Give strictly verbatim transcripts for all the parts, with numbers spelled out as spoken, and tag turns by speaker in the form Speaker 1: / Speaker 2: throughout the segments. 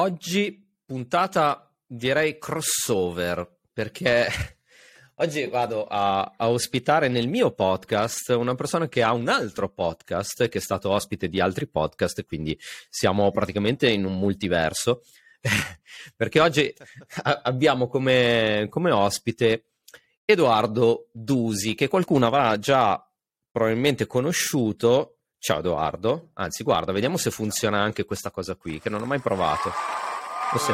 Speaker 1: Oggi puntata direi crossover, perché oggi vado a, a ospitare nel mio podcast una persona che ha un altro podcast, che è stato ospite di altri podcast, quindi siamo praticamente in un multiverso, perché oggi a- abbiamo come, come ospite Edoardo Dusi, che qualcuno avrà già probabilmente conosciuto. Ciao Edoardo, anzi guarda, vediamo se funziona anche questa cosa qui, che non ho mai provato. Forse...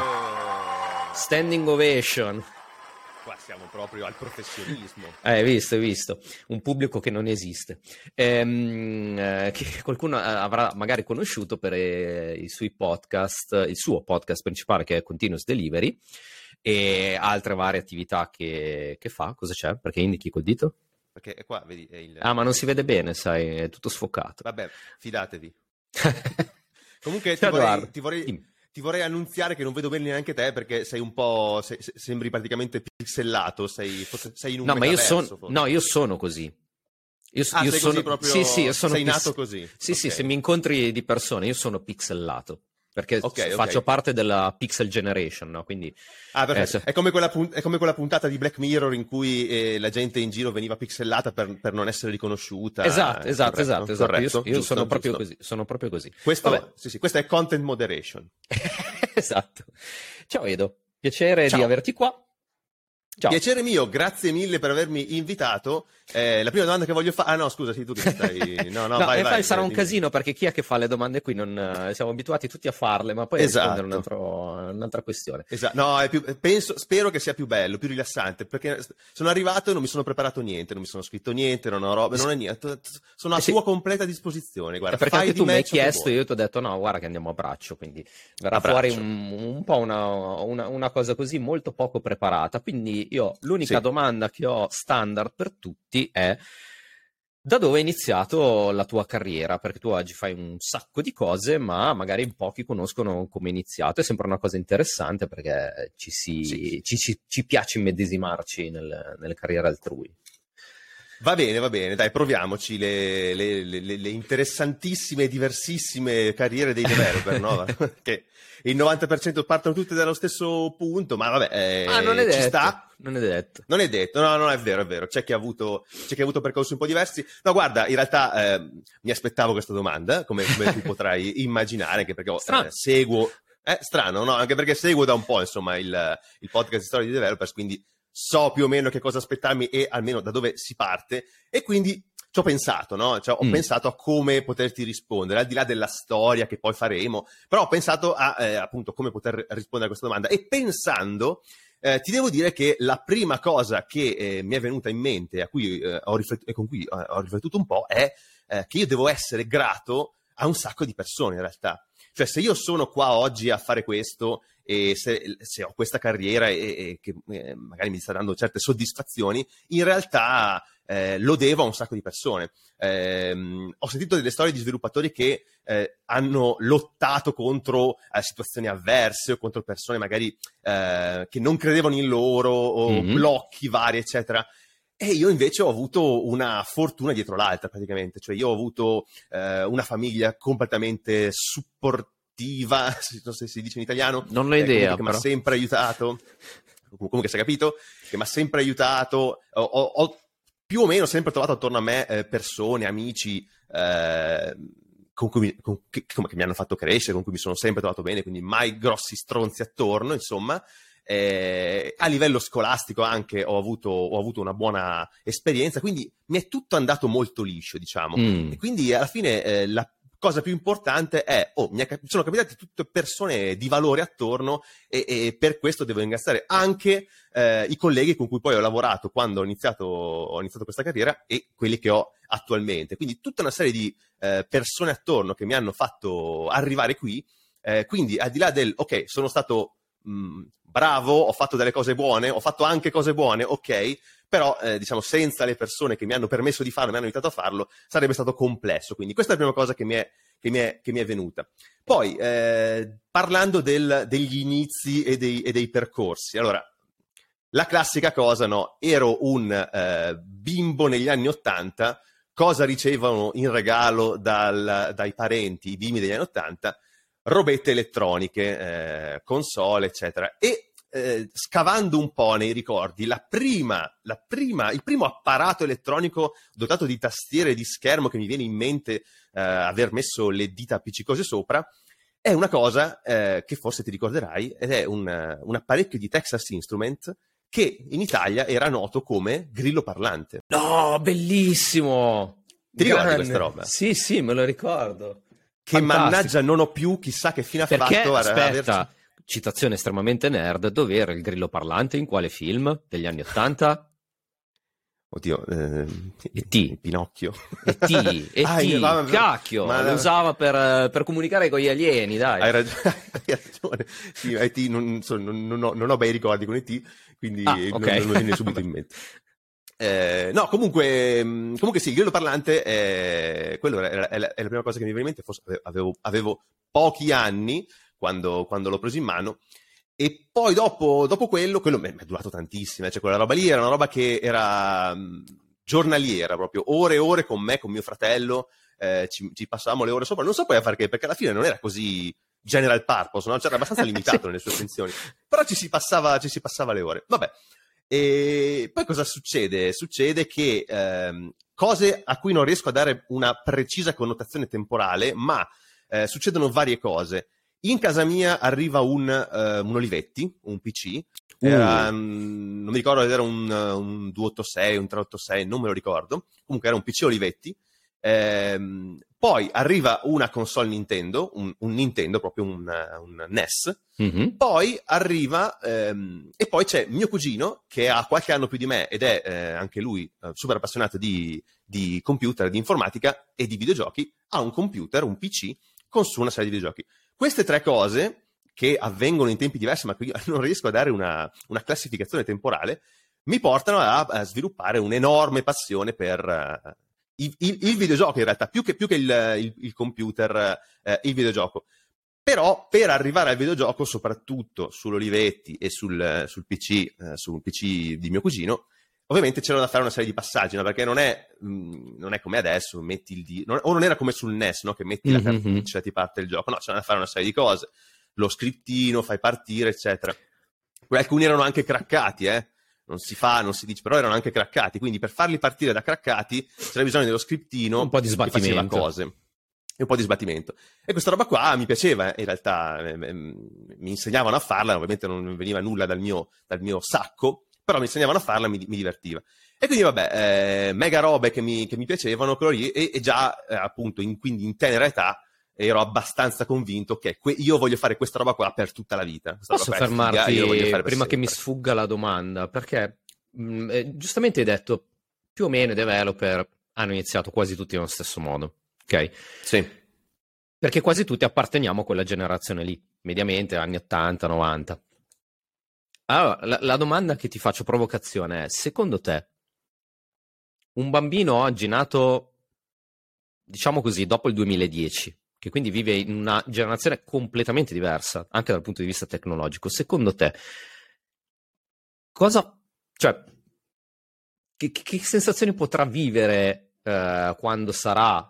Speaker 1: Standing ovation.
Speaker 2: Qua siamo proprio al professionismo.
Speaker 1: Eh, hai visto, hai visto. Un pubblico che non esiste. Ehm, eh, che qualcuno avrà magari conosciuto per eh, i suoi podcast, il suo podcast principale che è Continuous Delivery e altre varie attività che, che fa. Cosa c'è? Perché indichi col dito?
Speaker 2: Perché qua, vedi, è il...
Speaker 1: Ah, ma non si vede bene, sai, è tutto sfocato.
Speaker 2: Vabbè, fidatevi. Comunque ti
Speaker 1: Ciao,
Speaker 2: vorrei,
Speaker 1: Edoardo.
Speaker 2: ti, vorrei,
Speaker 1: Dimmi.
Speaker 2: ti vorrei annunziare che non vedo bene neanche te, perché sei un po'... Sei, se- sembri praticamente pixelato, sei, forse, sei in un
Speaker 1: No, ma io
Speaker 2: metaverso,
Speaker 1: sono
Speaker 2: forse.
Speaker 1: no, io sono così. Io,
Speaker 2: Ah,
Speaker 1: io
Speaker 2: sei
Speaker 1: sono
Speaker 2: così proprio...
Speaker 1: Sì, sì, io sono
Speaker 2: Sei
Speaker 1: pix-
Speaker 2: nato così.
Speaker 1: Sì, sì,
Speaker 2: Ok.
Speaker 1: se mi incontri di persona, io sono pixelato. Perché
Speaker 2: Ok, ok.
Speaker 1: faccio parte della Pixel Generation, no? Quindi
Speaker 2: Ah, perfetto.
Speaker 1: eh, se-
Speaker 2: È, come quella pun- è come quella puntata di Black Mirror in cui eh, la gente in giro veniva pixellata per, per non essere riconosciuta.
Speaker 1: Esatto, esatto,
Speaker 2: Corretto?
Speaker 1: esatto, esatto. Io,
Speaker 2: Corretto?
Speaker 1: io
Speaker 2: Giusto,
Speaker 1: sono proprio
Speaker 2: giusto.
Speaker 1: così, sono proprio così.
Speaker 2: Questo,
Speaker 1: Vabbè.
Speaker 2: sì, sì, questo è content moderation.
Speaker 1: Esatto. Ciao Edo, piacere
Speaker 2: Ciao.
Speaker 1: di averti qua. Ciao.
Speaker 2: Piacere mio, grazie mille per avermi invitato. Eh, la prima domanda che voglio fare... Ah no, scusa, sì, tu che stai... No, no,
Speaker 1: No,
Speaker 2: vai,
Speaker 1: e
Speaker 2: vai.
Speaker 1: poi sarà un
Speaker 2: dimmi.
Speaker 1: casino perché chi è che fa le domande qui? Non, eh, siamo abituati tutti a farle, ma poi a rispondere un
Speaker 2: Esatto.
Speaker 1: altro- un'altra questione.
Speaker 2: Esatto. No, è più, penso, spero che sia più bello, più rilassante, perché sono arrivato e non mi sono preparato niente, non mi sono scritto niente, non ho robe, non è niente. Sono a
Speaker 1: Eh sì.
Speaker 2: tua completa disposizione. Guarda,
Speaker 1: È perché
Speaker 2: fai
Speaker 1: anche
Speaker 2: di
Speaker 1: tu mi
Speaker 2: me
Speaker 1: hai
Speaker 2: ciò che
Speaker 1: chiesto e
Speaker 2: vuoi.
Speaker 1: io ti ho detto no, guarda che andiamo a braccio, quindi verrà
Speaker 2: A
Speaker 1: fuori
Speaker 2: braccio.
Speaker 1: un, un po' una, una- una cosa così molto poco preparata. Quindi io l'unica
Speaker 2: Sì.
Speaker 1: domanda che ho standard per tutti è: da dove è iniziato la tua carriera? Perché tu oggi fai un sacco di cose, ma magari in pochi conoscono come è iniziato. È sempre una cosa interessante perché ci, si,
Speaker 2: Sì.
Speaker 1: ci, ci- ci piace immedesimarci nel- nelle carriere altrui.
Speaker 2: Va bene, va bene, dai, proviamoci le, le- le- le- le interessantissime e diversissime carriere dei developer, no? Che il novanta per cento partono tutte dallo stesso punto, ma vabbè, eh,
Speaker 1: Ah, non è
Speaker 2: ci
Speaker 1: detto,
Speaker 2: sta.
Speaker 1: non è detto.
Speaker 2: Non è detto, no, no, è vero, è vero. C'è chi ha avuto, c'è chi ha avuto percorsi un po' diversi. No, guarda, in realtà eh, mi aspettavo questa domanda, come, come tu potrai immaginare, anche perché oh,
Speaker 1: Strano.
Speaker 2: eh, seguo... È strano, no? Anche perché seguo da un po', insomma, il, il podcast di storia di developers, quindi so più o meno che cosa aspettarmi e almeno da dove si parte. E quindi ci ho pensato, no? Cioè, ho
Speaker 1: Mm.
Speaker 2: pensato a come poterti rispondere, al di là della storia che poi faremo, però ho pensato a, eh, appunto, come poter rispondere a questa domanda. E pensando... Eh, ti devo dire che la prima cosa che eh, mi è venuta in mente a cui, eh, ho riflettuto, e con cui eh, ho riflettuto un po' è eh, che io devo essere grato a un sacco di persone in realtà. Cioè se io sono qua oggi a fare questo e se, se ho questa carriera e, e che eh, magari mi sta dando certe soddisfazioni, in realtà eh, lo devo a un sacco di persone. Eh, ho sentito delle storie di sviluppatori che eh, hanno lottato contro eh, situazioni avverse o contro persone magari eh, che non credevano in loro o
Speaker 1: Mhm.
Speaker 2: blocchi vari, eccetera. E io invece ho avuto una fortuna dietro l'altra praticamente, cioè io ho avuto eh, una famiglia completamente supportiva, non so se si dice in italiano,
Speaker 1: Non ho
Speaker 2: eh,
Speaker 1: idea,
Speaker 2: comunque che mi ha
Speaker 1: però.
Speaker 2: sempre aiutato, comunque si è capito, che mi ha sempre aiutato, ho, ho- ho più o meno sempre trovato attorno a me eh, persone, amici, eh, con cui mi, con- che, che mi hanno fatto crescere, con cui mi sono sempre trovato bene, quindi mai grossi stronzi attorno, insomma. Eh, a livello scolastico anche ho avuto, ho avuto una buona esperienza, quindi mi è tutto andato molto liscio, diciamo.
Speaker 1: Mm.
Speaker 2: E quindi alla fine eh, la cosa più importante è, oh, mi è cap- sono capitate tutte persone di valore attorno e, e per questo devo ringraziare anche eh, i colleghi con cui poi ho lavorato quando ho iniziato, ho iniziato questa carriera e quelli che ho attualmente. Quindi tutta una serie di eh, persone attorno che mi hanno fatto arrivare qui. Eh, quindi al di là del, ok, sono stato mh, bravo, ho fatto delle cose buone, ho fatto anche cose buone, ok, però eh, diciamo senza le persone che mi hanno permesso di farlo, mi hanno aiutato a farlo, sarebbe stato complesso. Quindi questa è la prima cosa che mi è, che mi è, che mi è venuta. Poi, eh, parlando del, degli inizi e dei, e dei percorsi, allora, la classica cosa, no? Ero un eh, bimbo negli anni Ottanta, cosa ricevono in regalo dal, dai parenti i bimbi degli anni Ottanta? robette elettroniche, eh, console, eccetera. E eh, scavando un po' nei ricordi, la prima, la prima, il primo apparato elettronico dotato di tastiere e di schermo che mi viene in mente eh, aver messo le dita appiccicose sopra, è una cosa eh, che forse ti ricorderai, ed è un, un apparecchio di Texas Instruments che in Italia era noto come grillo parlante.
Speaker 1: No, bellissimo!
Speaker 2: Ti ricordi
Speaker 1: Grande.
Speaker 2: questa roba?
Speaker 1: Sì, sì, me lo ricordo.
Speaker 2: Che
Speaker 1: Fantastico.
Speaker 2: mannaggia non ho più, chissà che fine ha
Speaker 1: Perché,
Speaker 2: fatto.
Speaker 1: aspetta,
Speaker 2: averci...
Speaker 1: citazione estremamente nerd, dov'era il grillo parlante? In quale film? Degli anni Ottanta?
Speaker 2: Oddio, eh,
Speaker 1: E T.
Speaker 2: Pinocchio.
Speaker 1: E T, e
Speaker 2: Ah,
Speaker 1: T,
Speaker 2: ma-
Speaker 1: cacchio,
Speaker 2: ma-
Speaker 1: lo usava per, per comunicare con gli alieni, dai.
Speaker 2: Hai ragione, hai ragione. Sì, E T non, so, non, non ho, non ho bei ricordi con E T, quindi
Speaker 1: Ah,
Speaker 2: non,
Speaker 1: ok.
Speaker 2: non mi viene subito in mente. Eh, no, comunque, mh, comunque sì, il grillo parlante è, quello è, è, la, è la prima cosa che mi viene in mente. Forse avevo, avevo pochi anni quando, quando l'ho preso in mano, e poi dopo, dopo quello, quello mi è durato tantissimo, cioè quella roba lì era una roba che era mh, giornaliera, proprio ore e ore con me, con mio fratello, eh, ci, ci passavamo le ore sopra, non so poi a fare che, perché alla fine non era così general purpose, no? Cioè, era abbastanza limitato nelle sue funzioni, però ci si passava, ci si passava le ore. Vabbè. E poi cosa succede? Succede che ehm, cose a cui non riesco a dare una precisa connotazione temporale, ma eh, succedono varie cose. In casa mia arriva un, uh, un Olivetti, un P C, era,
Speaker 1: Uh.
Speaker 2: um, non mi ricordo se era un, un duecentottantasei, un trecentottantasei, non me lo ricordo, comunque era un P C Olivetti. Ehm, poi arriva una console Nintendo, un, un Nintendo, proprio un, un N E S,
Speaker 1: Mm-hmm.
Speaker 2: poi arriva, ehm, e poi c'è mio cugino che ha qualche anno più di me ed è eh, anche lui eh, super appassionato di, di computer, di informatica e di videogiochi, ha un computer, un P C, con su una serie di videogiochi. Queste tre cose, che avvengono in tempi diversi, ma che io non riesco a dare una, una classificazione temporale, mi portano a, a sviluppare un'enorme passione per uh, il, il, il videogioco, in realtà, più che, più che il, il, il computer, uh, il videogioco. Però per arrivare al videogioco, soprattutto sull'Olivetti e sul, sul P C, uh, sul P C di mio cugino, ovviamente c'era da fare una serie di passaggi, no? Perché non è, mh, non è come adesso, metti il di- non, o non era come sul N E S, no? Che metti
Speaker 1: Mm-hmm.
Speaker 2: la cartuccia e ti parte il gioco. No, c'era da fare una serie di cose. Lo scriptino, fai partire, eccetera. Poi alcuni erano anche craccati, eh? Non si fa, non si dice, però erano anche craccati. Quindi per farli partire da craccati c'era bisogno dello scriptino
Speaker 1: Un po' di
Speaker 2: che faceva
Speaker 1: sbattimento.
Speaker 2: cose. E un po' di sbattimento. E questa roba qua mi piaceva, in realtà eh, eh, mi insegnavano a farla, ovviamente non veniva nulla dal mio, dal mio sacco, però mi insegnavano a farla e mi, mi divertiva. E quindi vabbè, eh, mega robe che mi, che mi piacevano, quello lì, e, e già eh, appunto in, quindi in tenera età ero abbastanza convinto che que- io voglio fare questa roba qua per tutta la vita. Questa
Speaker 1: Posso
Speaker 2: roba qua è figa,
Speaker 1: fermarti
Speaker 2: io lo voglio fare per
Speaker 1: prima che mi
Speaker 2: sempre.
Speaker 1: sfugga la domanda? Perché mh, eh, giustamente hai detto più o meno i developer hanno iniziato quasi tutti nello stesso modo, ok?
Speaker 2: Sì.
Speaker 1: Perché quasi tutti apparteniamo a quella generazione lì, mediamente anni ottanta novanta. Allora, la, la domanda che ti faccio provocazione è: secondo te un bambino oggi nato, diciamo così, dopo il duemiladieci, che quindi vive in una generazione completamente diversa, anche dal punto di vista tecnologico, secondo te cosa, cioè, che, che sensazioni potrà vivere eh, quando sarà,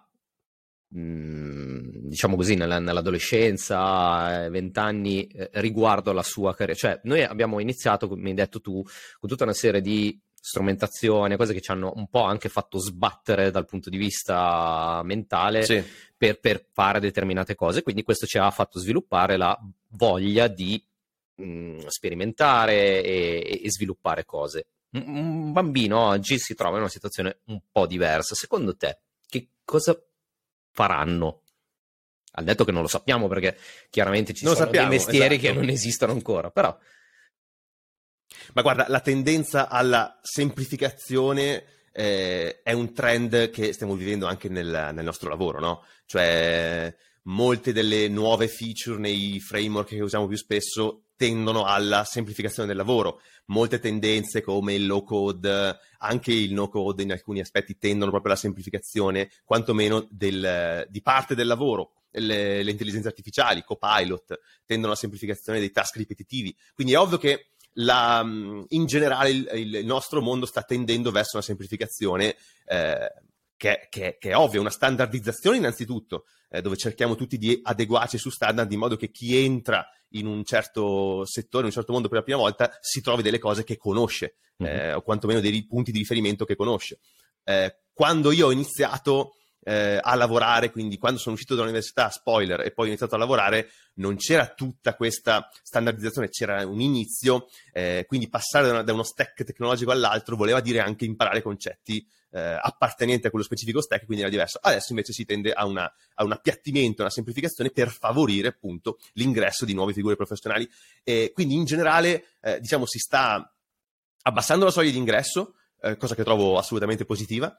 Speaker 1: mh, diciamo così, nella, nell'adolescenza, vent'anni, eh, riguardo alla sua carriera? Cioè, noi abbiamo iniziato, come hai detto tu, con tutta una serie di strumentazione, cose che ci hanno un po' anche fatto sbattere dal punto di vista mentale,
Speaker 2: Sì.
Speaker 1: per, per fare determinate cose, quindi questo ci ha fatto sviluppare la voglia di mh, sperimentare e, e sviluppare cose. Un, un bambino oggi si trova in una situazione un po' diversa. Secondo te, che cosa faranno? Al detto che non lo sappiamo, perché chiaramente ci
Speaker 2: Non
Speaker 1: sono
Speaker 2: sappiamo,
Speaker 1: dei mestieri
Speaker 2: esatto.
Speaker 1: che non esistono ancora, però...
Speaker 2: Ma guarda, la tendenza alla semplificazione eh, è un trend che stiamo vivendo anche nel, nel nostro lavoro, no? Cioè, molte delle nuove feature nei framework che usiamo più spesso tendono alla semplificazione del lavoro. Molte tendenze come il low code, anche il no code in alcuni aspetti tendono proprio alla semplificazione, quantomeno del, di parte del lavoro. Le, le intelligenze artificiali, Copilot, tendono alla semplificazione dei task ripetitivi. Quindi è ovvio che La, in generale il, il nostro mondo sta tendendo verso una semplificazione eh, che, che, che è ovvia, una standardizzazione innanzitutto, eh, dove cerchiamo tutti di adeguarci su standard in modo che chi entra in un certo settore, in un certo mondo per la prima volta, si trovi delle cose che conosce, mm-hmm. eh, o quantomeno dei punti di riferimento che conosce. Eh, quando io ho iniziato eh, a lavorare, quindi quando sono uscito dall'università, spoiler, e poi ho iniziato a lavorare, non c'era tutta questa standardizzazione, c'era un inizio, eh, quindi passare da, una, da uno stack tecnologico all'altro voleva dire anche imparare concetti eh, appartenenti a quello specifico stack, quindi era diverso. Adesso invece si tende a, una, a un appiattimento, a una semplificazione per favorire appunto l'ingresso di nuove figure professionali. E quindi in generale eh, diciamo si sta abbassando la soglia di ingresso, eh, cosa che trovo assolutamente positiva,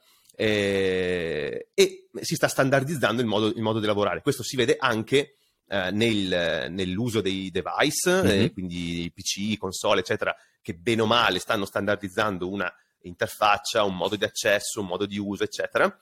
Speaker 2: eh, e si sta standardizzando il modo, il modo di lavorare. Questo si vede anche eh, nel, nell'uso dei device, mm-hmm. eh, quindi P C, console, eccetera, che bene o male stanno standardizzando una interfaccia, un modo di accesso, un modo di uso, eccetera,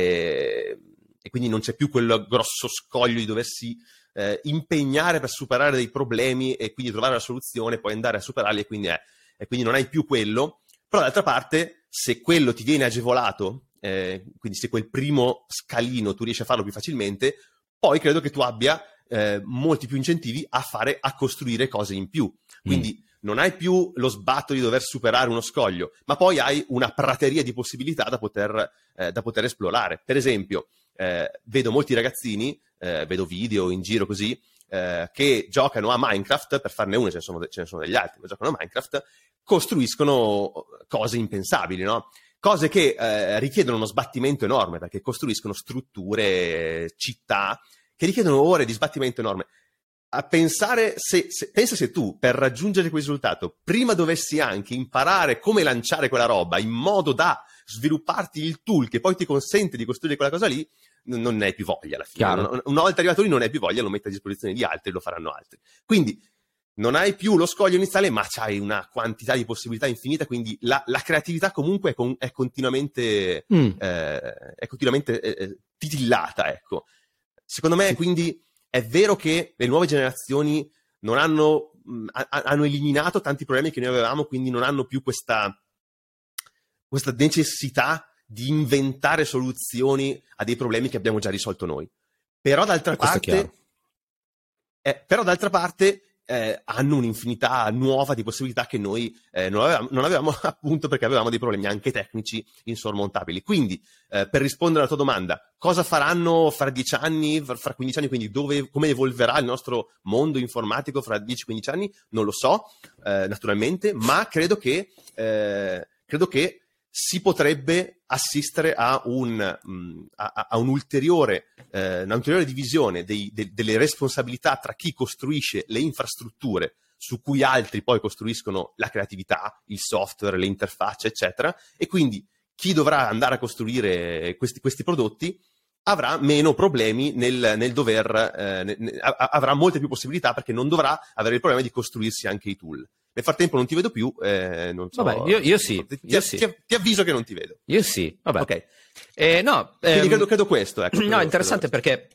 Speaker 2: e, e quindi non c'è più quel grosso scoglio di doversi eh, impegnare per superare dei problemi e quindi trovare la soluzione, poi andare a superarli, e quindi, è, e quindi non hai più quello. Però d'altra parte, se quello ti viene agevolato, eh, quindi se quel primo scalino tu riesci a farlo più facilmente, poi credo che tu abbia eh, molti più incentivi a fare, a costruire cose in più. Quindi mm. non hai più lo sbatto di dover superare uno scoglio, ma poi hai una prateria di possibilità da poter, eh, da poter esplorare. Per esempio, eh, vedo molti ragazzini, eh, vedo video in giro così, eh, che giocano a Minecraft, per farne uno, ce ne sono, ce ne sono degli altri, ma giocano a Minecraft, costruiscono cose impensabili, no? Cose che eh, richiedono uno sbattimento enorme, perché costruiscono strutture, città, che richiedono ore di sbattimento enorme. A pensare, se, se, pensa se tu, per raggiungere quel risultato, prima dovessi anche imparare come lanciare quella roba, in modo da svilupparti il tool che poi ti consente di costruire quella cosa lì, non, non ne hai più voglia alla fine. Non, una volta arrivato lì non hai più voglia, lo metti a disposizione di altri, lo faranno altri. Quindi non hai più lo scoglio iniziale, ma c'hai una quantità di possibilità infinita, quindi la, la creatività comunque è, con, è continuamente, mm. eh, è continuamente eh, titillata, ecco. Secondo me, quindi, è vero che le nuove generazioni non hanno, mh, hanno eliminato tanti problemi che noi avevamo, quindi non hanno più questa, questa necessità di inventare soluzioni a dei problemi che abbiamo già risolto noi. Però d'altra parte, eh, però d'altra parte eh, hanno un'infinità nuova di possibilità che noi eh, non, avevamo, non avevamo appunto perché avevamo dei problemi anche tecnici insormontabili. Quindi, eh, per rispondere alla tua domanda, cosa faranno fra dieci anni, fra quindici anni, quindi dove, come evolverà il nostro mondo informatico fra dieci quindici anni? Non lo so, eh, naturalmente, ma credo che, eh, credo che si potrebbe assistere a un mh, a, a un'ulteriore, eh, un'ulteriore divisione dei, de, delle responsabilità tra chi costruisce le infrastrutture su cui altri poi costruiscono la creatività, il software, le interfacce, eccetera, e quindi chi dovrà andare a costruire questi, questi prodotti avrà meno problemi nel, nel dover, eh, ne, ne, avrà molte più possibilità, perché non dovrà avere il problema di costruirsi anche i tool. Nel frattempo non ti vedo più, eh, non so.
Speaker 1: Vabbè, io, io sì.
Speaker 2: So, ti,
Speaker 1: io
Speaker 2: ti,
Speaker 1: sì.
Speaker 2: Ti, ti avviso che non ti vedo.
Speaker 1: Io sì, vabbè.
Speaker 2: Ok.
Speaker 1: Eh, no,
Speaker 2: Quindi
Speaker 1: ehm,
Speaker 2: credo, credo questo. Ecco,
Speaker 1: no,
Speaker 2: credo,
Speaker 1: è interessante
Speaker 2: credo
Speaker 1: perché,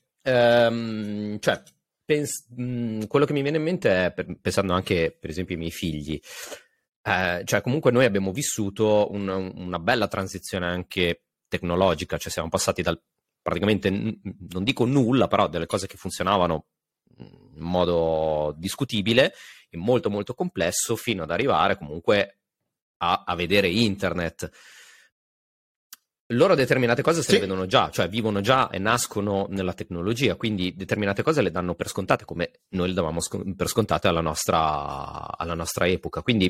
Speaker 1: ehm, cioè, pens- mh, quello che mi viene in mente è, per, pensando anche, per esempio, ai miei figli, eh, cioè comunque noi abbiamo vissuto un, una bella transizione anche tecnologica, cioè siamo passati dal praticamente, n- non dico nulla, però delle cose che funzionavano in modo discutibile, e molto molto complesso, fino ad arrivare comunque a, a vedere internet. Loro determinate cose se
Speaker 2: sì.
Speaker 1: le vedono già, cioè vivono già e nascono nella tecnologia, quindi determinate cose le danno per scontate, come noi le davamo sc- per scontate alla nostra, alla nostra epoca. Quindi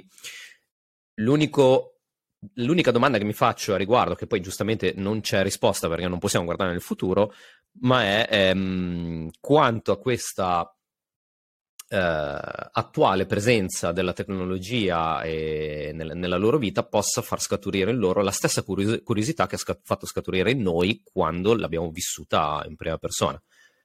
Speaker 1: l'unico, l'unica domanda che mi faccio a riguardo, che poi giustamente non c'è risposta perché non possiamo guardare nel futuro, ma è ehm, quanto a questa eh, attuale presenza della tecnologia e nel, nella loro vita possa far scaturire in loro la stessa curios- curiosità che ha scat- fatto scaturire in noi quando l'abbiamo vissuta in prima persona.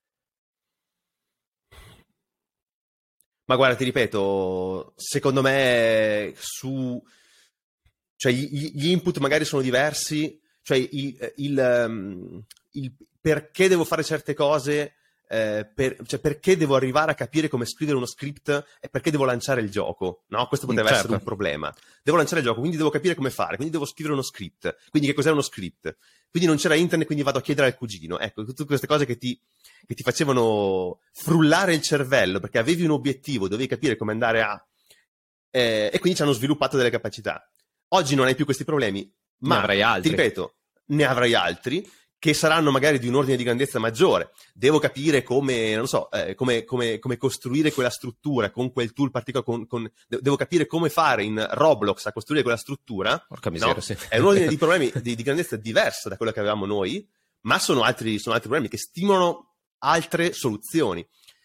Speaker 2: Ma guarda, ti ripeto, secondo me su, cioè gli, gli input magari sono diversi, cioè il, il, um, il perché devo fare certe cose, eh, per, cioè perché devo arrivare a capire come scrivere uno script e perché devo lanciare il gioco, no? Questo poteva
Speaker 1: certo.
Speaker 2: essere un problema. Devo lanciare il gioco, quindi devo capire come fare, quindi devo scrivere uno script, quindi che cos'è uno script? Quindi non c'era internet, quindi vado a chiedere al cugino. Ecco, tutte queste cose che ti, che ti facevano frullare il cervello perché avevi un obiettivo, dovevi capire come andare a... Eh, e quindi ci hanno sviluppato delle capacità. Oggi non hai più questi problemi, ma
Speaker 1: ne avrai altri.
Speaker 2: Ti ripeto, ne avrai altri che saranno magari di un ordine di grandezza maggiore. Devo capire come, non so, eh, come, come, come costruire quella struttura con quel tool particolare, con, con, devo capire come fare in Roblox a costruire quella struttura.
Speaker 1: Porca miseria,
Speaker 2: no?
Speaker 1: sì.
Speaker 2: È un ordine di problemi di, di grandezza diversa da quello che avevamo noi, ma sono altri, sono altri problemi che stimolano altre soluzioni.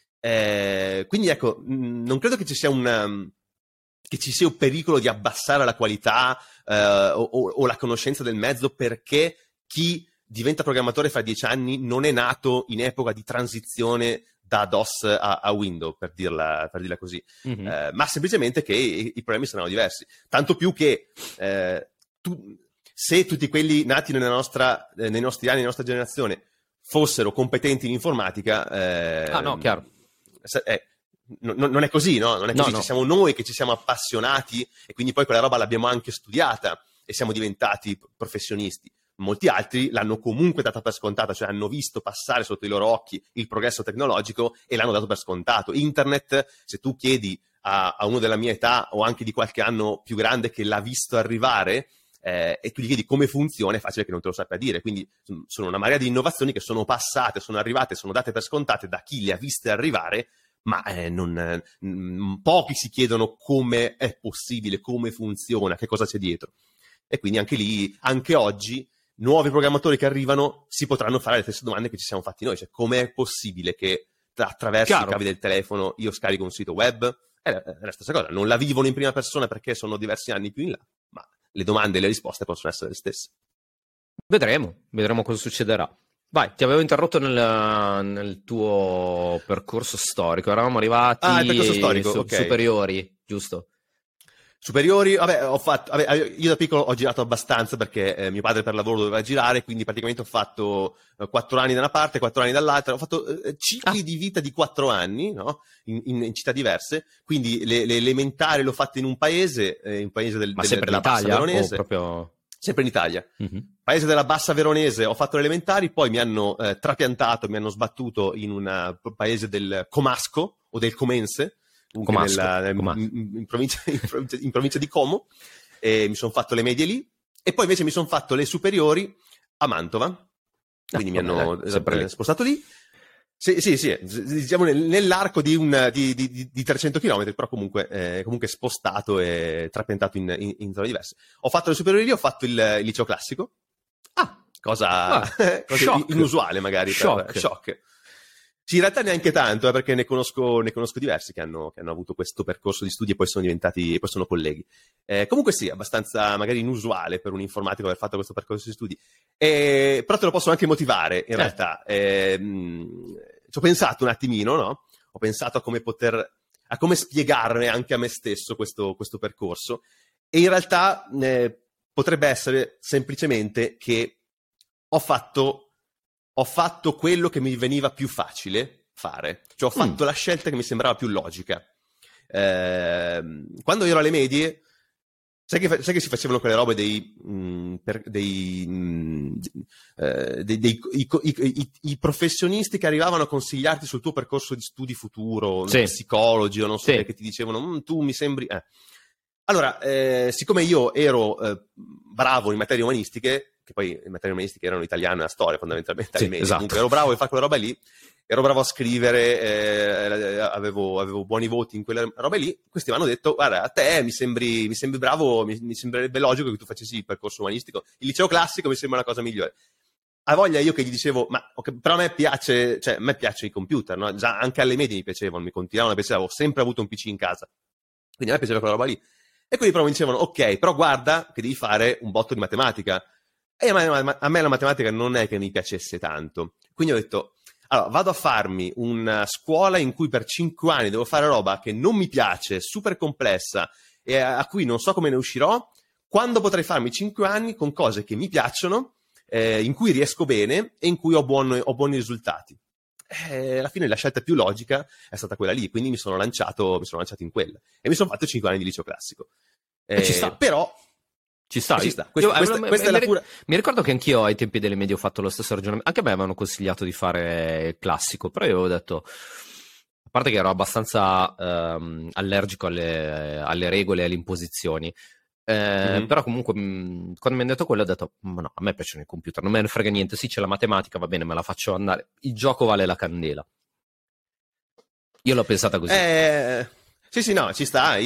Speaker 2: Eh, quindi ecco, mh, non credo che ci sia un... che ci sia un pericolo di abbassare la qualità eh, o, o la conoscenza del mezzo perché chi diventa programmatore fra dieci anni non è nato in epoca di transizione da DOS a, a Windows, per dirla, per dirla così, mm-hmm. eh, ma semplicemente che i, i problemi saranno diversi. Tanto più che eh, tu, se tutti quelli nati nella nostra, eh, nei nostri anni, nella nostra generazione, fossero competenti in informatica... Eh,
Speaker 1: ah no, chiaro.
Speaker 2: Eh, No, non è così, no? Non è così, no, no. Ci siamo noi che ci siamo appassionati e quindi poi quella roba l'abbiamo anche studiata e siamo diventati professionisti. Molti altri l'hanno comunque data per scontata, cioè hanno visto passare sotto i loro occhi il progresso tecnologico e l'hanno dato per scontato. Internet, se tu chiedi a, a uno della mia età o anche di qualche anno più grande che l'ha visto arrivare eh, e tu gli chiedi come funziona, è facile che non te lo sappia dire. Quindi sono una marea di innovazioni che sono passate, sono arrivate, sono date per scontate da chi le ha viste arrivare, ma eh, non, eh, pochi si chiedono come è possibile, come funziona, che cosa c'è dietro. E quindi anche lì, anche oggi, nuovi programmatori che arrivano si potranno fare le stesse domande che ci siamo fatti noi, cioè come è possibile che attraverso Chiaro. i cavi del telefono io scarico un sito web? È la, è la stessa cosa, non la vivono in prima persona perché sono diversi anni più in là, ma le domande e le risposte possono essere le stesse.
Speaker 1: Vedremo, vedremo cosa succederà. Vai, ti avevo interrotto nel, nel tuo percorso storico, eravamo arrivati
Speaker 2: ah, il percorso storico,
Speaker 1: su,
Speaker 2: okay.
Speaker 1: superiori, giusto?
Speaker 2: Superiori, vabbè, ho fatto, vabbè, io da piccolo ho girato abbastanza perché eh, mio padre per lavoro doveva girare, quindi praticamente ho fatto eh, quattro anni da una parte, quattro anni dall'altra, ho fatto eh, cicli ah. di vita di quattro anni, no? In, in, in città diverse, quindi le, le elementari l'ho fatte in un paese, eh, in un paese del,
Speaker 1: Ma
Speaker 2: del,
Speaker 1: sempre
Speaker 2: della
Speaker 1: Bassa
Speaker 2: Veronese.
Speaker 1: Proprio...
Speaker 2: Sempre in Italia.
Speaker 1: Mm-hmm.
Speaker 2: Paese della Bassa Veronese, ho fatto le elementari, poi mi hanno eh, trapiantato, mi hanno sbattuto in un paese del Comasco o del Comense,
Speaker 1: Comasco,
Speaker 2: nella,
Speaker 1: Comasco.
Speaker 2: In, in, provincia, in, provincia, in provincia di Como, e mi sono fatto le medie lì, e poi invece mi sono fatto le superiori a Mantova, quindi ah, mi hanno eh, spostato lì. Sì, sì, sì, diciamo nell'arco di, un, di, di, di trecento chilometri, però comunque, eh, comunque spostato e trapiantato in, in, in zone diverse. Ho fatto le superiori lì, ho fatto il, il liceo classico.
Speaker 1: Ah!
Speaker 2: Cosa,
Speaker 1: ah,
Speaker 2: cosa inusuale magari.
Speaker 1: Shock.
Speaker 2: Per, shock. Sì, in realtà neanche tanto, eh, perché ne conosco, ne conosco diversi che hanno, che hanno avuto questo percorso di studi e poi sono diventati, e poi sono colleghi. Eh, comunque sì, abbastanza magari inusuale per un informatico aver fatto questo percorso di studi. Eh, però te lo posso anche motivare, in eh. realtà. Eh, mh, ci ho pensato un attimino, no? Ho pensato a come poter, a come spiegarne anche a me stesso questo, questo percorso. E in realtà eh, potrebbe essere semplicemente che ho fatto... ho fatto quello che mi veniva più facile fare, cioè ho fatto mm. la scelta che mi sembrava più logica. Eh, quando ero alle medie, sai che, sai che si facevano quelle robe dei, mh, per, dei, mh, eh, dei, dei i, i, i, i professionisti che arrivavano a consigliarti sul tuo percorso di studi futuro,
Speaker 1: sì.
Speaker 2: psicologi o non so
Speaker 1: sì.
Speaker 2: che ti dicevano, tu mi sembri... Eh. Allora, eh, siccome io ero eh, bravo in materie umanistiche, che poi le materie umanistiche erano italiano e la storia fondamentalmente,
Speaker 1: sì, esatto.
Speaker 2: Comunque ero bravo a fare quella roba lì, ero bravo a scrivere, eh, avevo, avevo buoni voti in quelle robe lì, questi mi hanno detto, guarda, a te mi sembri, mi sembri bravo, mi, mi sembrerebbe logico che tu facessi il percorso umanistico, il liceo classico mi sembra una cosa migliore. A voglia io che gli dicevo, ma okay, però a me piace, cioè a me piace i computer, no? Già anche alle medie mi piacevano, mi continuavano a piacere, avevo sempre avuto un P C in casa, quindi a me piaceva quella roba lì. E quindi però mi dicevano, ok, però guarda che devi fare un botto di matematica. E a me, a me la matematica non è che mi piacesse tanto. Quindi ho detto, allora, vado a farmi una scuola in cui per cinque anni devo fare roba che non mi piace, super complessa, e a, a cui non so come ne uscirò, quando potrei farmi cinque anni con cose che mi piacciono, eh, in cui riesco bene e in cui ho, buon, ho buoni risultati. Eh, alla fine la scelta più logica è stata quella lì, quindi mi sono lanciato, mi sono lanciato in quella. E mi sono fatto cinque anni di liceo classico. Eh,
Speaker 1: ci sta.
Speaker 2: Però...
Speaker 1: Ci sta,
Speaker 2: ci sta. Questa,
Speaker 1: io,
Speaker 2: questa,
Speaker 1: mi,
Speaker 2: questa
Speaker 1: mi,
Speaker 2: è la pura...
Speaker 1: mi ricordo che anch'io ai tempi delle medie ho fatto lo stesso ragionamento, anche a me avevano consigliato di fare il classico, però io avevo detto, a parte che ero abbastanza ehm, allergico alle, alle regole e alle imposizioni, eh, mm-hmm. però comunque mh, quando mi hanno detto quello ho detto, ma no, a me piacciono i computer, non me ne frega niente, sì c'è la matematica, va bene, me la faccio andare, il gioco vale la candela. Io l'ho pensata così.
Speaker 2: Eh, sì, sì, no, ci sta,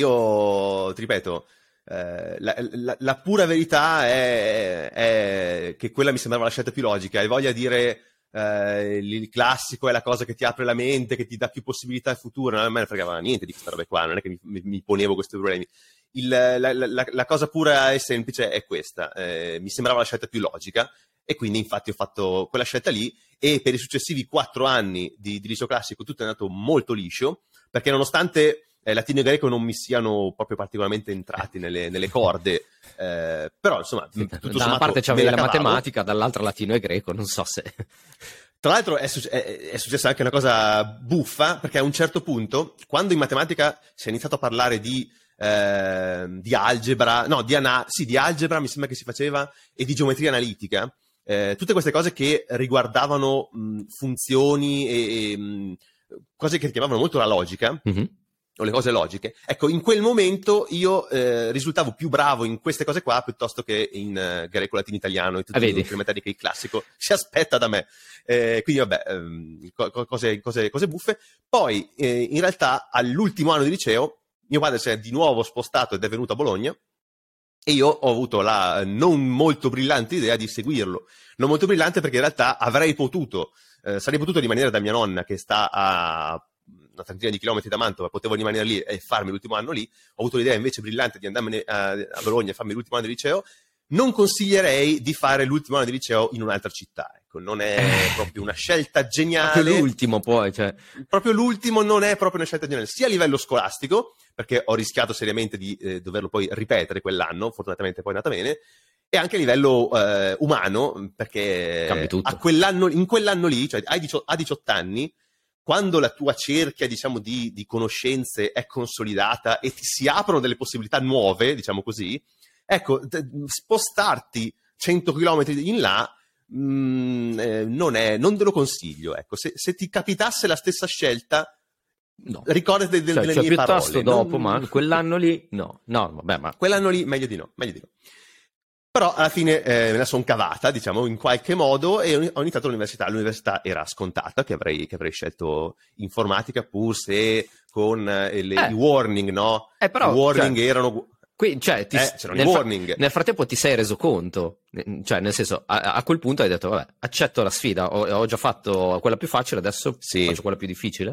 Speaker 2: io ti ripeto, Eh, la, la, la pura verità è, è che quella mi sembrava la scelta più logica. Hai voglia di dire eh, il classico è la cosa che ti apre la mente, che ti dà più possibilità al futuro. Non a me ne fregava niente di questa roba qua, non è che mi, mi, mi ponevo questi problemi. Il, la, la, la, la cosa pura e semplice è questa, eh, mi sembrava la scelta più logica e quindi infatti ho fatto quella scelta lì, e per i successivi quattro anni di, di liceo classico tutto è andato molto liscio, perché nonostante Eh, latino e greco non mi siano proprio particolarmente entrati nelle, nelle corde, eh, però insomma tutto
Speaker 1: da una parte c'avevi la cavavo. matematica, dall'altra latino e greco, non so se...
Speaker 2: Tra l'altro è, è, è successa anche una cosa buffa, perché a un certo punto, quando in matematica si è iniziato a parlare di, eh, di algebra, no, di, ana- sì, di algebra mi sembra che si faceva, e di geometria analitica, eh, tutte queste cose che riguardavano mh, funzioni e, e mh, cose che richiamavano molto la logica, mm-hmm. o le cose logiche, ecco, in quel momento io eh, risultavo più bravo in queste cose qua piuttosto che in uh, greco, latino, italiano e tutte ah, le elementari che il classico si aspetta da me. Eh, quindi vabbè, ehm, co- cose, cose, cose buffe. Poi eh, in realtà all'ultimo anno di liceo mio padre si è di nuovo spostato ed è venuto a Bologna, e io ho avuto la non molto brillante idea di seguirlo. Non molto brillante perché in realtà avrei potuto, eh, sarei potuto rimanere da mia nonna che sta a una trentina di chilometri da Mantova, potevo rimanere lì e farmi l'ultimo anno lì. Ho avuto l'idea invece brillante di andarmene a, a Bologna e farmi l'ultimo anno di liceo. Non consiglierei di fare l'ultimo anno di liceo in un'altra città, ecco, non è proprio una scelta geniale.
Speaker 1: Proprio l'ultimo poi, cioè.
Speaker 2: Proprio l'ultimo non è proprio una scelta geniale, sia a livello scolastico, perché ho rischiato seriamente di eh, doverlo poi ripetere quell'anno, fortunatamente poi è andata bene, e anche a livello eh, umano, perché a quell'anno, in quell'anno lì, cioè a diciotto anni, quando la tua cerchia, diciamo, di, di conoscenze è consolidata e ti si aprono delle possibilità nuove, diciamo così, ecco, d- spostarti cento chilometri in là mh, eh, non, è, non te lo consiglio. Ecco, se, se ti capitasse la stessa scelta, no. Ricordati del,
Speaker 1: cioè,
Speaker 2: delle
Speaker 1: cioè,
Speaker 2: mie
Speaker 1: piuttosto
Speaker 2: parole.
Speaker 1: dopo,
Speaker 2: non...
Speaker 1: ma quell'anno lì, no, no, vabbè, ma...
Speaker 2: Quell'anno lì, meglio di no, meglio di no. Però alla fine eh, me la sono cavata, diciamo, in qualche modo, e ho iniziato l'università. L'università era scontata, che avrei, che avrei scelto informatica, pur se con eh, le, eh. i warning, no?
Speaker 1: Eh, però,
Speaker 2: I warning
Speaker 1: cioè,
Speaker 2: erano...
Speaker 1: Qui, cioè, ti,
Speaker 2: eh, c'erano
Speaker 1: nel,
Speaker 2: i warning.
Speaker 1: Fra- nel frattempo ti sei reso conto, cioè nel senso, a, a quel punto hai detto, vabbè, accetto la sfida, ho, ho già fatto quella più facile, adesso sì. faccio quella più difficile?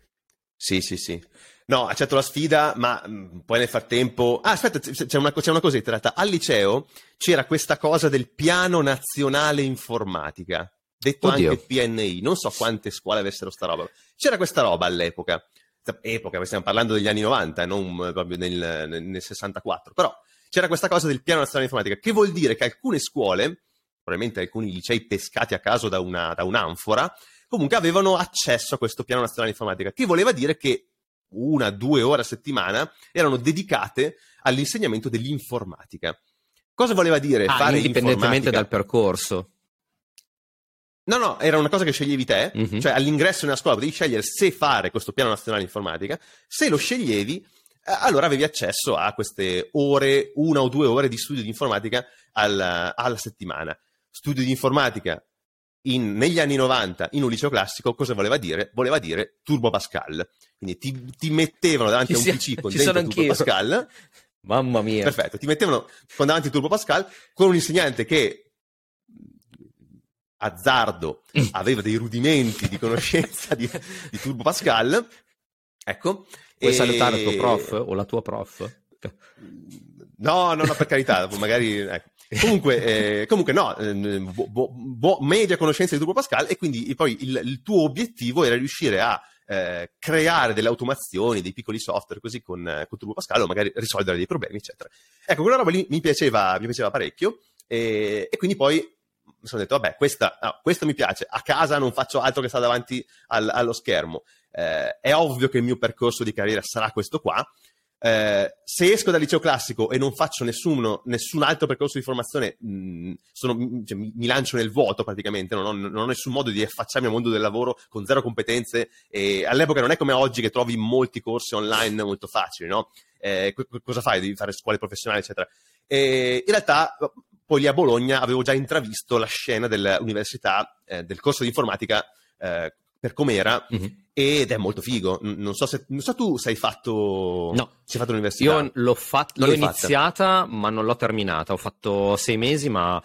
Speaker 2: Sì, sì, sì. No, accetto la sfida, ma mh, poi nel frattempo... Ah, aspetta, c'è una, c'è una cosetta in realtà. Al liceo c'era questa cosa del Piano Nazionale Informatica, detto Oddio. anche P N I. Non so quante scuole avessero sta roba. C'era questa roba all'epoca. Epoca, stiamo parlando degli anni novanta, non proprio nel, nel, nel sessantaquattro. Però c'era questa cosa del Piano Nazionale Informatica, che vuol dire che alcune scuole, probabilmente alcuni licei pescati a caso da, una, da un'anfora, comunque avevano accesso a questo Piano Nazionale Informatica, che voleva dire che una, due ore a settimana erano dedicate all'insegnamento dell'informatica. Cosa voleva dire
Speaker 1: ah,
Speaker 2: fare
Speaker 1: indipendentemente
Speaker 2: informatica?
Speaker 1: dal percorso?
Speaker 2: No, no, era una cosa che sceglievi te, mm-hmm. cioè all'ingresso nella scuola potevi scegliere se fare questo piano nazionale informatica. Se lo sceglievi, allora avevi accesso a queste ore, una o due ore di studio di informatica alla, alla settimana. Studio di informatica in, negli anni novanta in un liceo classico cosa voleva dire? Voleva dire Turbo Pascal. Quindi ti, ti mettevano davanti ci a un P C con dentro Turbo anch'io. Pascal.
Speaker 1: Mamma mia.
Speaker 2: Perfetto, ti mettevano con davanti Turbo Pascal con un insegnante che azzardo aveva dei rudimenti di conoscenza di, di Turbo Pascal. Ecco.
Speaker 1: Vuoi e... salutare il tuo prof o la tua prof?
Speaker 2: No, no, no, per carità, magari... Ecco. Comunque, eh, comunque no, eh, bo, bo, media conoscenza di Turbo Pascal, e quindi poi il, il tuo obiettivo era riuscire a eh, creare delle automazioni, dei piccoli software così con, eh, con Turbo Pascal, o magari risolvere dei problemi, eccetera. Ecco, quella roba lì mi piaceva, mi piaceva parecchio, e, e quindi poi mi sono detto, vabbè, questa, no, questo mi piace, a casa non faccio altro che stare davanti al, allo schermo, eh, è ovvio che il mio percorso di carriera sarà questo qua. Eh, se esco dal liceo classico e non faccio nessuno, nessun altro percorso di formazione, mh, sono, cioè, mi, mi lancio nel vuoto praticamente, non ho, non ho nessun modo di affacciarmi al mondo del lavoro con zero competenze, e all'epoca non è come oggi che trovi molti corsi online molto facili, no? Eh, cosa fai? Devi fare scuole professionali, eccetera. E in realtà poi lì a Bologna avevo già intravisto la scena dell'università, eh, del corso di informatica, eh, per com'era, mm-hmm. ed è molto figo. Non so se non so tu se hai fatto
Speaker 1: no
Speaker 2: se hai fatto l'università.
Speaker 1: Io l'ho, fat- l'ho iniziata ma non l'ho terminata, ho fatto sei mesi, ma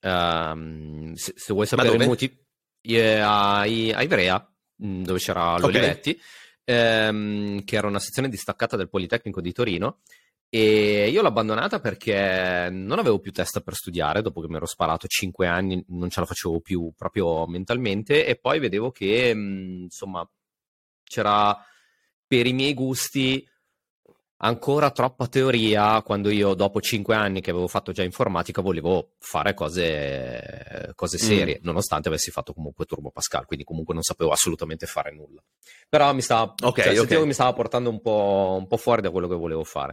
Speaker 1: um, se, se vuoi sapere i motivi, a, a Ivrea, dove c'era l'Olivetti, okay. ehm, che era una sezione distaccata del Politecnico di Torino, e io l'ho abbandonata perché non avevo più testa per studiare. Dopo che mi ero sparato cinque anni non ce la facevo più proprio mentalmente, e poi vedevo che mh, insomma c'era per i miei gusti ancora troppa teoria, quando io dopo cinque anni che avevo fatto già informatica volevo fare cose, cose serie, mm. nonostante avessi fatto comunque Turbo Pascal, quindi comunque non sapevo assolutamente fare nulla. Però mi stava, okay, cioè, okay. sentivo che mi stava portando un po', un po' fuori da quello che volevo fare.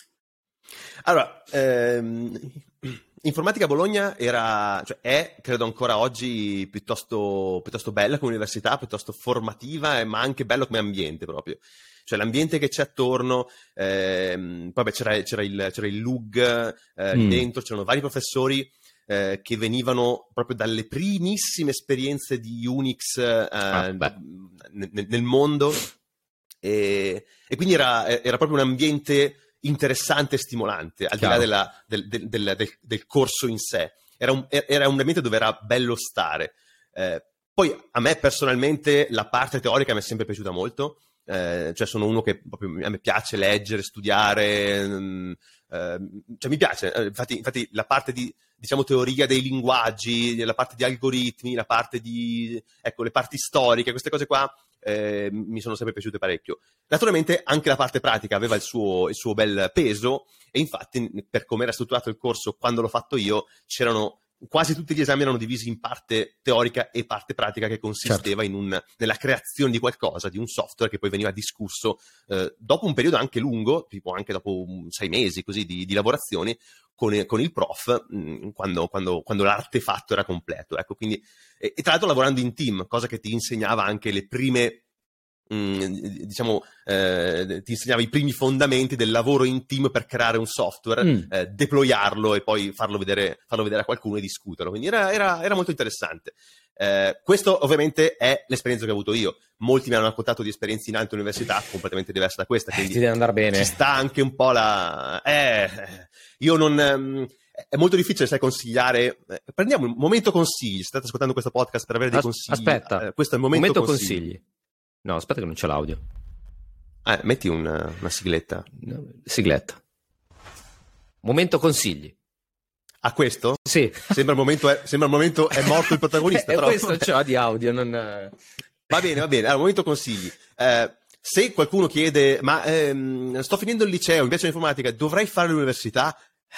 Speaker 2: Allora, ehm, informatica a Bologna era, cioè è, credo ancora oggi, piuttosto, piuttosto bella come università, piuttosto formativa, ma anche bello come ambiente proprio. Cioè l'ambiente che c'è attorno, ehm, poi beh, c'era, c'era, il, c'era il L U G eh, mm. dentro, c'erano vari professori eh, che venivano proprio dalle primissime esperienze di Unix eh, ah, nel, nel mondo, e, e quindi era, era proprio un ambiente interessante e stimolante, al Chiaro. di là della, del, del, del, del, del corso in sé. Era un, era un ambiente dove era bello stare. Eh, poi a me personalmente la parte teorica mi è sempre piaciuta molto, eh, cioè sono uno che proprio a me piace leggere, studiare, mh, eh, cioè mi piace, infatti, infatti la parte di, diciamo, teoria dei linguaggi, la parte di algoritmi, la parte di, ecco, le parti storiche, queste cose qua, Eh, mi sono sempre piaciute parecchio. Naturalmente anche la parte pratica aveva il suo, il suo bel peso, e infatti per come era strutturato il corso quando l'ho fatto io, c'erano quasi tutti gli esami erano divisi in parte teorica e parte pratica, che consisteva certo. in un, nella creazione di qualcosa, di un software che poi veniva discusso eh, dopo un periodo anche lungo, tipo anche dopo un, sei mesi così di, di lavorazioni con, con il prof, mh, quando, quando, quando l'artefatto era completo. Ecco, quindi, e, e tra l'altro lavorando in team, cosa che ti insegnava anche le prime, mh, diciamo, eh, ti insegnava i primi fondamenti del lavoro in team per creare un software, mm. eh, deployarlo e poi farlo vedere, farlo vedere a qualcuno e discuterlo. Quindi era, era, era molto interessante. Eh, questo ovviamente è l'esperienza che ho avuto io. Molti mi hanno raccontato di esperienze in altre università completamente diverse da questa, quindi
Speaker 1: ti deve andare bene.
Speaker 2: Ci sta anche un po' la... Eh, io non... Um, è molto difficile, sai, consigliare. Eh, prendiamo un momento consigli. State ascoltando questo podcast per avere dei As- consigli.
Speaker 1: Aspetta,
Speaker 2: eh, questo è il momento,
Speaker 1: momento
Speaker 2: consigli.
Speaker 1: consigli. No, aspetta che non c'è l'audio.
Speaker 2: Eh, metti una, una sigletta.
Speaker 1: No, sigletta. Momento consigli.
Speaker 2: A questo?
Speaker 1: Sì.
Speaker 2: Sembra il momento è, sembra il momento è morto il protagonista.
Speaker 1: E
Speaker 2: però...
Speaker 1: questo c'ha di audio, non...
Speaker 2: Va bene, va bene. Allora, momento consigli. Eh, se qualcuno chiede, ma ehm, sto finendo il liceo, mi piace l'informatica, dovrei fare l'università?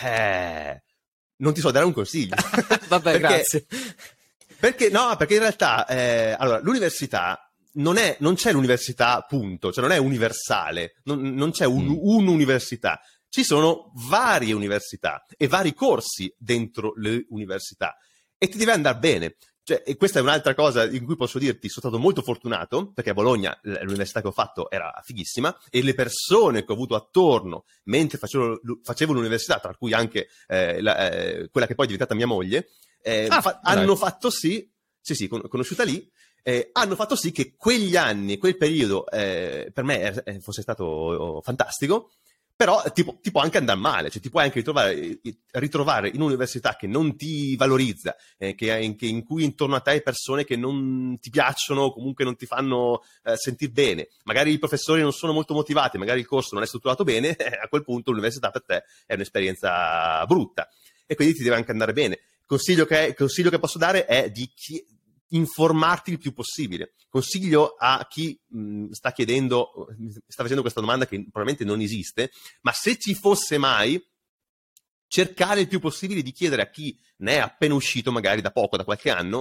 Speaker 2: Eh, non ti so dare un consiglio.
Speaker 1: Vabbè,
Speaker 2: perché,
Speaker 1: grazie.
Speaker 2: Perché, no, perché in realtà, eh, allora, l'università non è, non c'è l'università, punto. Cioè non è universale, non, non c'è un, mm. un'università. Ci sono varie università e vari corsi dentro le università, e ti deve andare bene. Cioè, e questa è un'altra cosa in cui posso dirti, sono stato molto fortunato, perché a Bologna l'università che ho fatto era fighissima, e le persone che ho avuto attorno mentre facevo, facevo l'università, tra cui anche eh, la, eh, quella che poi è diventata mia moglie, eh, ah, fa- hanno fatto sì, sì sì, con- conosciuta lì, eh, hanno fatto sì che quegli anni, quel periodo eh, per me eh, fosse stato oh, fantastico. Però ti, ti può anche andare male, cioè ti puoi anche ritrovare, ritrovare in un'università che non ti valorizza, eh, che, in, che in cui intorno a te hai persone che non ti piacciono, comunque non ti fanno eh, sentire bene. Magari i professori non sono molto motivati, magari il corso non è strutturato bene, eh, a quel punto l'università per te è un'esperienza brutta, e quindi ti deve anche andare bene. Consiglio che, consiglio che posso dare è di chi, informarti il più possibile. Consiglio a chi mh, sta chiedendo, sta facendo questa domanda che probabilmente non esiste, ma se ci fosse mai, cercare il più possibile di chiedere a chi ne è appena uscito, magari da poco, da qualche anno,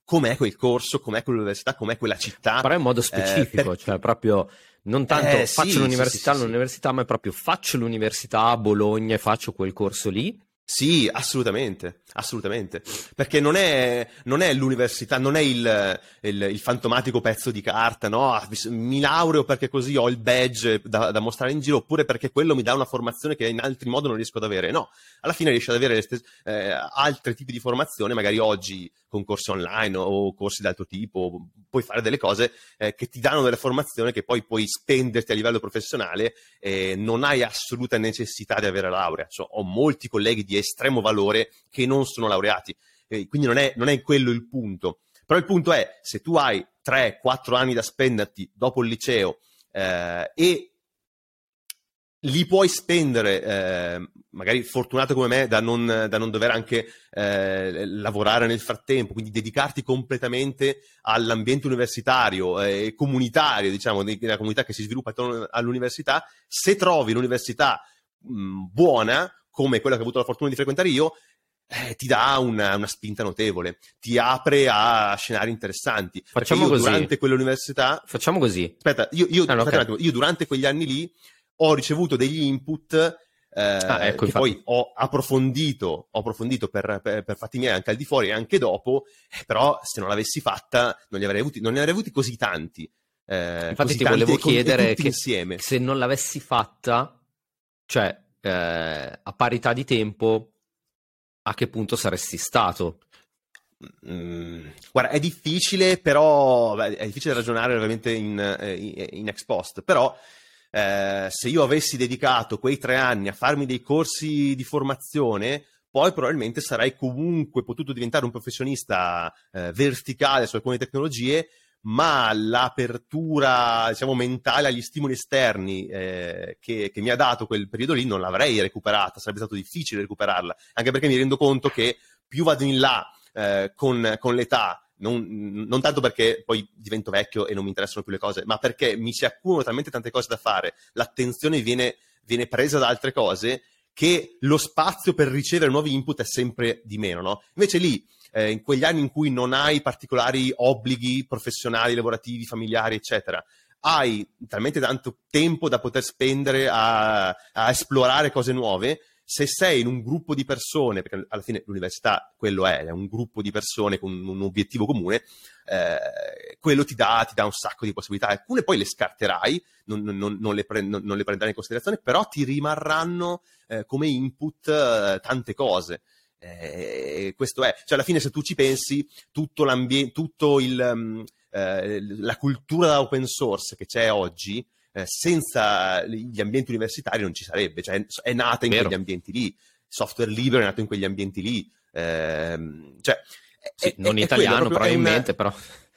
Speaker 2: com'è quel corso, com'è quell'università, com'è quella città.
Speaker 1: Però in modo specifico, eh, per... cioè proprio non tanto eh, faccio sì, l'università sì, sì, all'università, sì. ma è proprio faccio l'università a Bologna e faccio quel corso lì.
Speaker 2: Sì, assolutamente, assolutamente, perché non è, non è l'università, non è il, il, il fantomatico pezzo di carta, no? Mi laureo perché così ho il badge da, da mostrare in giro, oppure perché quello mi dà una formazione che in altri modi non riesco ad avere. No, alla fine riesci ad avere le stesse, eh, altri tipi di formazione, magari oggi con corsi online o corsi d'altro tipo, puoi fare delle cose eh, che ti danno delle formazioni che poi puoi spenderti a livello professionale e non hai assoluta necessità di avere la laurea. Cioè, ho molti colleghi di estremo valore che non sono laureati, eh, quindi non è, non è quello il punto. Però il punto è, se tu hai tre quattro anni da spenderti dopo il liceo eh, e li puoi spendere, eh, magari fortunato come me, da non, da non dover anche eh, lavorare nel frattempo, quindi dedicarti completamente all'ambiente universitario e eh, comunitario, diciamo, della comunità che si sviluppa attorno all'università. Se trovi l'università mh, buona, come quella che ho avuto la fortuna di frequentare io, eh, ti dà una, una spinta notevole, ti apre a scenari interessanti.
Speaker 1: Facciamo
Speaker 2: io
Speaker 1: così.
Speaker 2: Durante quell'università...
Speaker 1: Facciamo così.
Speaker 2: Aspetta, io, io,
Speaker 1: ah, no,
Speaker 2: aspetta
Speaker 1: okay.
Speaker 2: un attimo, io durante quegli anni lì ho ricevuto degli input eh, ah, ecco, che infatti. poi ho approfondito, ho approfondito per, per, per fatti miei anche al di fuori e anche dopo, eh, però se non l'avessi fatta non li avrei avuti, non ne avrei avuti così tanti. Eh,
Speaker 1: infatti
Speaker 2: così
Speaker 1: ti
Speaker 2: tanti
Speaker 1: volevo
Speaker 2: con,
Speaker 1: chiedere che
Speaker 2: insieme.
Speaker 1: se non l'avessi fatta, cioè eh, a parità di tempo, a che punto saresti stato?
Speaker 2: Mm, guarda, è difficile, però beh, è difficile ragionare ovviamente in, in, in ex post, però eh, se io avessi dedicato quei tre anni a farmi dei corsi di formazione, poi probabilmente sarei comunque potuto diventare un professionista eh, verticale su alcune tecnologie, ma l'apertura, diciamo, mentale agli stimoli esterni eh, che, che mi ha dato quel periodo lì non l'avrei recuperata, sarebbe stato difficile recuperarla, anche perché mi rendo conto che più vado in là eh, con, con l'età, non, non tanto perché poi divento vecchio e non mi interessano più le cose, ma perché mi si accumulano talmente tante cose da fare, l'attenzione viene, viene presa da altre cose, che lo spazio per ricevere nuovi input è sempre di meno, no? Invece lì, eh, in quegli anni in cui non hai particolari obblighi professionali, lavorativi, familiari, eccetera, hai talmente tanto tempo da poter spendere a, a esplorare cose nuove. Se sei in un gruppo di persone, perché alla fine l'università quello è, è un gruppo di persone con un obiettivo comune, eh, quello ti dà, ti dà un sacco di possibilità. Alcune poi le scarterai, non, non, non, le, pre, non, non le prenderai in considerazione, però ti rimarranno eh, come input eh, tante cose. Eh, questo è, cioè alla fine se tu ci pensi, tutto l'ambiente, tutto il, um, eh, la cultura da open source che c'è oggi, Eh, senza gli ambienti universitari non ci sarebbe, cioè è nata in
Speaker 1: Vero.
Speaker 2: quegli ambienti lì, software libero è nato in quegli ambienti lì, ehm, cioè,
Speaker 1: sì,
Speaker 2: è,
Speaker 1: non
Speaker 2: è,
Speaker 1: italiano
Speaker 2: è quello,
Speaker 1: probabilmente,
Speaker 2: una...
Speaker 1: però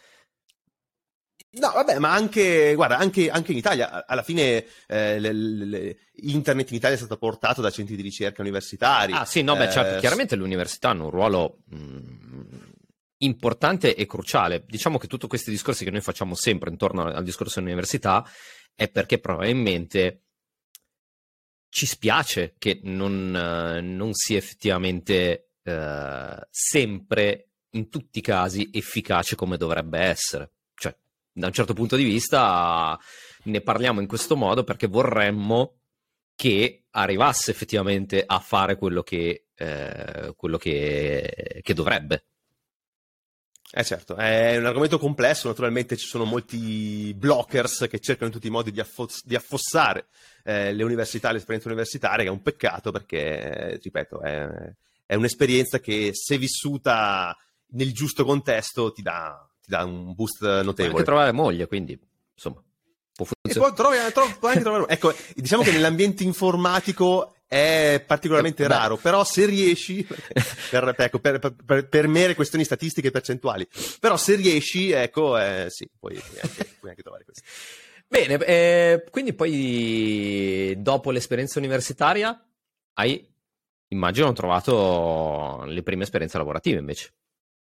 Speaker 2: no, vabbè, ma anche, guarda, anche, anche in Italia, alla fine eh, le, le, internet in Italia è stato portato da centri di ricerca universitari.
Speaker 1: Ah sì, no, beh,
Speaker 2: eh,
Speaker 1: cioè, chiaramente le università hanno un ruolo mh, importante e cruciale. Diciamo che tutti questi discorsi che noi facciamo sempre intorno al discorso dell'università è perché probabilmente ci spiace che non, uh, non sia effettivamente uh, sempre, in tutti i casi, efficace come dovrebbe essere. Cioè, da un certo punto di vista ne parliamo in questo modo perché vorremmo che arrivasse effettivamente a fare quello che, uh, quello che, che dovrebbe.
Speaker 2: Eh certo, è un argomento complesso, naturalmente ci sono molti blockers che cercano in tutti i modi di, affos- di affossare eh, le università, l'esperienza universitaria, che è un peccato perché, eh, ripeto, è, è un'esperienza che se vissuta nel giusto contesto ti dà, ti dà un boost notevole. Puoi
Speaker 1: anche trovare moglie, quindi insomma può funzionare.
Speaker 2: E poi trovi, trovi, puoi anche trovare... Ecco, diciamo che nell'ambiente informatico è particolarmente eh, raro, però se riesci, per, ecco, per, per, per mere questioni statistiche e percentuali, però se riesci, ecco, eh, sì, puoi, puoi, anche, puoi anche trovare questo.
Speaker 1: Bene, eh, quindi poi dopo l'esperienza universitaria hai, immagino, trovato le prime esperienze lavorative invece.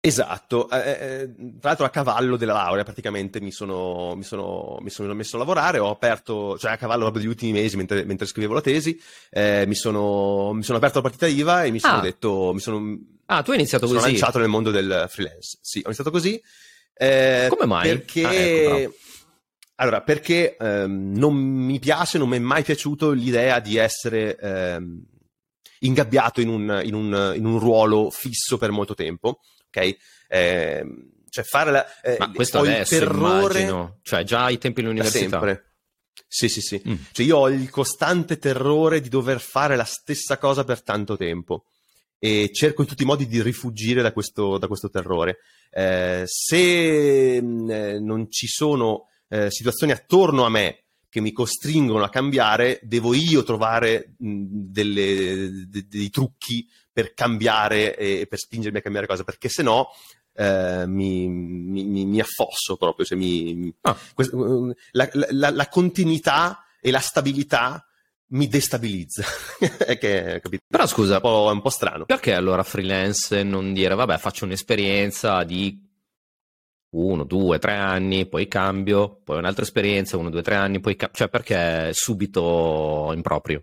Speaker 2: Esatto, eh, tra l'altro a cavallo della laurea praticamente mi sono, mi sono, mi sono messo a lavorare, ho aperto, cioè a cavallo proprio degli ultimi mesi mentre, mentre scrivevo la tesi, eh, mi sono, mi sono aperto la partita I V A e mi sono
Speaker 1: Ah,
Speaker 2: detto, mi sono,
Speaker 1: ah, tu hai iniziato
Speaker 2: mi sono
Speaker 1: così.
Speaker 2: lanciato nel mondo del freelance. Sì, ho iniziato così. Eh,
Speaker 1: Come mai?
Speaker 2: Perché,
Speaker 1: Ah, ecco, però.
Speaker 2: allora, perché ehm, non mi piace, non mi è mai piaciuto l'idea di essere ehm, ingabbiato in un, in, un, in un ruolo fisso per molto tempo, ok? Eh, cioè fare la, eh,
Speaker 1: Ma questo
Speaker 2: ho il
Speaker 1: adesso
Speaker 2: terrore
Speaker 1: immagino, cioè già ai tempi
Speaker 2: da
Speaker 1: dell'università.
Speaker 2: sempre. Sì, sì, sì.
Speaker 1: Mm.
Speaker 2: Cioè io ho il costante terrore di dover fare la stessa cosa per tanto tempo e cerco in tutti i modi di rifugire da questo, da questo terrore. Eh, se mh, eh, non ci sono eh, situazioni attorno a me che mi costringono a cambiare, devo io trovare mh, delle, de, dei trucchi per cambiare e per spingermi a cambiare cose, perché se no eh, mi, mi, mi affosso proprio. Cioè mi,
Speaker 1: Ah.
Speaker 2: questo, la, la, la continuità e la stabilità mi destabilizza. È che, capito?
Speaker 1: Però scusa,
Speaker 2: un po', è un po' strano.
Speaker 1: perché allora freelance non dire, vabbè, faccio un'esperienza di uno, due, tre anni, poi cambio, poi un'altra esperienza, uno, due, tre anni, poi cambio. Cioè, perché subito in proprio?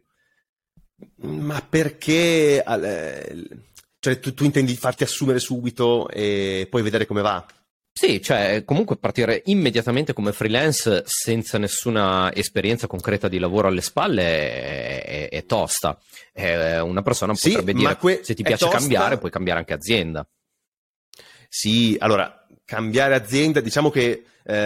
Speaker 2: Ma perché eh, cioè, tu, tu intendi farti assumere subito e poi vedere come va?
Speaker 1: Sì, cioè comunque partire immediatamente come freelance senza nessuna esperienza concreta di lavoro alle spalle è, è, è tosta. È una persona
Speaker 2: Sì,
Speaker 1: potrebbe
Speaker 2: ma
Speaker 1: dire,
Speaker 2: que-
Speaker 1: se ti
Speaker 2: è
Speaker 1: piace
Speaker 2: tosta.
Speaker 1: cambiare, puoi cambiare anche azienda.
Speaker 2: Sì, allora, cambiare azienda, diciamo che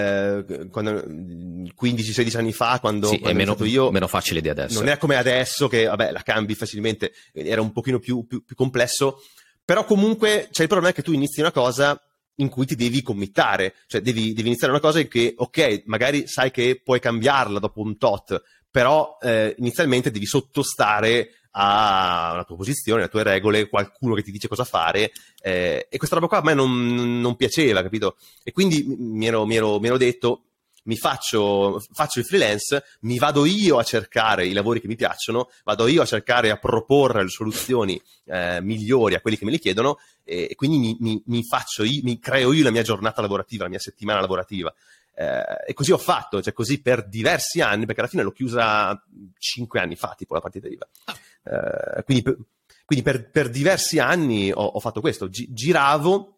Speaker 2: eh, quando, quindici sedici anni fa, quando,
Speaker 1: Sì, è
Speaker 2: quando ho
Speaker 1: meno,
Speaker 2: iniziato io,
Speaker 1: meno facile di adesso.
Speaker 2: non è come adesso che, vabbè, la cambi facilmente, era un pochino più, più, più complesso, però comunque c'è il problema che tu inizi una cosa in cui ti devi committare, cioè devi, devi iniziare una cosa in che, ok, magari sai che puoi cambiarla dopo un tot, però eh, inizialmente devi sottostare a una tua posizione, alle tue regole, qualcuno che ti dice cosa fare, eh, e questa roba qua a me non, non piaceva, capito? E quindi mi ero, mi ero, mi ero detto, mi faccio, faccio il freelance, mi vado io a cercare i lavori che mi piacciono, vado io a cercare a proporre le soluzioni eh, migliori a quelli che me li chiedono, e, e quindi mi, mi, mi faccio io, mi creo io la mia giornata lavorativa, la mia settimana lavorativa. Eh, e così ho fatto, cioè così per diversi anni, perché alla fine l'ho chiusa cinque anni fa, tipo la partita I V A. Eh, quindi per, quindi per, per diversi anni ho, ho fatto questo, Gi- giravo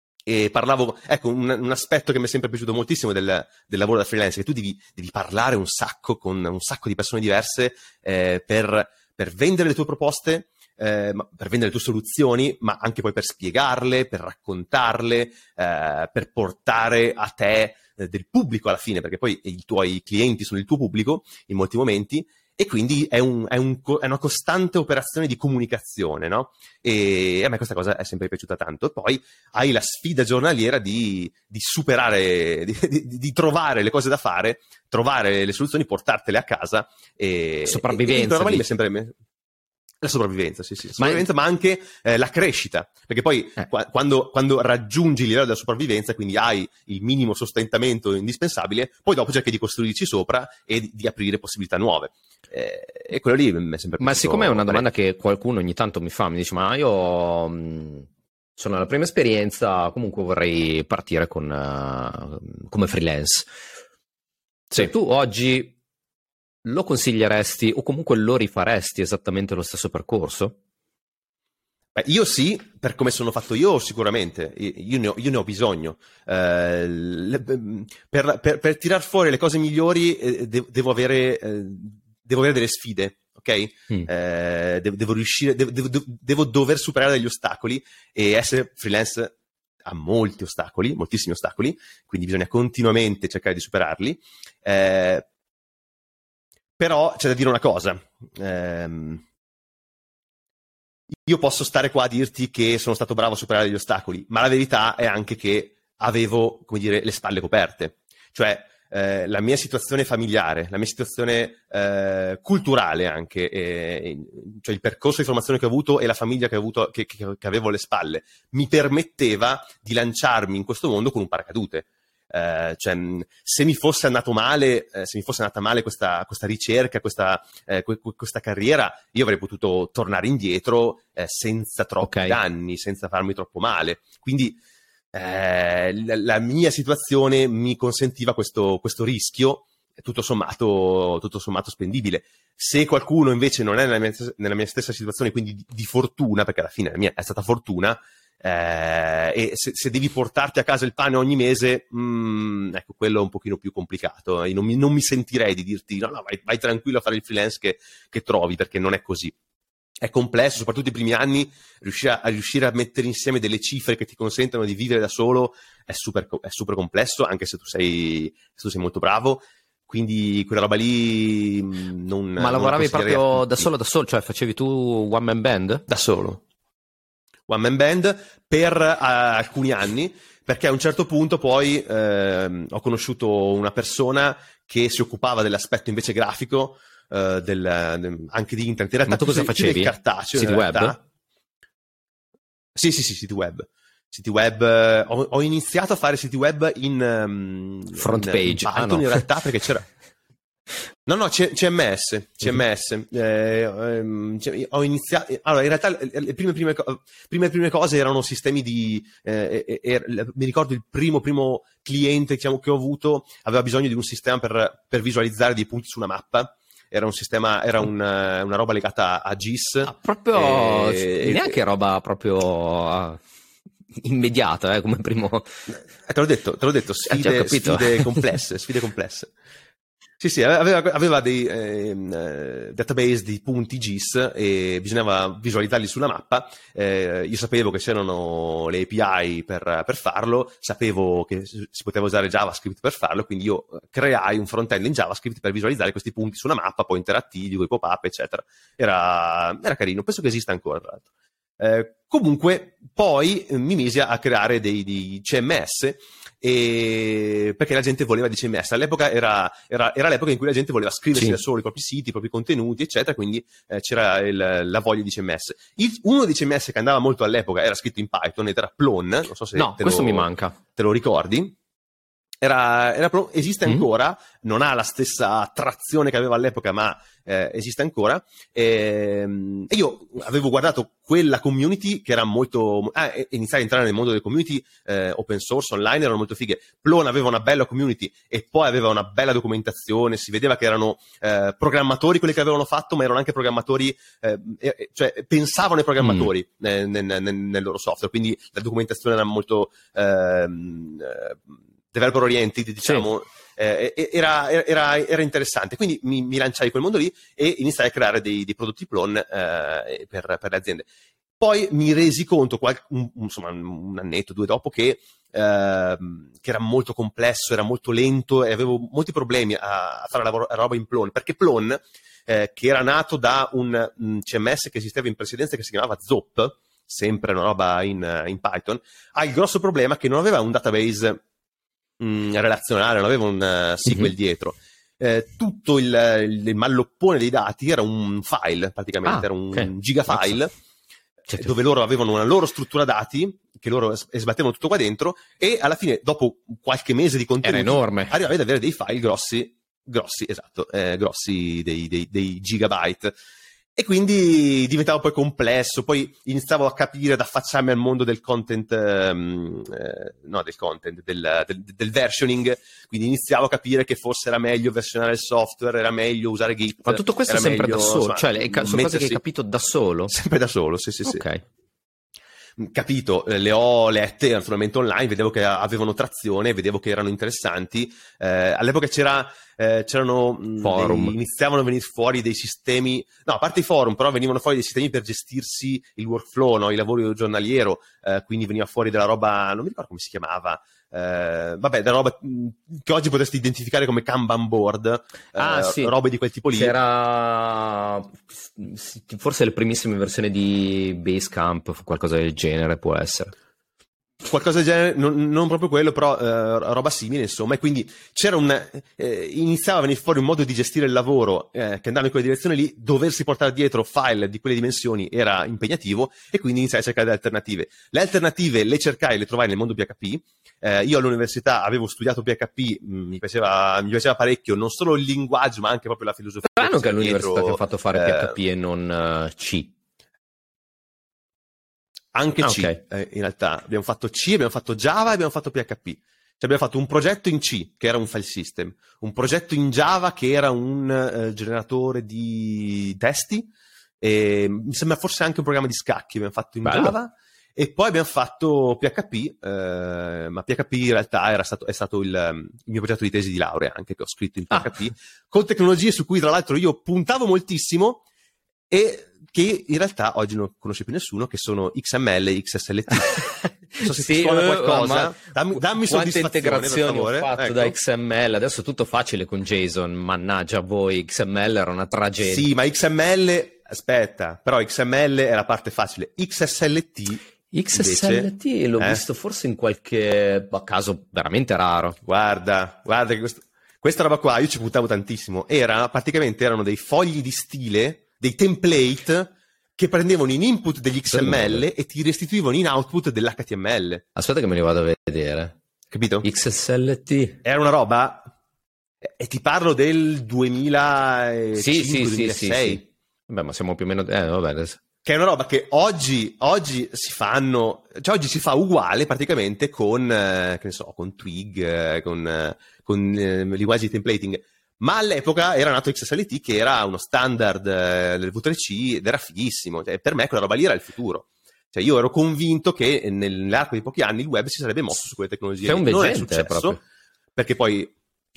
Speaker 2: e parlavo, ecco, un, un aspetto che mi è sempre piaciuto moltissimo del, del lavoro da freelance, che tu devi, devi parlare un sacco con un sacco di persone diverse eh, per, per vendere le tue proposte, eh, per vendere le tue soluzioni, ma anche poi per spiegarle, per raccontarle, eh, per portare a te eh, del pubblico alla fine, perché poi i tuoi clienti sono il tuo pubblico in molti momenti, e quindi è, un, è, un, è una costante operazione di comunicazione, no? E a me questa cosa è sempre piaciuta tanto. E poi hai la sfida giornaliera di, di superare, di, di, di trovare le cose da fare, trovare le soluzioni, portartele a casa. E,
Speaker 1: Sopravvivenza.
Speaker 2: E, e mi è
Speaker 1: Di...
Speaker 2: sempre... La sopravvivenza, sì, sì, la
Speaker 1: Ma,
Speaker 2: sopravvivenza, ma anche eh, la crescita, perché poi
Speaker 1: eh.
Speaker 2: qua, quando, quando raggiungi il livello della sopravvivenza, quindi hai il minimo sostentamento indispensabile, poi dopo cerchi di costruirci sopra e di, di aprire possibilità nuove. Eh, e quello lì mi è sempre
Speaker 1: Ma siccome è una
Speaker 2: parecchio.
Speaker 1: domanda che qualcuno ogni tanto mi fa, mi dice, ma io mh, sono alla prima esperienza, comunque vorrei partire con, uh, come freelance.
Speaker 2: Sì.
Speaker 1: Tu oggi lo consiglieresti o comunque lo rifaresti esattamente lo stesso percorso?
Speaker 2: Beh, io sì, per come sono fatto io sicuramente, io ne ho, io ne ho bisogno. Eh, le, per, per, per tirar fuori le cose migliori eh, de- devo, avere, eh, devo avere delle sfide, ok? Mm. Eh, devo, devo riuscire, devo, devo, devo dover superare degli ostacoli, e essere freelance ha molti ostacoli, moltissimi ostacoli, quindi bisogna continuamente cercare di superarli. Eh, però c'è da dire una cosa. Ehm, Io posso stare qua a dirti che sono stato bravo a superare gli ostacoli, ma la verità è anche che avevo, come dire, le spalle coperte. Cioè, eh, la mia situazione familiare, la mia situazione eh, culturale anche, eh, cioè il percorso di formazione che ho avuto e la famiglia che, ho avuto, che, che, che avevo alle spalle, mi permetteva di lanciarmi in questo mondo con un paracadute. Uh, cioè, se mi fosse andato male, eh, se mi fosse andata male questa, questa ricerca, questa, eh, que- questa carriera, io avrei potuto tornare indietro eh, senza troppi okay. danni, senza farmi troppo male. Quindi eh, la, la mia situazione mi consentiva questo, questo rischio, tutto sommato, tutto sommato spendibile. Se qualcuno invece non è nella mia, nella mia stessa situazione, quindi di, di fortuna, perché alla fine la mia è stata fortuna, eh, e se, se devi portarti a casa il pane ogni mese, mh, ecco, quello è un pochino più complicato. Io non mi, non mi sentirei di dirti no, no, vai, vai tranquillo a fare il freelance che, che trovi, perché non è così. È complesso, soprattutto i primi anni, riuscire a, a riuscire a mettere insieme delle cifre che ti consentono di vivere da solo è super, è super complesso, anche se tu sei, se tu sei molto bravo. Quindi quella roba lì non.
Speaker 1: Ma lavoravi proprio da solo da solo, cioè facevi tu one man band?
Speaker 2: Da solo. One man band per uh, alcuni anni, perché a un certo punto poi uh, ho conosciuto una persona che si occupava dell'aspetto invece grafico, uh, del, del, anche di internet. In realtà,
Speaker 1: ma tu cosa facevi?
Speaker 2: Del cartaceo,
Speaker 1: siti web?
Speaker 2: Sì, sì, sì, siti web. Siti web, uh, ho, ho iniziato a fare siti web in um,
Speaker 1: front
Speaker 2: in,
Speaker 1: page,
Speaker 2: in Python,
Speaker 1: ah, no.
Speaker 2: In realtà, perché c'era no no C- CMS CMS mm-hmm. eh, ehm, cioè, ho iniziato allora in realtà le prime prime, prime, prime cose erano sistemi di eh, eh, eh, mi ricordo il primo primo cliente diciamo, che ho avuto aveva bisogno di un sistema per, per visualizzare dei punti su una mappa. Era un sistema, era un, una roba legata a G I S.
Speaker 1: Ah, proprio
Speaker 2: e,
Speaker 1: neanche
Speaker 2: e,
Speaker 1: roba proprio uh, immediata, eh, come primo.
Speaker 2: Eh, te l'ho detto, te l'ho detto, sfide,
Speaker 1: eh,
Speaker 2: sfide complesse, sfide complesse. Sì, sì, aveva, aveva dei eh, database di punti G I S e bisognava visualizzarli sulla mappa. Eh, io sapevo che c'erano le A P I per, per farlo, sapevo che si poteva usare JavaScript per farlo, quindi io creai un front-end in JavaScript per visualizzare questi punti su una mappa, poi interattivi, con i pop-up, eccetera. Era, era carino, penso che esista ancora, tra l'altro. Eh, comunque, poi eh, mi misi a creare dei, dei C M S e perché la gente voleva di C M S. All'epoca era, era, era l'epoca in cui la gente voleva scriversi sì. da solo i propri siti, i propri contenuti, eccetera, quindi eh, c'era il, la voglia di C M S. Il, uno dei C M S che andava molto all'epoca era scritto in Python ed era Plon, non so se
Speaker 1: no,
Speaker 2: te
Speaker 1: questo
Speaker 2: lo,
Speaker 1: mi manca.
Speaker 2: Te lo ricordi? Era, era, esiste ancora, mm. non ha la stessa trazione che aveva all'epoca, ma eh, esiste ancora. E, e io avevo guardato quella community che era molto. Ah, iniziai a entrare nel mondo delle community eh, open source online, erano molto fighe. Plon aveva una bella community e poi aveva una bella documentazione. Si vedeva che erano eh, programmatori quelli che avevano fatto, ma erano anche programmatori, eh, eh, cioè pensavano ai programmatori mm. nel, nel, nel, nel loro software. Quindi la documentazione era molto. Ehm, eh, developer oriented, diciamo, sì. eh, era, era, era interessante. Quindi mi, mi lanciai in quel mondo lì e iniziai a creare dei, dei prodotti Plon eh, per, per le aziende. Poi mi resi conto, qualche, un, insomma, un annetto, due dopo, che, eh, che era molto complesso, era molto lento e avevo molti problemi a, a fare la, la roba in Plon, perché Plon, eh, che era nato da un, un C M S che esisteva in precedenza che si chiamava Zop, sempre una roba in, in Python, ha il grosso problema che non aveva un database relazionale, non aveva un uh, S Q L mm-hmm. dietro. Eh, tutto il, il malloppone dei dati era un file, praticamente, ah, era un okay. gigafile, certo. dove loro avevano una loro struttura dati, che loro es- sbattevano tutto qua dentro, e alla fine, dopo qualche mese di contenuti,
Speaker 1: era enorme.
Speaker 2: Arrivavi ad avere dei file grossi, grossi, esatto, eh, grossi dei, dei, dei gigabyte. E quindi diventava poi complesso, poi iniziavo a capire, ad affacciarmi al mondo del content, ehm, eh, no del content, del, del, del versioning, quindi iniziavo a capire che forse era meglio versionare il software, era meglio usare Git.
Speaker 1: Ma tutto questo sempre meglio, da solo, insomma, cioè le, sono mettersi... cose che hai capito da solo?
Speaker 2: Sempre da solo, sì sì sì.
Speaker 1: Ok.
Speaker 2: Capito, le ho lette naturalmente online, vedevo che avevano trazione, vedevo che erano interessanti. Eh, all'epoca c'era, eh, c'erano
Speaker 1: forum.
Speaker 2: Dei, iniziavano a venire fuori dei sistemi, no, a parte i forum, però venivano fuori dei sistemi per gestirsi il workflow, no? Il lavoro giornaliero, eh, quindi veniva fuori della roba, non mi ricordo come si chiamava. Uh, vabbè, da roba che oggi potresti identificare come Kanban board,
Speaker 1: ah,
Speaker 2: uh,
Speaker 1: sì.
Speaker 2: robe di quel tipo lì.
Speaker 1: C'era forse le primissime versioni di Basecamp, qualcosa del genere può essere.
Speaker 2: Qualcosa del genere, non, non proprio quello, però uh, roba simile, insomma. E quindi c'era un eh, iniziava a venire fuori un modo di gestire il lavoro eh, che andava in quella direzione lì. Doversi portare dietro file di quelle dimensioni era impegnativo e quindi iniziai a cercare delle alternative. Le alternative le cercai e le trovai nel mondo P H P. Eh, io all'università avevo studiato P H P, mh, mi, piaceva, mi piaceva parecchio, non solo il linguaggio, ma anche proprio la filosofia.
Speaker 1: Strano che all'università dietro, ti ha fatto fare eh, P H P e non uh, C.
Speaker 2: anche
Speaker 1: Ah,
Speaker 2: C,
Speaker 1: ok.
Speaker 2: eh, in realtà. Abbiamo fatto C, abbiamo fatto Java e abbiamo fatto P H P. Cioè abbiamo fatto un progetto in C, che era un file system, un progetto in Java, che era un eh, generatore di testi, e mi sembra forse anche un programma di scacchi abbiamo fatto in
Speaker 1: Bello.
Speaker 2: Java, e poi abbiamo fatto P H P, eh, ma P H P in realtà era stato, è stato il, il mio progetto di tesi di laurea, anche che ho scritto in P H P,
Speaker 1: Ah.
Speaker 2: con tecnologie su cui tra l'altro io puntavo moltissimo, e che in realtà oggi non conosce più nessuno, che sono X M L e X S L T. Non so se
Speaker 1: Sì,
Speaker 2: ti suona
Speaker 1: eh,
Speaker 2: qualcosa,
Speaker 1: ma
Speaker 2: dammi, dammi
Speaker 1: quante
Speaker 2: soddisfazione, per
Speaker 1: integrazioni ho
Speaker 2: favore.
Speaker 1: fatto
Speaker 2: Ecco.
Speaker 1: da X M L, adesso è tutto facile con JSON, mannaggia voi, X M L era una tragedia.
Speaker 2: Sì, ma X M L, aspetta, però X M L è la parte facile, X S L T
Speaker 1: X S L T
Speaker 2: invece,
Speaker 1: l'ho
Speaker 2: eh?
Speaker 1: visto forse in qualche a caso veramente raro.
Speaker 2: Guarda, guarda che questo, questa roba qua io ci puntavo tantissimo, era praticamente erano dei fogli di stile, dei template che prendevano in input degli X M L e ti restituivano in output dell'H T M L.
Speaker 1: Aspetta che me li vado a vedere.
Speaker 2: Capito?
Speaker 1: X S L T.
Speaker 2: Era una roba, e ti parlo del duemilacinque
Speaker 1: Sì, sì, sì,
Speaker 2: duemilasei.
Speaker 1: sì, sì. Vabbè, ma siamo più o meno... Eh, vabbè, adesso...
Speaker 2: Che è una roba che oggi, oggi si fanno, cioè oggi si fa uguale praticamente con, eh, che ne so, con Twig, eh, con, eh, con eh, linguaggi di templating. Ma all'epoca era nato X S L T, che era uno standard eh, del V tre C ed era fighissimo. Cioè, per me quella roba lì era il futuro. Cioè, io ero convinto che nell'arco di pochi anni il web si sarebbe mosso su quelle tecnologie.
Speaker 1: Sei un
Speaker 2: non è
Speaker 1: veggente,
Speaker 2: successo,
Speaker 1: proprio.
Speaker 2: perché poi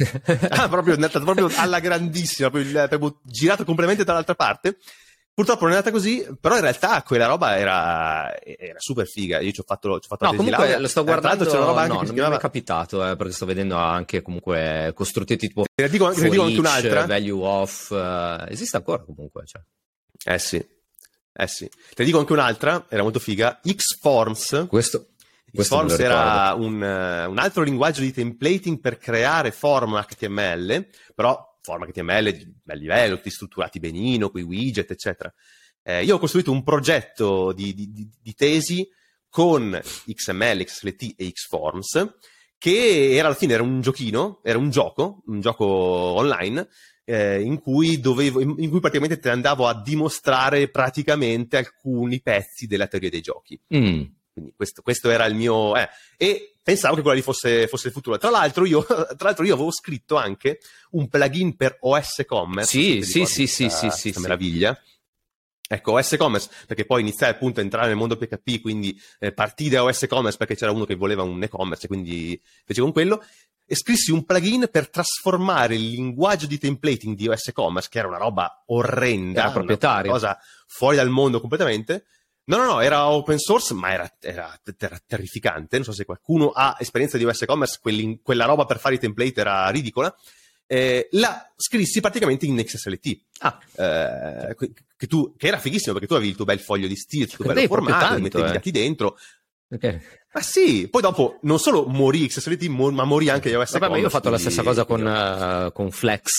Speaker 2: ah, proprio, è andata proprio alla grandissima, proprio, proprio girato completamente dall'altra parte. Purtroppo non è andata così, però in realtà quella roba era, era super figa. Io ci ho fatto, ci ho fatto
Speaker 1: No,
Speaker 2: la tesi di
Speaker 1: comunque
Speaker 2: laurea.
Speaker 1: lo sto
Speaker 2: Eh, tra
Speaker 1: guardando,
Speaker 2: l'altro c'è una roba anche
Speaker 1: no,
Speaker 2: che
Speaker 1: non
Speaker 2: si
Speaker 1: mi è mai
Speaker 2: chiamava...
Speaker 1: capitato, eh, perché sto vedendo anche comunque costrutti tipo
Speaker 2: Te ne dico, te ne
Speaker 1: for
Speaker 2: dico anche
Speaker 1: each,
Speaker 2: un'altra.
Speaker 1: value of, eh, esiste ancora comunque, cioè.
Speaker 2: Eh sì, eh sì. Te ne dico anche un'altra, era molto figa, Xforms.
Speaker 1: Questo, questo me lo
Speaker 2: Xforms
Speaker 1: ricordo.
Speaker 2: era un, uh, un altro linguaggio di templating per creare form H T M L, però form H T M L di bel livello, tutti strutturati benino, con i widget, eccetera. Eh, io ho costruito un progetto di, di, di, di tesi con X M L, X S L T e Xforms, che era alla fine era un giochino, era un gioco, un gioco online, eh, in cui dovevo, in, in cui praticamente te andavo a dimostrare praticamente alcuni pezzi della teoria dei giochi.
Speaker 1: Mm.
Speaker 2: Quindi questo, questo era il mio... Eh, e pensavo che quella lì fosse, fosse il futuro. Tra l'altro, io, tra l'altro io avevo scritto anche un plugin per O S Commerce.
Speaker 1: Sì,
Speaker 2: se ti
Speaker 1: sì,
Speaker 2: ricordi
Speaker 1: sì,
Speaker 2: questa,
Speaker 1: sì, sì,
Speaker 2: questa
Speaker 1: sì,
Speaker 2: meraviglia. Ecco, O S Commerce, perché poi iniziai appunto a entrare nel mondo P H P, quindi eh, partì da O S Commerce perché c'era uno che voleva un e-commerce e quindi fece con quello. E scrissi un plugin per trasformare il linguaggio di templating di O S Commerce, che era una roba orrenda,
Speaker 1: Era proprietario.
Speaker 2: una cosa fuori dal mondo completamente. No, no, no, era open source, ma era, era, era terrificante. Non so se qualcuno ha esperienza di O S Commerce, quella roba per fare i template era ridicola. Eh, la scrissi praticamente in X S L T.
Speaker 1: Ah.
Speaker 2: Eh, che, tu, che era fighissimo perché tu avevi il tuo bel foglio di stile, il tuo bello
Speaker 1: Credevi proprio
Speaker 2: formato,
Speaker 1: tanto,
Speaker 2: mettevi i
Speaker 1: eh.
Speaker 2: dati dentro.
Speaker 1: Okay.
Speaker 2: Ma sì, poi dopo non solo morì X S L T, mo- ma morì anche O S
Speaker 1: Vabbè,
Speaker 2: Commerce.
Speaker 1: ma io ho fatto la
Speaker 2: quindi-
Speaker 1: stessa cosa con,
Speaker 2: quindi-
Speaker 1: uh, con Flex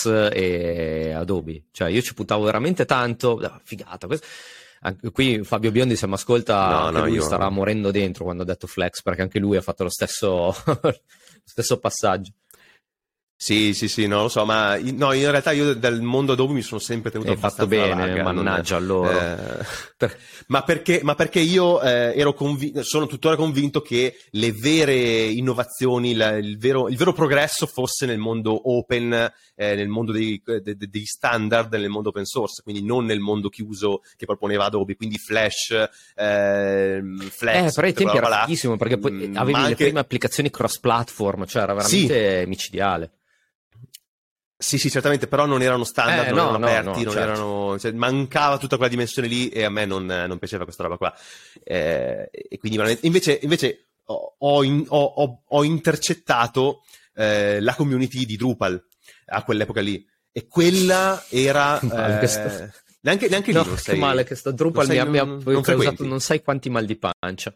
Speaker 1: e Adobe, cioè io ci puntavo veramente tanto, ah, figata. Questo... Anche qui Fabio Biondi, se mi ascolta,
Speaker 2: No,
Speaker 1: anche
Speaker 2: no,
Speaker 1: lui
Speaker 2: io-
Speaker 1: starà morendo dentro quando ho detto Flex, perché anche lui ha fatto lo stesso, lo stesso passaggio.
Speaker 2: Sì, sì, sì, non lo so, ma in- no, in realtà io dal mondo Adobe mi sono sempre tenuto
Speaker 1: Hai fatto
Speaker 2: abbastanza alla
Speaker 1: bene,
Speaker 2: larga, non-
Speaker 1: mannaggia a loro.
Speaker 2: eh,
Speaker 1: Per-
Speaker 2: ma perché, ma perché io eh, ero convinto, sono tuttora convinto che le vere innovazioni, la- il, vero, il vero progresso fosse nel mondo open, eh, nel mondo dei, de- de- degli standard, nel mondo open source, quindi non nel mondo chiuso che proponeva Adobe, quindi Flash, eh, Flex,
Speaker 1: Eh, però ai
Speaker 2: tutta quella
Speaker 1: tempi era
Speaker 2: roba là.
Speaker 1: fighissimo perché poi
Speaker 2: Mm,
Speaker 1: avevi
Speaker 2: ma
Speaker 1: le
Speaker 2: anche-
Speaker 1: prime applicazioni cross-platform, cioè era veramente micidiale.
Speaker 2: Sì, sì, certamente, però non erano standard,
Speaker 1: Eh,
Speaker 2: non
Speaker 1: no,
Speaker 2: erano
Speaker 1: no,
Speaker 2: aperti,
Speaker 1: no,
Speaker 2: non
Speaker 1: certo.
Speaker 2: erano, cioè, mancava tutta quella dimensione lì e a me non, non piaceva questa roba qua. Eh, e quindi veramente, invece, invece ho, ho, in- ho- ho- ho intercettato eh, la community di Drupal a quell'epoca lì e quella era...
Speaker 1: Male che
Speaker 2: eh,
Speaker 1: sto-
Speaker 2: neanche, neanche
Speaker 1: No,
Speaker 2: lì non
Speaker 1: che
Speaker 2: sei...
Speaker 1: male che sta Drupal
Speaker 2: non sei-
Speaker 1: mi ha, mi ha
Speaker 2: non- non
Speaker 1: causato
Speaker 2: frequenti.
Speaker 1: non sai quanti mal di pancia.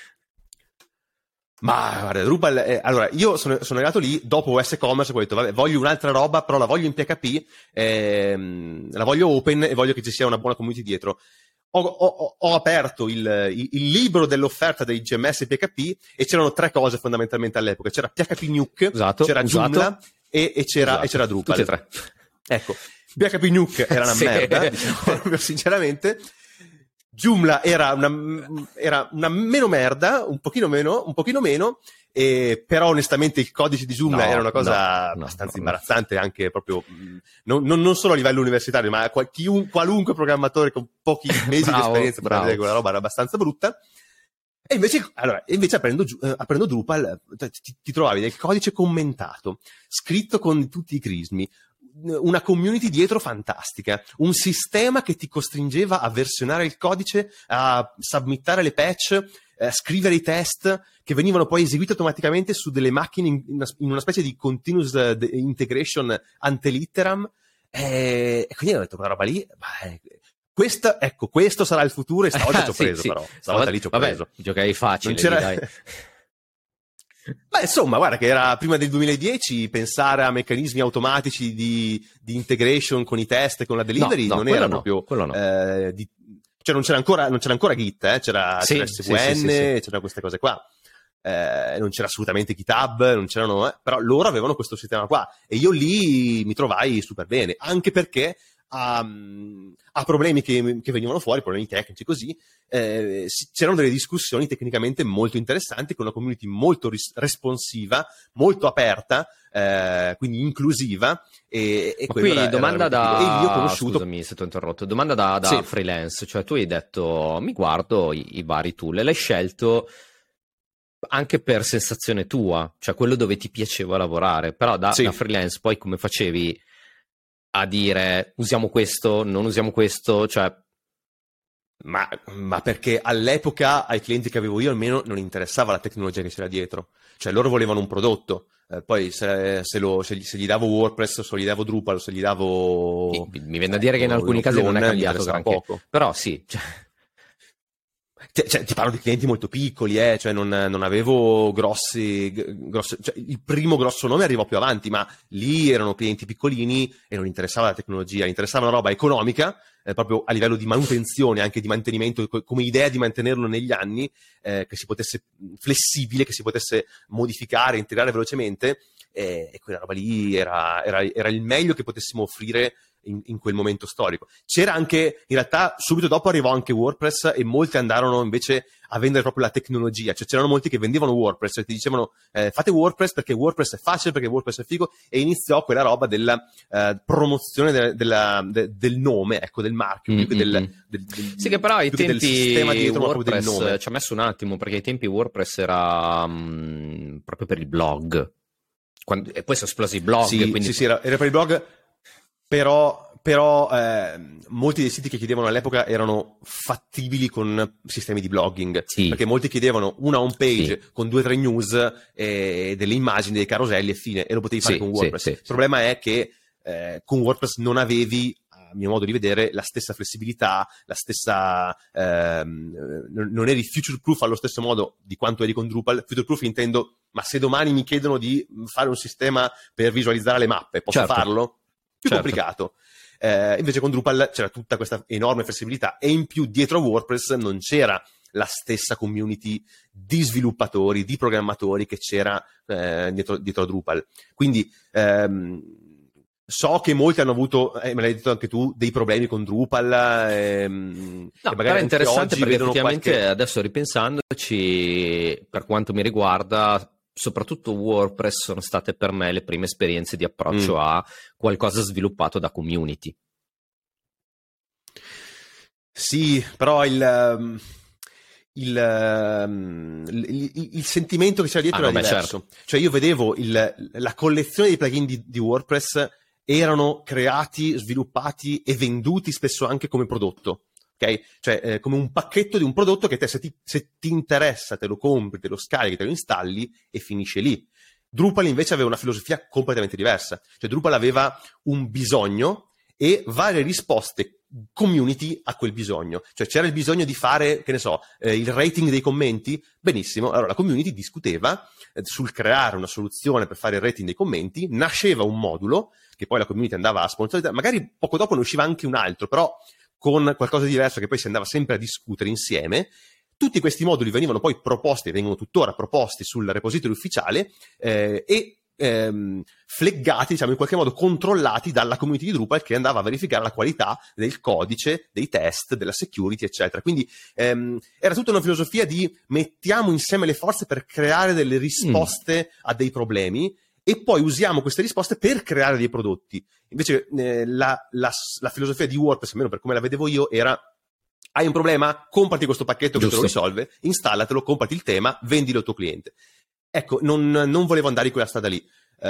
Speaker 2: Ma guarda, Drupal, eh, allora io sono, sono arrivato lì dopo O S Commerce e ho detto vabbè, voglio un'altra roba, però la voglio in P H P, ehm, la voglio open e voglio che ci sia una buona community dietro. Ho, ho- ho aperto il, il- il libro dell'offerta dei G M S P H P e c'erano tre cose fondamentalmente all'epoca. C'era P H P Nuke,
Speaker 1: Usato,
Speaker 2: c'era
Speaker 1: usato.
Speaker 2: Joomla e, e c'era,
Speaker 1: Esatto,
Speaker 2: e c'era Drupal.
Speaker 1: tutti e tre.
Speaker 2: Ecco, P H P Nuke era una
Speaker 1: Sì.
Speaker 2: merda, diciamo proprio sinceramente. Joomla era una, era una meno merda, un pochino meno, un pochino meno, e, però onestamente il codice di Joomla
Speaker 1: no,
Speaker 2: era una cosa
Speaker 1: no,
Speaker 2: abbastanza
Speaker 1: no,
Speaker 2: imbarazzante, no. Anche proprio, non, non, non solo a livello universitario, ma qual, chiun, qualunque programmatore con pochi mesi
Speaker 1: bravo,
Speaker 2: di esperienza poteva
Speaker 1: bravo.
Speaker 2: vedere quella roba, era abbastanza brutta. E invece, allora, invece aprendo, eh, aprendo Drupal ti, ti trovavi del codice commentato, scritto con tutti i crismi, una community dietro fantastica, un sistema che ti costringeva a versionare il codice, a submittare le patch, a scrivere i test che venivano poi eseguiti automaticamente su delle macchine in una, in una specie di continuous integration ante litteram, e, e quindi ho detto quella roba lì, beh, questa, ecco, questo sarà il futuro, e stavolta ci ho
Speaker 1: sì,
Speaker 2: preso
Speaker 1: sì.
Speaker 2: però, stavolta lì ci ho
Speaker 1: Vabbè,
Speaker 2: preso.
Speaker 1: giocavi facile,
Speaker 2: Non c'era...
Speaker 1: dai.
Speaker 2: Beh, insomma, guarda che era prima del duemiladieci, pensare a meccanismi automatici di, di integration con i test e con la delivery
Speaker 1: no, no,
Speaker 2: non era
Speaker 1: no,
Speaker 2: proprio...
Speaker 1: no.
Speaker 2: Eh, di, cioè non c'era ancora, non c'era ancora Git, eh? c'era,
Speaker 1: sì,
Speaker 2: c'era S V N,
Speaker 1: sì, sì, sì, sì.
Speaker 2: c'erano queste cose qua. Eh, non c'era assolutamente GitHub, non c'erano, eh? Però loro avevano questo sistema qua e io lì mi trovai super bene, anche perché a, a problemi che, che venivano fuori, problemi tecnici così, eh, c'erano delle discussioni tecnicamente molto interessanti con una community molto ris- responsiva, molto aperta, eh, quindi inclusiva, e, e
Speaker 1: Ma
Speaker 2: quello
Speaker 1: qui
Speaker 2: era,
Speaker 1: domanda
Speaker 2: era
Speaker 1: da...
Speaker 2: e lì ho conosciuto...
Speaker 1: Scusami se ti ho interrotto, domanda da, da
Speaker 2: sì.
Speaker 1: freelance, cioè tu hai detto mi guardo i, i vari tool e l'hai scelto anche per sensazione tua, cioè quello dove ti piaceva lavorare, però da,
Speaker 2: sì.
Speaker 1: da freelance poi come facevi a dire usiamo questo, non usiamo questo, cioè...
Speaker 2: Ma, ma perché all'epoca ai clienti che avevo io almeno non interessava la tecnologia che c'era dietro, cioè loro volevano un prodotto, eh, poi se, se, lo, se, gli, se gli davo WordPress o se gli davo Drupal o se gli davo...
Speaker 1: Mi, mi viene a dire che in alcuni casi non è cambiato granché, poco. Però sì... Cioè...
Speaker 2: Cioè, ti parlo di clienti molto piccoli, eh, cioè non, non avevo grossi, grossi cioè, il primo grosso nome arrivò più avanti, ma lì erano clienti piccolini e non interessava la tecnologia, interessava una roba economica, eh, proprio a livello di manutenzione, anche di mantenimento, come idea di mantenerlo negli anni, eh, che si potesse flessibile, che si potesse modificare, integrare velocemente, eh, e quella roba lì era, era, era il meglio che potessimo offrire In, in quel momento storico. C'era anche, in realtà subito dopo arrivò anche WordPress e molti andarono invece a vendere proprio la tecnologia, cioè c'erano molti che vendevano WordPress e ti dicevano eh, fate WordPress perché WordPress è facile, perché WordPress è figo, e iniziò quella roba della eh, promozione de, della, de, del nome, ecco, del marchio,
Speaker 1: mm-hmm.
Speaker 2: più che del, del, del
Speaker 1: sì, che però ai tempi
Speaker 2: del sistema dietro,
Speaker 1: WordPress
Speaker 2: del nome.
Speaker 1: ci ha messo un attimo, perché ai tempi WordPress era um, proprio per il blog. Quando, e poi sono esplosi i blog.
Speaker 2: Sì,
Speaker 1: quindi...
Speaker 2: sì, sì, era, era per il blog, però... però eh, molti dei siti che chiedevano all'epoca erano fattibili con sistemi di blogging,
Speaker 1: sì.
Speaker 2: perché molti chiedevano una home page
Speaker 1: sì.
Speaker 2: con due o tre news e delle immagini, dei caroselli e fine, e lo potevi fare
Speaker 1: sì,
Speaker 2: con WordPress.
Speaker 1: Sì,
Speaker 2: Il problema è che eh, con WordPress non avevi, a mio modo di vedere, la stessa flessibilità, la stessa ehm, non eri future proof allo stesso modo di quanto eri con Drupal. Future proof intendo, ma se domani mi chiedono di fare un sistema per visualizzare le mappe, posso
Speaker 1: certo.
Speaker 2: farlo? Più
Speaker 1: certo.
Speaker 2: complicato. Eh, invece con Drupal c'era tutta questa enorme flessibilità, e in più dietro a WordPress non c'era la stessa community di sviluppatori, di programmatori che c'era eh, dietro, dietro a Drupal. Quindi ehm, so che molti hanno avuto, eh, me l'hai detto anche tu, dei problemi con Drupal. Ehm,
Speaker 1: no,
Speaker 2: e
Speaker 1: però è interessante perché effettivamente
Speaker 2: qualche...
Speaker 1: adesso ripensandoci, per quanto mi riguarda, soprattutto WordPress sono state per me le prime esperienze di approccio mm. a qualcosa sviluppato da community.
Speaker 2: Sì, però il, il, il, il sentimento che c'era dietro ah, era no, diverso. Certo. Cioè io vedevo il, la collezione di plugin di, di WordPress erano creati, sviluppati e venduti spesso anche come prodotto. Okay? Cioè eh, come un pacchetto di un prodotto che te se ti, se ti interessa te lo compri, te lo scarichi, te lo installi e finisce lì. Drupal invece aveva una filosofia completamente diversa, cioè Drupal aveva un bisogno e varie risposte community a quel bisogno, cioè c'era il bisogno di fare, che ne so, eh, il rating dei commenti, benissimo, allora la community discuteva eh, sul creare una soluzione per fare il rating dei commenti, nasceva un modulo che poi la community andava a sponsorizzare, magari poco dopo ne usciva anche un altro, però con qualcosa di diverso che poi si andava sempre a discutere insieme. Tutti questi moduli venivano poi proposti, vengono tuttora proposti sul repository ufficiale eh, e ehm, fleggati, diciamo in qualche modo controllati dalla community di Drupal, che andava a verificare la qualità del codice, dei test, della security, eccetera. Quindi ehm, era tutta una filosofia di mettiamo insieme le forze per creare delle risposte mm. a dei problemi, e poi usiamo queste risposte per creare dei prodotti. Invece eh, la, la, la filosofia di WordPress, almeno per come la vedevo io, era: hai un problema, comprati questo pacchetto che
Speaker 1: Giusto.
Speaker 2: te lo risolve, installatelo, comprati il tema, vendilo al tuo cliente. Ecco, non, non volevo andare in quella strada lì.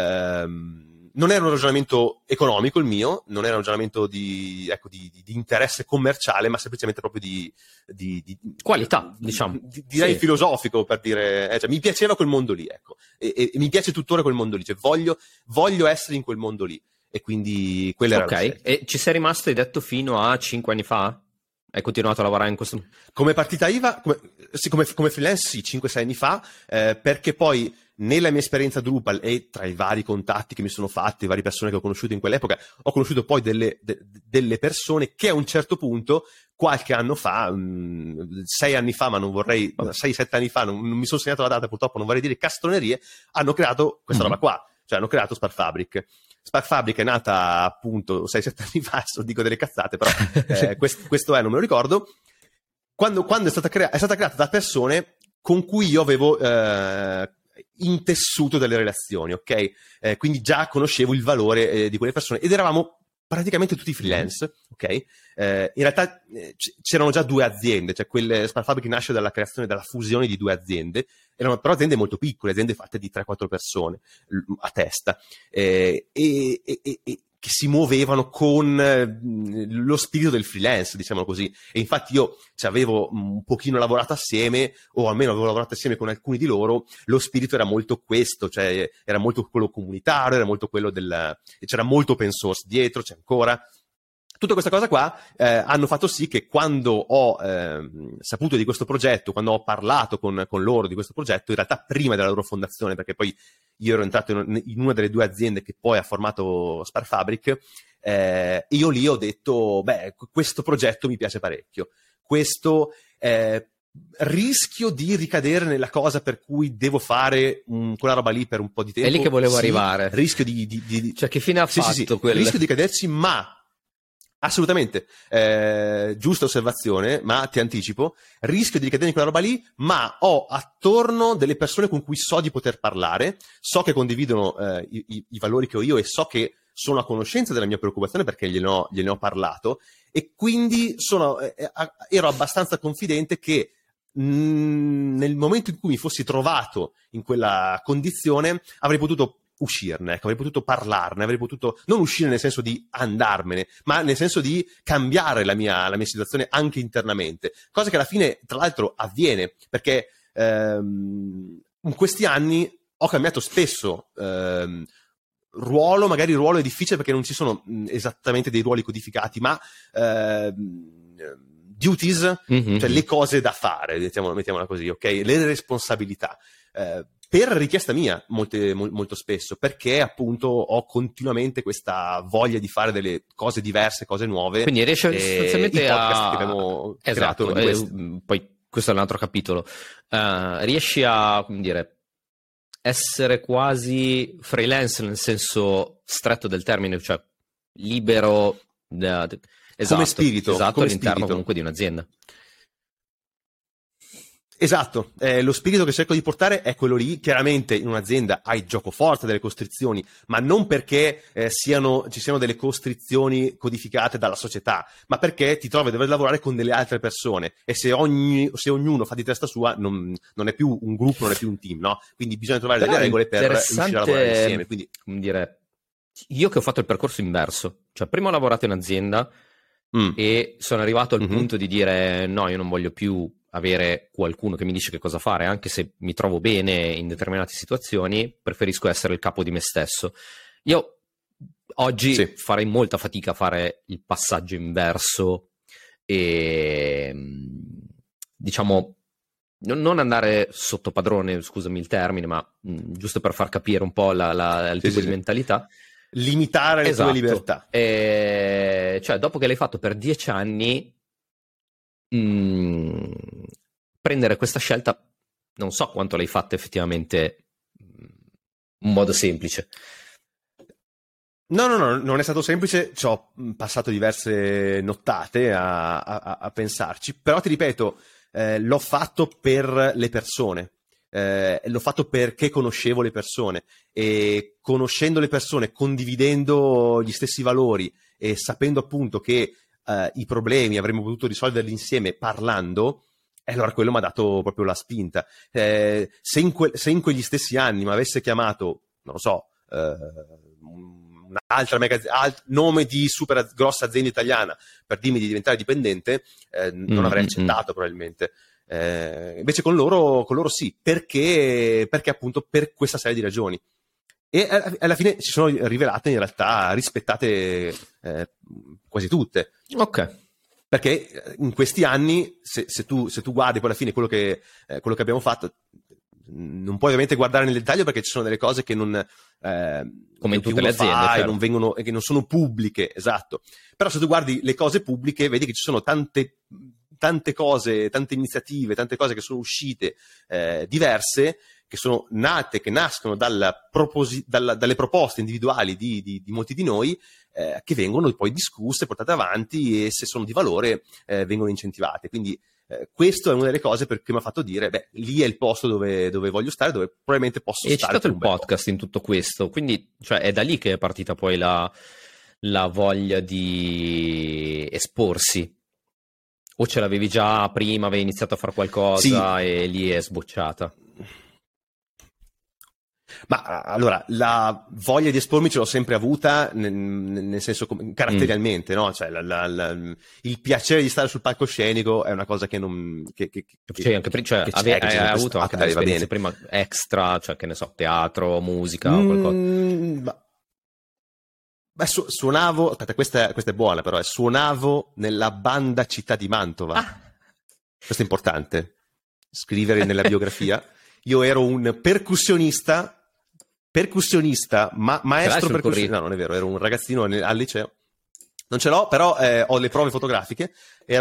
Speaker 2: Ehm, non era un ragionamento economico il mio, non era un ragionamento di, ecco, di, di, di interesse commerciale, ma semplicemente proprio di... di, di
Speaker 1: qualità, diciamo.
Speaker 2: Di, direi
Speaker 1: sì.
Speaker 2: filosofico, per dire... Eh, cioè, mi piaceva quel mondo lì, ecco. E, e, e mi piace tuttora quel mondo lì. Cioè, voglio, voglio essere in quel mondo lì. E quindi quella era
Speaker 1: Ok,
Speaker 2: la scelta.
Speaker 1: E ci sei rimasto, hai detto, fino a cinque anni fa? Hai continuato a lavorare in questo...
Speaker 2: Come partita I V A, come, sì, come, come freelance sì, cinque sei anni fa, eh, perché poi nella mia esperienza Drupal e tra i vari contatti che mi sono fatti, le varie persone che ho conosciuto in quell'epoca, ho conosciuto poi delle, de, delle persone che a un certo punto, qualche anno fa, mh, sei anni fa, ma non vorrei, sei sette anni fa, non, non mi sono segnato la data, purtroppo non vorrei dire castronerie, hanno creato questa
Speaker 1: mm-hmm.
Speaker 2: roba qua, cioè hanno creato Spark Fabric. Spark Fabric è nata appunto sei sette anni fa, adesso dico delle cazzate, però eh, questo, questo è, non me lo ricordo, quando, quando è, stata crea- è stata creata da persone con cui io avevo eh, intessuto delle relazioni, ok? Eh, quindi già conoscevo il valore eh, di quelle persone, ed eravamo praticamente tutti freelance, ok? Eh, in realtà eh, c- c'erano già due aziende, cioè quelle, Spark Fabric nasce dalla creazione, dalla fusione di due aziende, erano però aziende molto piccole, aziende fatte di tre quattro persone l- a testa, eh, e, e, e, e che si muovevano con eh, lo spirito del freelance, diciamo così. E infatti io ci avevo un pochino lavorato assieme, o almeno avevo lavorato assieme con alcuni di loro. Lo spirito era molto questo, cioè era molto quello comunitario, era molto quello del... c'era molto open source dietro, c'è ancora... Tutta questa cosa qua eh, hanno fatto sì che quando ho eh, saputo di questo progetto, quando ho parlato con, con loro di questo progetto, in realtà prima della loro fondazione, perché poi io ero entrato in, in una delle due aziende che poi ha formato Spark Fabric, eh, io lì ho detto, beh, questo progetto mi piace parecchio, questo... Eh, rischio di ricadere nella cosa per cui devo fare um, quella roba lì per un po' di tempo.
Speaker 1: È lì che volevo
Speaker 2: sì,
Speaker 1: arrivare.
Speaker 2: Rischio di, di, di...
Speaker 1: Cioè, che fine ha
Speaker 2: sì,
Speaker 1: fatto
Speaker 2: sì, sì.
Speaker 1: quel...
Speaker 2: Rischio di caderci, ma... Assolutamente, eh, giusta osservazione, ma ti anticipo, rischio di ricadere in quella roba lì, ma ho attorno delle persone con cui so di poter parlare, so che condividono eh, i, i valori che ho io, e so che sono a conoscenza della mia preoccupazione perché gliene ho, gliene ho parlato, e quindi sono, eh, ero abbastanza confidente che mh, nel momento in cui mi fossi trovato in quella condizione avrei potuto uscirne, ecco, avrei potuto parlarne, avrei potuto non uscire nel senso di andarmene, ma nel senso di cambiare la mia, la mia situazione anche internamente, cosa che alla fine tra l'altro avviene, perché ehm, in questi anni ho cambiato spesso ehm, ruolo, magari il ruolo è difficile perché non ci sono mh, esattamente dei ruoli codificati, ma ehm, duties, mm-hmm. cioè le cose da fare, mettiamola, mettiamola così, ok? Le responsabilità. Eh, per richiesta mia molte, mo- molto spesso, perché appunto ho continuamente questa voglia di fare delle cose diverse, cose nuove.
Speaker 1: Quindi riesci sostanzialmente
Speaker 2: a...
Speaker 1: che
Speaker 2: abbiamo
Speaker 1: esatto,
Speaker 2: creato
Speaker 1: e, poi questo è un altro capitolo. Uh, riesci a, come dire, essere quasi freelance nel senso stretto del termine, cioè libero da, da, esatto,
Speaker 2: come spirito,
Speaker 1: esatto,
Speaker 2: come
Speaker 1: all'interno
Speaker 2: spirito.
Speaker 1: comunque di un'azienda.
Speaker 2: Esatto, eh, lo spirito che cerco di portare è quello lì. Chiaramente in un'azienda hai giocoforza delle costrizioni, ma non perché eh, siano, ci siano delle costrizioni codificate dalla società, ma perché ti trovi a dover lavorare con delle altre persone, e se, ogni, se ognuno fa di testa sua non, non è più un gruppo, non è più un team, no? Quindi bisogna trovare
Speaker 1: Però
Speaker 2: delle regole per riuscire a lavorare insieme. Quindi,
Speaker 1: come dire, io che ho fatto il percorso inverso, cioè prima ho lavorato in azienda mm. e sono arrivato al mm-hmm. punto di dire no, io non voglio più avere qualcuno che mi dice che cosa fare, anche se mi trovo bene in determinate situazioni, preferisco essere il capo di me stesso. Io oggi sì. farei molta fatica a fare il passaggio inverso e diciamo non andare sotto padrone, scusami il termine, ma mh, giusto per far capire un po' la, la, il sì, tipo sì, di sì. mentalità.
Speaker 2: Limitare le
Speaker 1: esatto.
Speaker 2: tue libertà.
Speaker 1: E, cioè, dopo che l'hai fatto per dieci anni, mh, prendere questa scelta, non so quanto l'hai fatta effettivamente un modo semplice.
Speaker 2: No, no, no, non è stato semplice, ci ho passato diverse nottate a, a, a pensarci, però ti ripeto, eh, l'ho fatto per le persone, eh, l'ho fatto perché conoscevo le persone e conoscendo le persone, condividendo gli stessi valori e sapendo appunto che eh, i problemi avremmo potuto risolverli insieme parlando, e allora quello mi ha dato proprio la spinta. Eh, se, in que- se in quegli stessi anni mi avesse chiamato, non lo so, eh, un'altra mega, alt, nome di super grossa azienda italiana per dirmi di diventare dipendente, eh, non avrei accettato probabilmente. Eh, invece con loro, con loro sì, perché, perché appunto per questa serie di ragioni. E alla fine si sono rivelate in realtà rispettate eh, quasi tutte.
Speaker 1: Ok.
Speaker 2: Perché in questi anni, se, se, tu, se tu guardi poi alla fine quello che, eh, quello che abbiamo fatto, non puoi ovviamente guardare nel dettaglio perché ci sono delle cose che non eh,
Speaker 1: come in
Speaker 2: che
Speaker 1: tutte le aziende,
Speaker 2: fa
Speaker 1: certo.
Speaker 2: e non vengono e che non sono pubbliche, esatto. Però se tu guardi le cose pubbliche vedi che ci sono tante tante cose, tante iniziative, tante cose che sono uscite eh, diverse, che sono nate, che nascono dalla proposi- dalla, dalle proposte individuali di, di, di molti di noi, eh, che vengono poi discusse, portate avanti e se sono di valore eh, vengono incentivate. Quindi Eh, questo è una delle cose per cui mi ha fatto dire, beh, lì è il posto dove, dove voglio stare, dove probabilmente posso
Speaker 1: e
Speaker 2: stare.
Speaker 1: E citato il podcast in tutto questo, quindi cioè, è da lì che è partita poi la, la voglia di esporsi? O ce l'avevi già prima, avevi iniziato a fare qualcosa
Speaker 2: Sì.
Speaker 1: E lì è sbocciata?
Speaker 2: Ma allora, la voglia di espormi ce l'ho sempre avuta, nel, nel senso caratterialmente, mm. no? Cioè, la, la, la, il piacere di stare sul palcoscenico è una cosa che non... Che, che, che,
Speaker 1: cioè, anche, cioè,
Speaker 2: che
Speaker 1: ave,
Speaker 2: che
Speaker 1: hai avuto
Speaker 2: stata,
Speaker 1: anche delle esperienze prima extra, cioè che ne so, teatro, musica,
Speaker 2: mm,
Speaker 1: qualcosa?
Speaker 2: Ma... Beh, su, suonavo, aspetta, questa, questa è buona però, eh, suonavo nella banda Città di Mantova. Ah. Questo è importante, scrivere nella biografia. Io ero un percussionista... percussionista, ma maestro percussionista, no non è vero, ero un ragazzino al liceo, non ce l'ho, però eh, ho le prove fotografiche,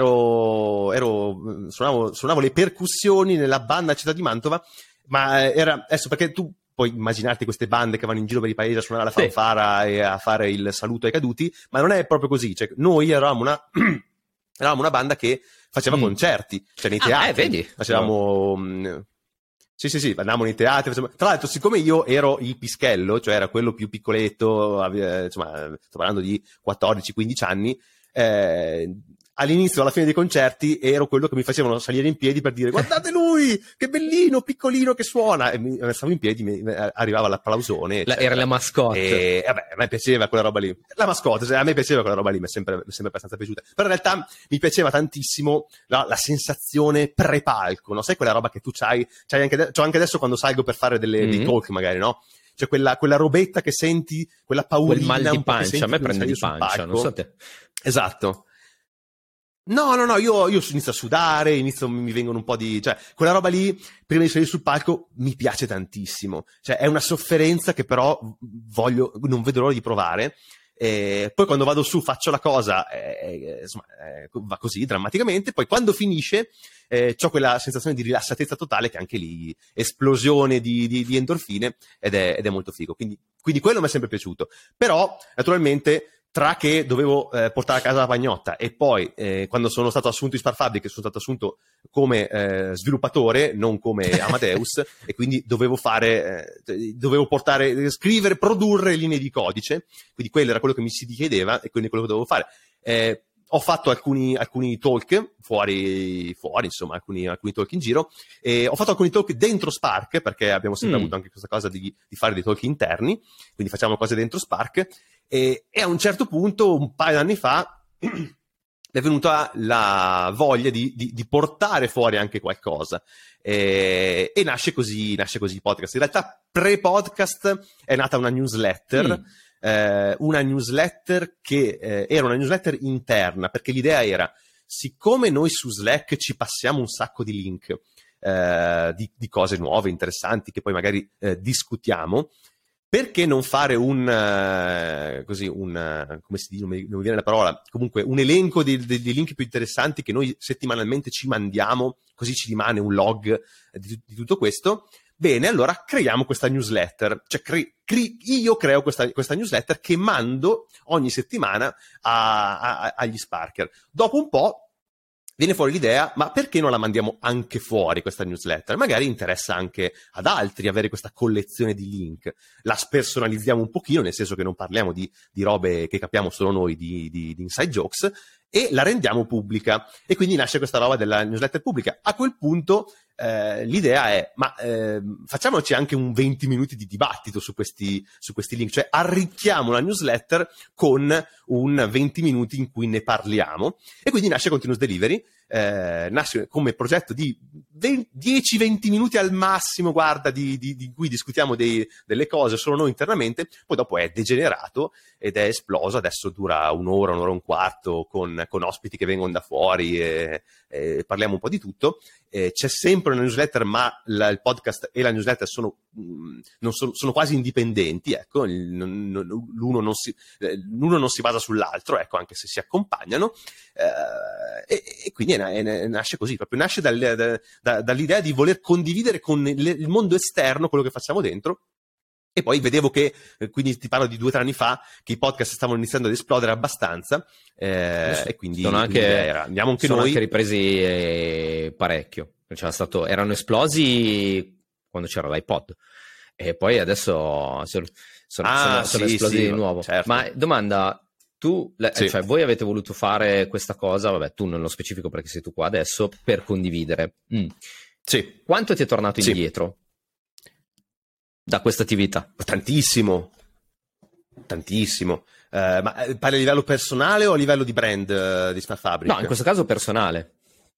Speaker 2: ero, ero suonavo, suonavo le percussioni nella banda Città di Mantova, ma era, adesso perché tu puoi immaginarti queste bande che vanno in giro per i paesi a suonare la fanfara sì. E a fare il saluto ai caduti, ma non è proprio così, cioè, noi eravamo una, eravamo una banda che faceva mm. concerti, cioè nei teatri,
Speaker 1: ah, eh, vedi?
Speaker 2: facevamo... No. Sì, sì, sì, andavamo nei teatri. Tra l'altro, siccome io ero il pischello, cioè era quello più piccoletto, insomma, sto parlando di quattordici quindici anni, eh, all'inizio, alla fine dei concerti, ero quello che mi facevano salire in piedi per dire guardate lui, che bellino, piccolino che suona, e mi stavo in piedi, mi, arrivava l'applausone.
Speaker 1: La, era la mascotte.
Speaker 2: E vabbè, a me piaceva quella roba lì. La mascotte, a me piaceva quella roba lì, mi è sempre, mi è sempre abbastanza piaciuta. Però in realtà mi piaceva tantissimo la, la sensazione pre-palco, no? Sai quella roba che tu c'hai, c'hai anche, de- c'ho anche adesso quando salgo per fare delle, mm-hmm. dei talk magari, no? Cioè quella, quella robetta che senti, quella paurina.
Speaker 1: Quel mal di pancia, a me prende di pancia, non so te.
Speaker 2: Esatto. No, no, no, io, io inizio a sudare, inizio, mi vengono un po' di... Cioè, quella roba lì, prima di salire sul palco, mi piace tantissimo. Cioè, è una sofferenza che però voglio, non vedo l'ora di provare. E poi quando vado su faccio la cosa, eh, insomma, eh, va così, drammaticamente. Poi quando finisce, eh, ho quella sensazione di rilassatezza totale che anche lì, esplosione di, di, di endorfine, ed è, ed è molto figo. Quindi, quindi quello mi è sempre piaciuto. Però, naturalmente... Tra che dovevo eh, portare a casa la pagnotta e poi eh, quando sono stato assunto in Spar Fabric sono stato assunto come eh, sviluppatore, non come Amadeus e quindi dovevo fare, eh, dovevo portare, scrivere, produrre linee di codice, quindi quello era quello che mi si chiedeva e quindi quello che dovevo fare. Eh, ho fatto alcuni, alcuni talk fuori, fuori insomma, alcuni, alcuni talk in giro e ho fatto alcuni talk dentro Spark perché abbiamo sempre mm. avuto anche questa cosa di, di fare dei talk interni, quindi facciamo cose dentro Spark. E, e a un certo punto, un paio di anni fa, è venuta la voglia di, di, di portare fuori anche qualcosa. E, e nasce così, nasce così il podcast. In realtà, pre-podcast è nata una newsletter, mm. eh, una newsletter che eh, era una newsletter interna, perché l'idea era, siccome noi su Slack ci passiamo un sacco di link, eh, di, di cose nuove, interessanti, che poi magari eh, discutiamo, perché non fare un, uh, così, un, uh, come si dice, non mi, non mi viene la parola, comunque un elenco di, di, di link più interessanti che noi settimanalmente ci mandiamo, così ci rimane un log di, di tutto questo, bene, allora creiamo questa newsletter, cioè cre- cre- io creo questa, questa newsletter che mando ogni settimana a, a, agli Sparker. Dopo un po' viene fuori l'idea, ma perché non la mandiamo anche fuori questa newsletter? Magari interessa anche ad altri avere questa collezione di link. La spersonalizziamo un pochino, nel senso che non parliamo di, di robe che capiamo solo noi, di, di, di inside jokes, e la rendiamo pubblica. E quindi nasce questa roba della newsletter pubblica. A quel punto eh, l'idea è, ma eh, facciamoci anche un venti minuti di dibattito su questi, su questi link, cioè arricchiamo la newsletter con un venti minuti in cui ne parliamo. E quindi nasce Continuous Delivery, eh, nasce come progetto di dieci venti minuti al massimo, guarda, di, di, di cui discutiamo dei, delle cose solo noi internamente, poi dopo è degenerato ed è esploso, adesso dura un'ora, un'ora e un quarto con, con ospiti che vengono da fuori e, e parliamo un po' di tutto. Eh, c'è sempre una newsletter, ma la, il podcast e la newsletter sono, mh, non sono, sono quasi indipendenti, ecco, il, non, non, l'uno, non si, eh, l'uno non si basa sull'altro, ecco, anche se si accompagnano, eh, e, e quindi è, è, nasce così, proprio nasce dal, da, da, dall'idea di voler condividere con il, il mondo esterno quello che facciamo dentro. E poi vedevo che, eh, quindi ti parlo di due o tre anni fa, che i podcast stavano iniziando ad esplodere abbastanza, eh, e quindi,
Speaker 1: sono
Speaker 2: quindi
Speaker 1: anche,
Speaker 2: era, andiamo anche
Speaker 1: sono
Speaker 2: noi.
Speaker 1: anche ripresi eh, parecchio. C'era stato, erano esplosi quando c'era l'iPod, e poi adesso sono, sono,
Speaker 2: ah,
Speaker 1: sono, sono
Speaker 2: sì,
Speaker 1: esplosi
Speaker 2: sì,
Speaker 1: di nuovo.
Speaker 2: certo.
Speaker 1: Ma domanda, tu, le,
Speaker 2: Sì.
Speaker 1: cioè voi avete voluto fare questa cosa, vabbè, tu nello specifico perché sei tu qua adesso, per condividere. Mm.
Speaker 2: Sì.
Speaker 1: Quanto ti è tornato
Speaker 2: sì.
Speaker 1: indietro da questa attività?
Speaker 2: Tantissimo, tantissimo. Uh, ma parli a livello personale o a livello di brand uh, di Smart Fabric?
Speaker 1: No, in questo caso personale.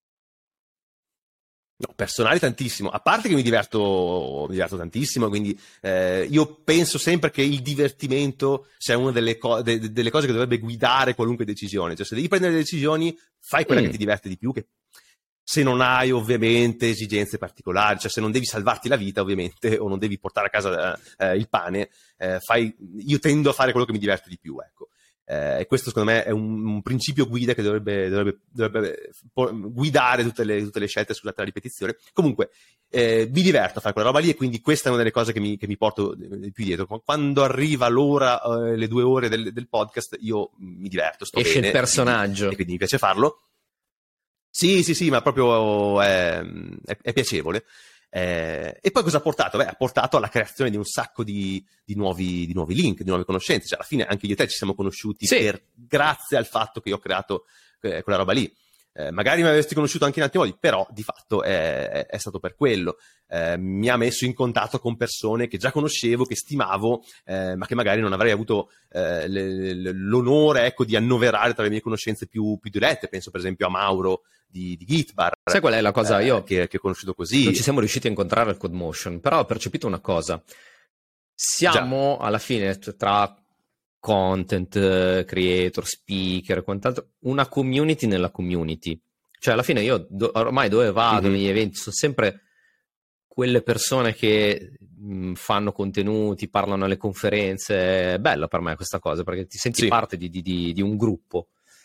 Speaker 2: No, personale tantissimo. A parte che mi diverto, mi diverto tantissimo, quindi eh, io penso sempre che il divertimento sia una delle, co- de- delle cose che dovrebbe guidare qualunque decisione. Cioè, se devi prendere decisioni, fai quella
Speaker 1: Mm.
Speaker 2: che ti diverte di più, che se non hai ovviamente esigenze particolari, cioè se non devi salvarti la vita ovviamente o non devi portare a casa eh, il pane, eh, fai, io tendo a fare quello che mi diverte di più, ecco. Eh, e questo secondo me è un, un principio guida che dovrebbe, dovrebbe, dovrebbe guidare tutte le, tutte le scelte, scusate la ripetizione. Comunque eh, mi diverto a fare quella roba lì, e quindi questa è una delle cose che mi, che mi porto di più dietro. Quando arriva l'ora, eh, le due ore del, del podcast, io mi diverto, sto
Speaker 1: Esce
Speaker 2: bene,
Speaker 1: il personaggio.
Speaker 2: e quindi, e quindi mi piace farlo. Sì, sì, sì, ma proprio è, è, è piacevole. Eh, e poi cosa ha portato? Beh, ha portato alla creazione di un sacco di, di, nuovi, di nuovi link, di nuove conoscenze. Cioè, alla fine anche io e te ci siamo conosciuti
Speaker 1: Sì.
Speaker 2: per, grazie al fatto che io ho creato eh, quella roba lì. Eh, magari mi avresti conosciuto anche in altri modi, però di fatto è, è, è stato per quello. Eh, mi ha messo in contatto con persone che già conoscevo, che stimavo, eh, ma che magari non avrei avuto eh, le, le, l'onore, ecco, di annoverare tra le mie conoscenze più, più dirette. Penso per esempio a Mauro di, di Gitbar.
Speaker 1: Sai qual è la cosa?
Speaker 2: Eh,
Speaker 1: Io
Speaker 2: che, che ho conosciuto così.
Speaker 1: Non ci siamo riusciti a incontrare al CodeMotion, però ho percepito una cosa. Siamo Già. alla fine tra content creator, speaker, quant'altro, una community nella community. Cioè alla fine io do, ormai dove vado mm-hmm. negli eventi sono sempre quelle persone che mh, fanno contenuti, parlano alle conferenze. È bello per me questa cosa, perché ti senti sì. parte di, di, di, di un gruppo.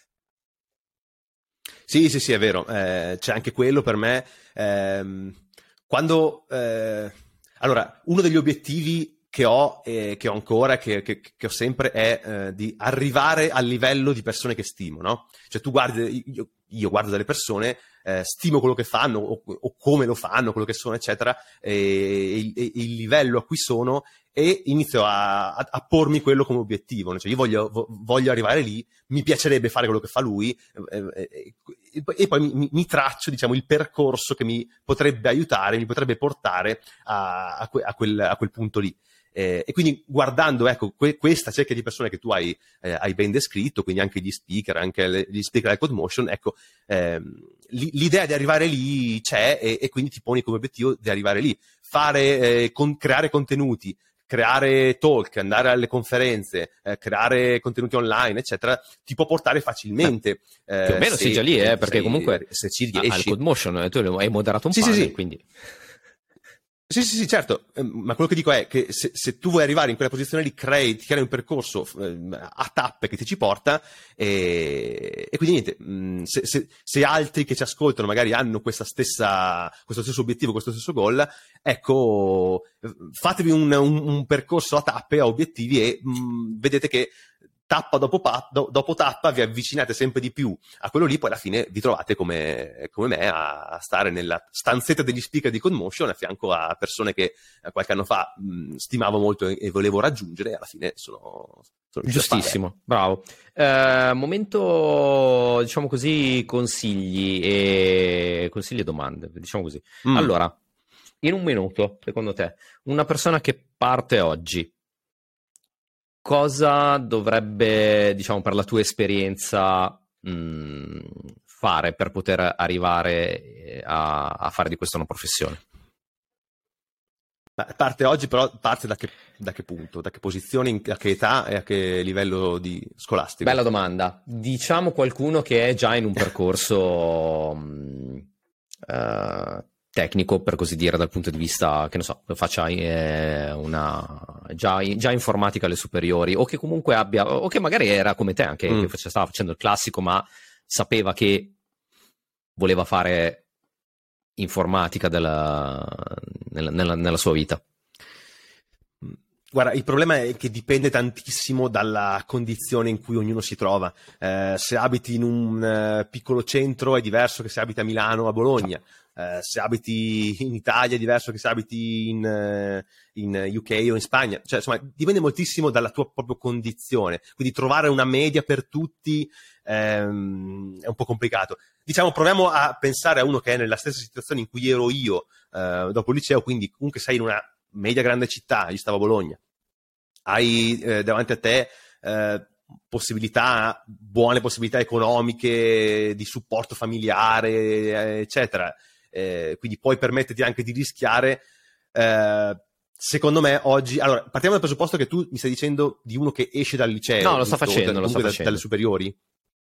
Speaker 2: Sì, sì, sì, è vero. Eh, c'è anche quello per me. Ehm, quando eh, allora, uno degli obiettivi che ho e che ho ancora, che, che, che ho sempre, è eh, di arrivare al livello di persone che stimo, no? Cioè tu guardi, io, io guardo delle persone, eh, stimo quello che fanno o, o come lo fanno, quello che sono, eccetera, e, e, e il livello a cui sono, e inizio a, a, a pormi quello come obiettivo, no? Cioè io voglio, voglio arrivare lì, mi piacerebbe fare quello che fa lui, eh, eh, e, e poi mi, mi traccio, diciamo, il percorso che mi potrebbe aiutare, mi potrebbe portare a, a, que, a, quel, a quel punto lì. Eh, e quindi guardando, ecco, que- questa cerchia di persone che tu hai, eh, hai ben descritto, quindi anche gli speaker, anche le, gli speaker del CodeMotion, ecco, ehm, l- l'idea di arrivare lì c'è, e, e quindi ti poni come obiettivo di arrivare lì. Fare, eh, con, creare contenuti, creare talk, andare alle conferenze, eh, creare contenuti online, eccetera, ti può portare facilmente.
Speaker 1: Eh, più o meno sei già lì, eh, perché sei, comunque
Speaker 2: se ci riesci.
Speaker 1: Al CodeMotion tu hai moderato un
Speaker 2: sì,
Speaker 1: panel,
Speaker 2: sì, sì.
Speaker 1: quindi...
Speaker 2: Sì, sì, sì, certo, eh, ma quello che dico è che se, se tu vuoi arrivare in quella posizione lì, crei, ti crei un percorso eh, a tappe che ti ci porta e, e quindi niente, mh, se, se, se altri che ci ascoltano magari hanno questa stessa, questo stesso obiettivo, questo stesso goal, ecco, fatevi un, un, un percorso a tappe, a obiettivi e mh, vedete che tappa dopo, pa- do- dopo tappa vi avvicinate sempre di più a quello lì, poi alla fine vi trovate come, come me a, a stare nella stanzetta degli speaker di CodeMotion a fianco a persone che eh, qualche anno fa mh, stimavo molto e, e volevo raggiungere, e alla fine sono, sono
Speaker 1: Giustissimo, bravo. Eh, momento, diciamo così, consigli e consigli e domande, diciamo così.
Speaker 2: Mm.
Speaker 1: Allora, in un minuto, secondo te, una persona che parte oggi, cosa dovrebbe, diciamo, per la tua esperienza, mh, fare per poter arrivare a, a fare di questa una professione?
Speaker 2: Parte oggi, però parte da che, da che punto, da che posizione, a che età e a che livello di scolastico?
Speaker 1: Bella domanda. Diciamo qualcuno che è già in un percorso mh, uh, tecnico, per così dire, dal punto di vista, che ne so, faccia eh, una già, già informatica alle superiori, o che comunque abbia, o che magari era come te anche, mm. che face, stava facendo il classico, ma sapeva che voleva fare informatica della, nella, nella, nella sua vita.
Speaker 2: Guarda, il problema è che dipende tantissimo dalla condizione in cui ognuno si trova. Eh, se abiti in un uh, piccolo centro è diverso che se abiti a Milano o a Bologna. Uh, se abiti in Italia è diverso che se abiti in, uh, in U K o in Spagna. Cioè, insomma, dipende moltissimo dalla tua propria condizione. Quindi trovare una media per tutti ehm, è un po' complicato. Diciamo, proviamo a pensare a uno che è nella stessa situazione in cui ero io uh, dopo il liceo, quindi comunque sei in una media grande città, io stavo a Bologna. Hai eh, davanti a te eh, possibilità, buone possibilità economiche, di supporto familiare, eh, eccetera. Eh, quindi puoi permetterti anche di rischiare. Eh, secondo me oggi... Allora, partiamo dal presupposto che tu mi stai dicendo di uno che esce dal liceo.
Speaker 1: No, lo sta facendo,
Speaker 2: da,
Speaker 1: lo sta
Speaker 2: da,
Speaker 1: facendo.
Speaker 2: Dalle superiori.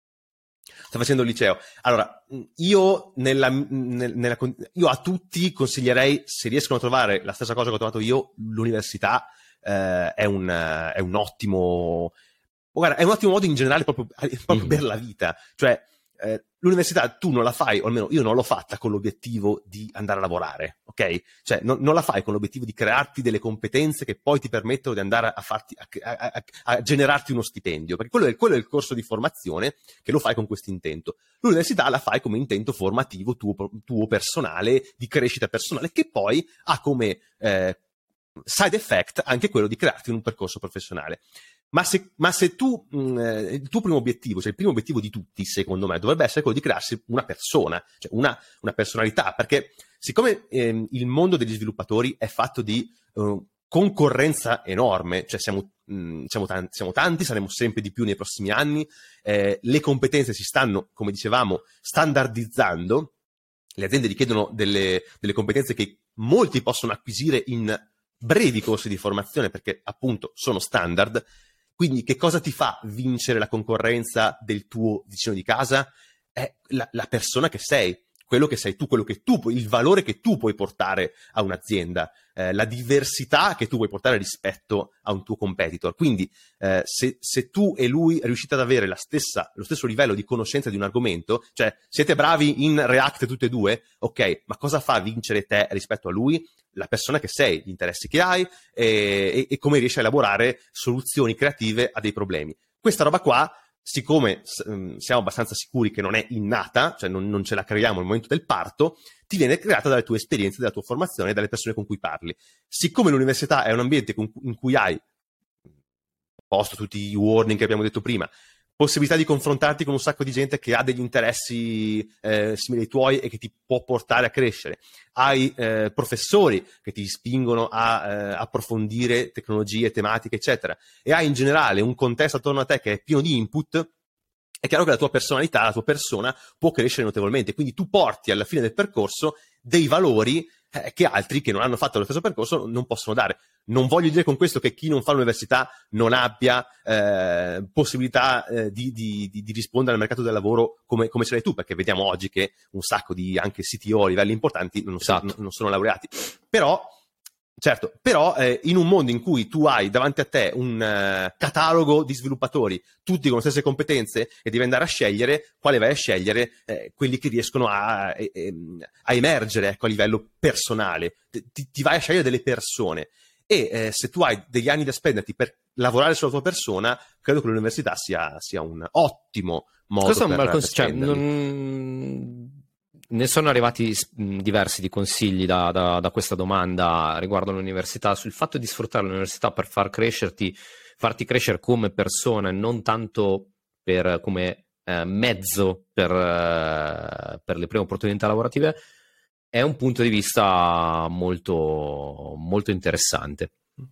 Speaker 2: Sta facendo il liceo. Allora, io, nella, nella, io a tutti consiglierei, se riescono a trovare la stessa cosa che ho trovato io, l'università. Uh, è, un, uh, è un ottimo guarda, è un ottimo modo in generale proprio, proprio mm-hmm. per la vita, cioè uh, l'università tu non la fai, o almeno io non l'ho fatta con l'obiettivo di andare a lavorare, ok? Cioè no, non la fai con l'obiettivo di crearti delle competenze che poi ti permettono di andare a, farti, a, a, a, a generarti uno stipendio, perché quello è, quello è il corso di formazione che lo fai con questo intento. L'università la fai come intento formativo tuo, tuo personale, di crescita personale, che poi ha come eh, side effect anche quello di crearti un percorso professionale. Ma se, ma se tu, mh, il tuo primo obiettivo, cioè il primo obiettivo di tutti, secondo me, dovrebbe essere quello di crearsi una persona, cioè una, una personalità, perché siccome eh, il mondo degli sviluppatori è fatto di uh, concorrenza enorme, cioè siamo, mh, siamo, tanti, siamo tanti, saremo sempre di più nei prossimi anni, eh, le competenze si stanno, come dicevamo, standardizzando, le aziende richiedono delle, delle competenze che molti possono acquisire in brevi corsi di formazione perché appunto sono standard. Quindi che cosa ti fa vincere la concorrenza del tuo vicino di casa? È la, la persona che sei, quello che sei tu, quello che tu puoi, il valore che tu puoi portare a un'azienda, eh, la diversità che tu puoi portare rispetto a un tuo competitor. Quindi eh, se, se tu e lui riuscite ad avere la stessa, lo stesso livello di conoscenza di un argomento, cioè siete bravi in React tutte e due, ok, ma cosa fa vincere te rispetto a lui? La persona che sei, gli interessi che hai e, e, e come riesci a elaborare soluzioni creative a dei problemi. Questa roba qua, siccome um, siamo abbastanza sicuri che non è innata, cioè non, non ce la creiamo al momento del parto, ti viene creata dalle tue esperienze, dalla tua formazione e dalle persone con cui parli. Siccome l'università è un ambiente con, in cui hai, posto tutti i warning che abbiamo detto prima, possibilità di confrontarti con un sacco di gente che ha degli interessi eh, simili ai tuoi e che ti può portare a crescere. Hai eh, professori che ti spingono a eh, approfondire tecnologie, tematiche, eccetera. E hai in generale un contesto attorno a te che è pieno di input. È chiaro che la tua personalità, la tua persona può crescere notevolmente. Quindi tu porti alla fine del percorso dei valori eh, che altri che non hanno fatto lo stesso percorso non possono dare. Non voglio dire con questo che chi non fa l'università non abbia eh, possibilità eh, di, di, di rispondere al mercato del lavoro come, come ce l'hai tu, perché vediamo oggi che un sacco di anche C T O a livelli importanti non,
Speaker 1: esatto.
Speaker 2: so, non sono laureati. Però Certo, però eh, in un mondo in cui tu hai davanti a te un uh, catalogo di sviluppatori, tutti con le stesse competenze, e devi andare a scegliere, quale vai a scegliere? Eh, quelli che riescono a, eh, a emergere, ecco, a livello personale. Ti, ti vai a scegliere delle persone. E eh, se tu hai degli anni da spenderti per lavorare sulla tua persona, credo che l'università sia, sia un ottimo modo
Speaker 1: Questo
Speaker 2: per,
Speaker 1: è un bel
Speaker 2: per
Speaker 1: cons- cioè,
Speaker 2: spenderli.
Speaker 1: non... Ne sono arrivati mh, diversi di consigli da, da, da questa domanda riguardo all'università, sul fatto di sfruttare l'università per far crescerti, farti crescere come persona e non tanto per, come eh, mezzo per, eh, per le prime opportunità lavorative, è un punto di vista molto, molto interessante.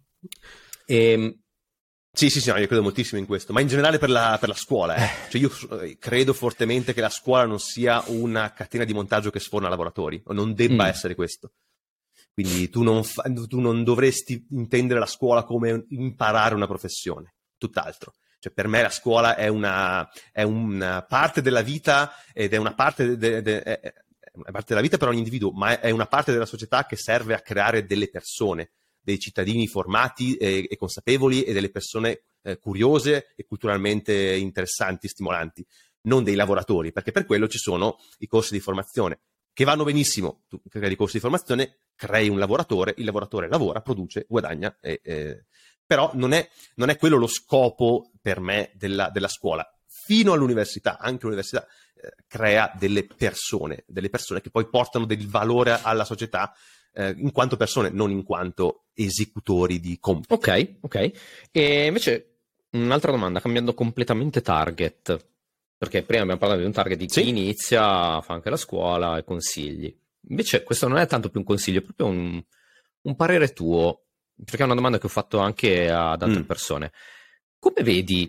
Speaker 1: E,
Speaker 2: Sì, sì, sì, no, io credo moltissimo in questo, ma in generale per la, per la scuola. Eh. Cioè io eh, credo fortemente che la scuola non sia una catena di montaggio che sforna lavoratori, o non debba
Speaker 1: Mm.
Speaker 2: essere questo. Quindi tu non, fa- tu non dovresti intendere la scuola come imparare una professione, tutt'altro. Cioè per me la scuola è una, è una parte della vita ed è una parte, de, de, è è una parte della vita per ogni individuo, ma è una parte della società che serve a creare delle persone, dei cittadini formati e, e consapevoli, e delle persone eh, curiose e culturalmente interessanti, stimolanti, non dei lavoratori, perché per quello ci sono i corsi di formazione, che vanno benissimo. Tu crei dei corsi di formazione, crei un lavoratore, il lavoratore lavora, produce, guadagna, e, eh, però non è, non è quello lo scopo per me della, della scuola. Fino all'università, anche l'università eh, crea delle persone, delle persone che poi portano del valore alla società, Eh, in quanto persone, non in quanto esecutori di compiti.
Speaker 1: ok, ok. E invece un'altra domanda, cambiando completamente target, perché prima abbiamo parlato di un target di chi
Speaker 2: Sì?
Speaker 1: inizia, fa anche la scuola e consigli. Invece questo non è tanto più un consiglio, è proprio un, un parere tuo, perché è una domanda che ho fatto anche ad altre
Speaker 2: Mm.
Speaker 1: persone. Come vedi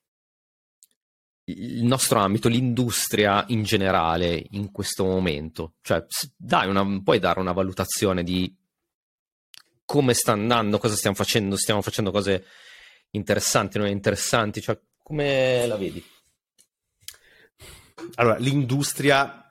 Speaker 1: il nostro ambito, l'industria in generale in questo momento? Cioè, s- dai una, puoi dare una valutazione di come sta andando, cosa stiamo facendo? Stiamo facendo cose interessanti, non interessanti? Cioè, come la vedi?
Speaker 2: Allora, l'industria,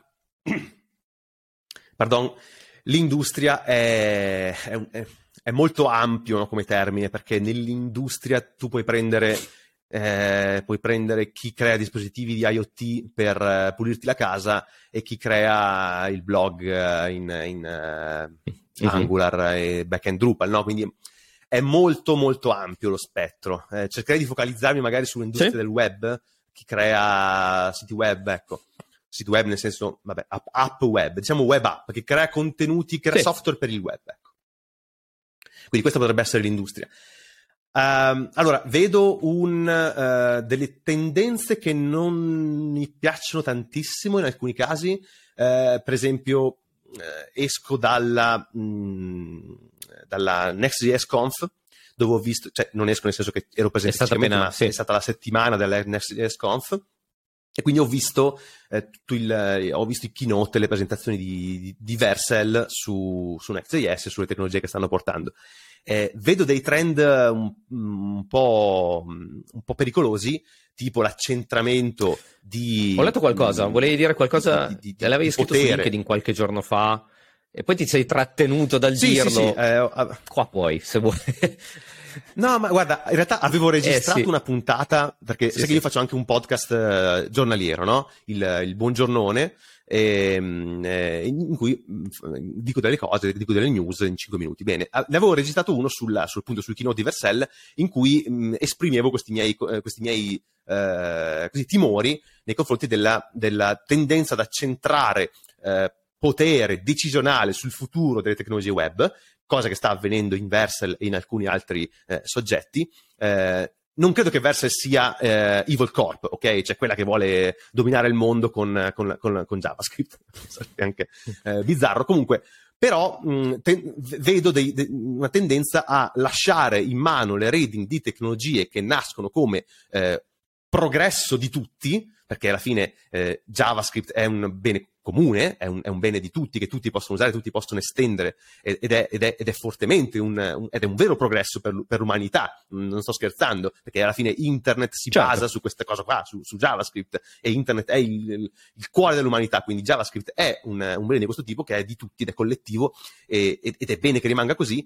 Speaker 2: pardon, l'industria è, è, è- è molto ampio, no, come termine, perché nell'industria tu puoi prendere, eh, puoi prendere chi crea dispositivi di IoT per eh, pulirti la casa, e chi crea il blog eh, in, in, eh,
Speaker 1: Mhm.
Speaker 2: Angular e backend Drupal, no? Quindi è molto molto ampio lo spettro. Eh, cercherei di focalizzarmi magari sull'industria
Speaker 1: Sì?
Speaker 2: del web, chi crea siti web, ecco. Siti web nel senso, vabbè, app, app web, diciamo web app, che crea contenuti, crea
Speaker 1: Sì.
Speaker 2: software per il web, ecco. Quindi questa potrebbe essere l'industria. Um, allora, vedo un, uh, delle tendenze che non mi piacciono tantissimo in alcuni casi. Uh, per esempio, uh, esco dalla, mh, dalla Next.js Conf, dove ho visto, cioè non esco nel senso che ero presente
Speaker 1: È stata
Speaker 2: fisicamente,
Speaker 1: appena-
Speaker 2: ma
Speaker 1: sì.
Speaker 2: è stata la settimana della Next.js Conf, e quindi ho visto, eh, tutto il, eh, ho visto i keynote e le presentazioni di, di, di Vercel su, su Next.js e sulle tecnologie che stanno portando. Eh, vedo dei trend un, un, po', un po' pericolosi, tipo l'accentramento di...
Speaker 1: Ho letto qualcosa,
Speaker 2: mh,
Speaker 1: volevi dire qualcosa?
Speaker 2: di, di, di,
Speaker 1: L'avevi
Speaker 2: di
Speaker 1: scritto su
Speaker 2: potere.
Speaker 1: LinkedIn qualche giorno fa e poi ti sei trattenuto dal
Speaker 2: Sì, sì, sì.
Speaker 1: dirlo.
Speaker 2: Eh,
Speaker 1: Qua puoi, se vuoi.
Speaker 2: No, ma guarda, in realtà avevo registrato
Speaker 1: Eh, sì.
Speaker 2: una puntata, perché
Speaker 1: Sì,
Speaker 2: sai che
Speaker 1: sì.
Speaker 2: io faccio anche un podcast eh, giornaliero, no? Il, il Buongiornone, e, eh, in cui mh, dico delle cose, dico delle news in cinque minuti. Bene, ah, ne avevo registrato uno sul, sul punto sul keynote di Vercel, in cui mh, esprimevo questi miei, eh, questi miei eh, così, timori nei confronti della, della tendenza ad accentrare eh, potere decisionale sul futuro delle tecnologie web, cosa che sta avvenendo in Vercel e in alcuni altri eh, soggetti. Eh, non credo che Vercel sia eh, Evil Corp, ok? Cioè quella che vuole dominare il mondo con, con, con, con JavaScript. È anche eh, bizzarro. Comunque, però mh, te- vedo dei, de- una tendenza a lasciare in mano le redini di tecnologie che nascono come eh, progresso di tutti, perché alla fine eh, JavaScript è un bene comune, è un, è un bene di tutti, che tutti possono usare, tutti possono estendere, ed è, ed è, ed è fortemente un, un, ed è un vero progresso per, per l'umanità, non sto scherzando, perché alla fine internet si
Speaker 1: Certo.
Speaker 2: basa su questa cosa qua, su, su JavaScript, e internet è il, il, il cuore dell'umanità, quindi JavaScript è un, un bene di questo tipo che è di tutti ed è collettivo, e, ed è bene che rimanga così.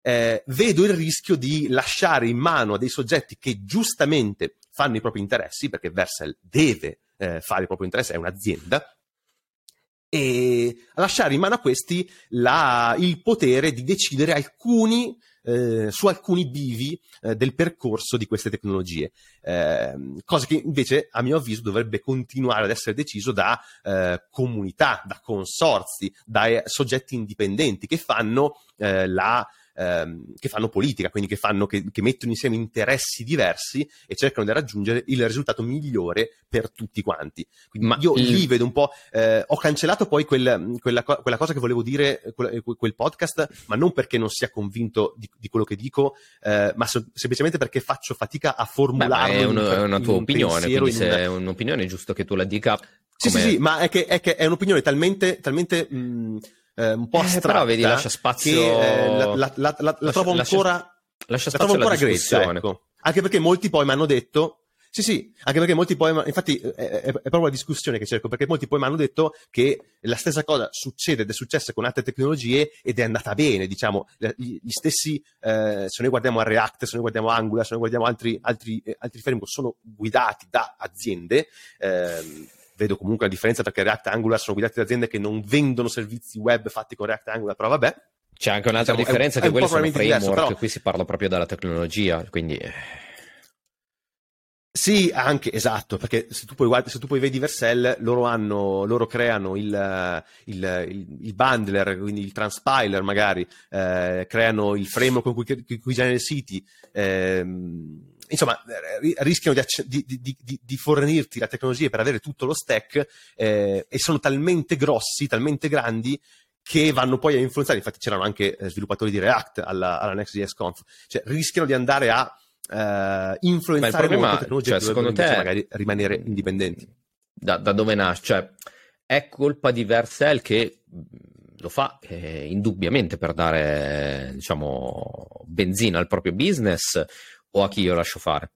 Speaker 2: eh, vedo il rischio di lasciare in mano a dei soggetti che giustamente fanno i propri interessi, perché Vercel deve eh, fare i propri interessi, è un'azienda, e lasciare in mano a questi la, il potere di decidere alcuni Eh, su alcuni bivi eh, del percorso di queste tecnologie, eh, cosa che invece a mio avviso dovrebbe continuare ad essere deciso da eh, comunità, da consorzi, da eh, soggetti indipendenti che fanno eh, la ehm, che fanno politica, quindi che fanno che, che mettono insieme interessi diversi e cercano di raggiungere il risultato migliore per tutti quanti. Quindi Ma io il... lì vedo un po', eh, ho cancellato poi quel, quella, quella cosa che volevo dire, quel, quel podcast, ma non perché non sia convinto di, di quello che dico, eh, ma so, semplicemente perché faccio fatica a formularlo.
Speaker 1: Beh, è, uno,
Speaker 2: in,
Speaker 1: è una tua
Speaker 2: un
Speaker 1: opinione, quindi se
Speaker 2: una...
Speaker 1: è un'opinione è giusto che tu la dica.
Speaker 2: Sì, sì, sì, ma è che, è che è un'opinione talmente, talmente mh, eh, un po' astratta,
Speaker 1: eh, però vedi, lascia spazio,
Speaker 2: che eh, la, la, la, la, la lascia, trovo ancora,
Speaker 1: lascia, lascia
Speaker 2: la trovo ancora grezza, ecco. Anche perché molti poi mi hanno detto, sì, sì, anche perché molti poi, infatti è, è, è proprio la discussione che cerco, perché molti poi mi hanno detto che la stessa cosa succede ed è successa con altre tecnologie ed è andata bene, diciamo, gli, gli stessi, eh, se noi guardiamo a React, se noi guardiamo Angular, se noi guardiamo altri, altri, eh, altri framework, sono guidati da aziende, eh, vedo comunque la differenza perché React e Angular sono guidati da aziende che non vendono servizi web fatti con React e Angular, però vabbè.
Speaker 1: C'è anche un'altra
Speaker 2: diciamo,
Speaker 1: differenza,
Speaker 2: è un,
Speaker 1: che quelli sono framework,
Speaker 2: diverso, però...
Speaker 1: qui si parla proprio della tecnologia, quindi...
Speaker 2: Sì, anche, esatto, perché se tu poi, guardi, se tu poi vedi Vercel, loro hanno, loro creano il, il, il, il bundler, quindi il transpiler magari, eh, creano il framework con cui, con cui generano i siti, ehm, insomma, rischiano di, di, di, di, di fornirti la tecnologia per avere tutto lo stack, eh, e sono talmente grossi, talmente grandi, che vanno poi a influenzare. Infatti c'erano anche sviluppatori di React alla, alla Next.js Conf, cioè rischiano di andare a Uh, influenzare molte tecnologie,
Speaker 1: cioè,
Speaker 2: che
Speaker 1: secondo te
Speaker 2: magari rimanere indipendenti.
Speaker 1: Da, da dove nasce? Cioè, è colpa di Vercel che lo fa eh, indubbiamente per dare, diciamo, benzina al proprio business, o a chi io lascio fare?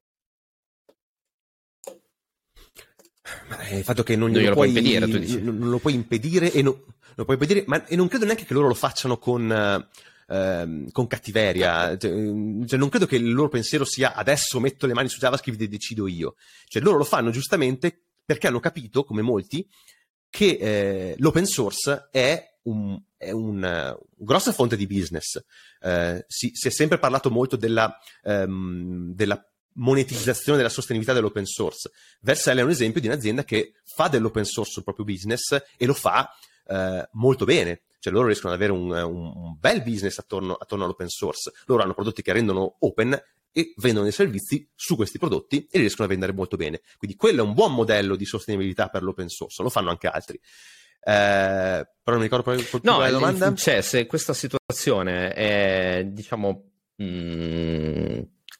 Speaker 2: Ma il fatto che non,
Speaker 1: non
Speaker 2: glielo
Speaker 1: lo
Speaker 2: puoi
Speaker 1: impedire, tu dici.
Speaker 2: Non, non lo puoi impedire e non, lo puoi impedire, ma e non credo neanche che loro lo facciano con uh, Ehm, con cattiveria, cioè, cioè, non credo che il loro pensiero sia adesso metto le mani su JavaScript e decido io, cioè loro lo fanno giustamente perché hanno capito, come molti, che eh, l'open source è un, è un, uh, grossa fonte di business. Eh, si, si è sempre parlato molto della, um, della monetizzazione, della sostenibilità dell'open source. Vercel è un esempio di un'azienda che fa dell'open source sul proprio business e lo fa uh, molto bene. Cioè loro riescono ad avere un, un, un bel business attorno, attorno all'open source. Loro hanno prodotti che rendono open e vendono dei servizi su questi prodotti e li riescono a vendere molto bene. Quindi quello è un buon modello di sostenibilità per l'open source, lo fanno anche altri. Eh, però non mi ricordo proprio
Speaker 1: no,
Speaker 2: la domanda.
Speaker 1: Cioè, se questa situazione è, diciamo, mh,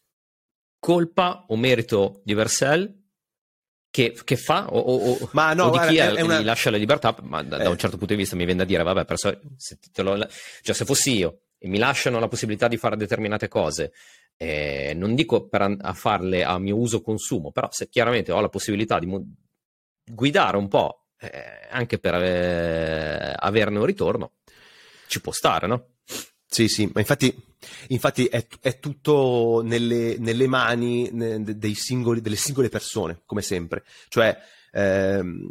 Speaker 1: colpa o merito di Vercel, Che, che fa o, o,
Speaker 2: ma no,
Speaker 1: o di
Speaker 2: guarda,
Speaker 1: chi
Speaker 2: è, è una...
Speaker 1: gli lascia la libertà, ma da,
Speaker 2: eh.
Speaker 1: da un certo punto di vista mi viene da dire, vabbè, però se, se, te lo, cioè, se fossi io e mi lasciano la possibilità di fare determinate cose, eh, non dico per a farle a mio uso consumo, però se chiaramente ho la possibilità di mo- guidare un po', eh, anche per eh, averne un ritorno, ci può stare, no?
Speaker 2: Sì, sì, ma infatti, infatti è, è tutto nelle, nelle mani dei singoli, delle singole persone, come sempre. Cioè, ehm,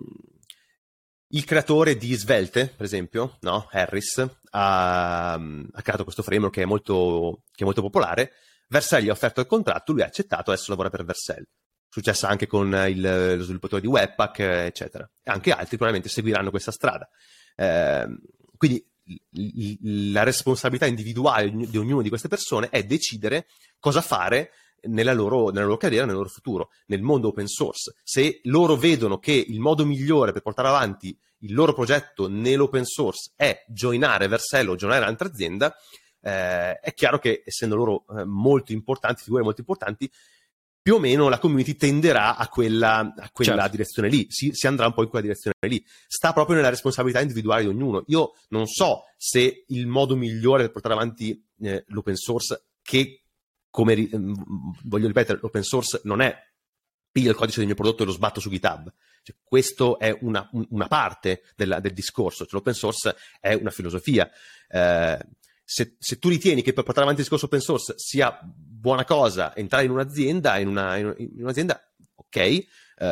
Speaker 2: il creatore di Svelte, per esempio, no? Harris, ha, ha creato questo framework che è molto, che è molto popolare. Vercel gli ha offerto il contratto, lui ha accettato, adesso lavora per Vercel. Successo anche con il, lo sviluppatore di Webpack, eccetera. E anche altri probabilmente seguiranno questa strada. Eh, quindi la responsabilità individuale di ognuno di queste persone è decidere cosa fare nella loro, nella loro carriera, nel loro futuro, nel mondo open source. Se loro vedono che il modo migliore per portare avanti il loro progetto nell'open source è joinare Vercel o joinare un'altra azienda, eh, è chiaro che essendo loro eh, molto importanti, figure molto importanti, più o meno la community tenderà a quella, a quella certo. direzione lì, si, si andrà un po' in quella direzione lì. Sta proprio nella responsabilità individuale di ognuno. Io non so se il modo migliore per portare avanti eh, l'open source, che, come ri- voglio ripetere, l'open source non è piglio il codice del mio prodotto e lo sbatto su GitHub. Cioè, questo è una, una parte della, del discorso. Cioè, l'open source è una filosofia. Eh, se, se tu ritieni che per portare avanti il discorso open source sia buona cosa entrare in un'azienda, in, una, in un'azienda, ok, eh,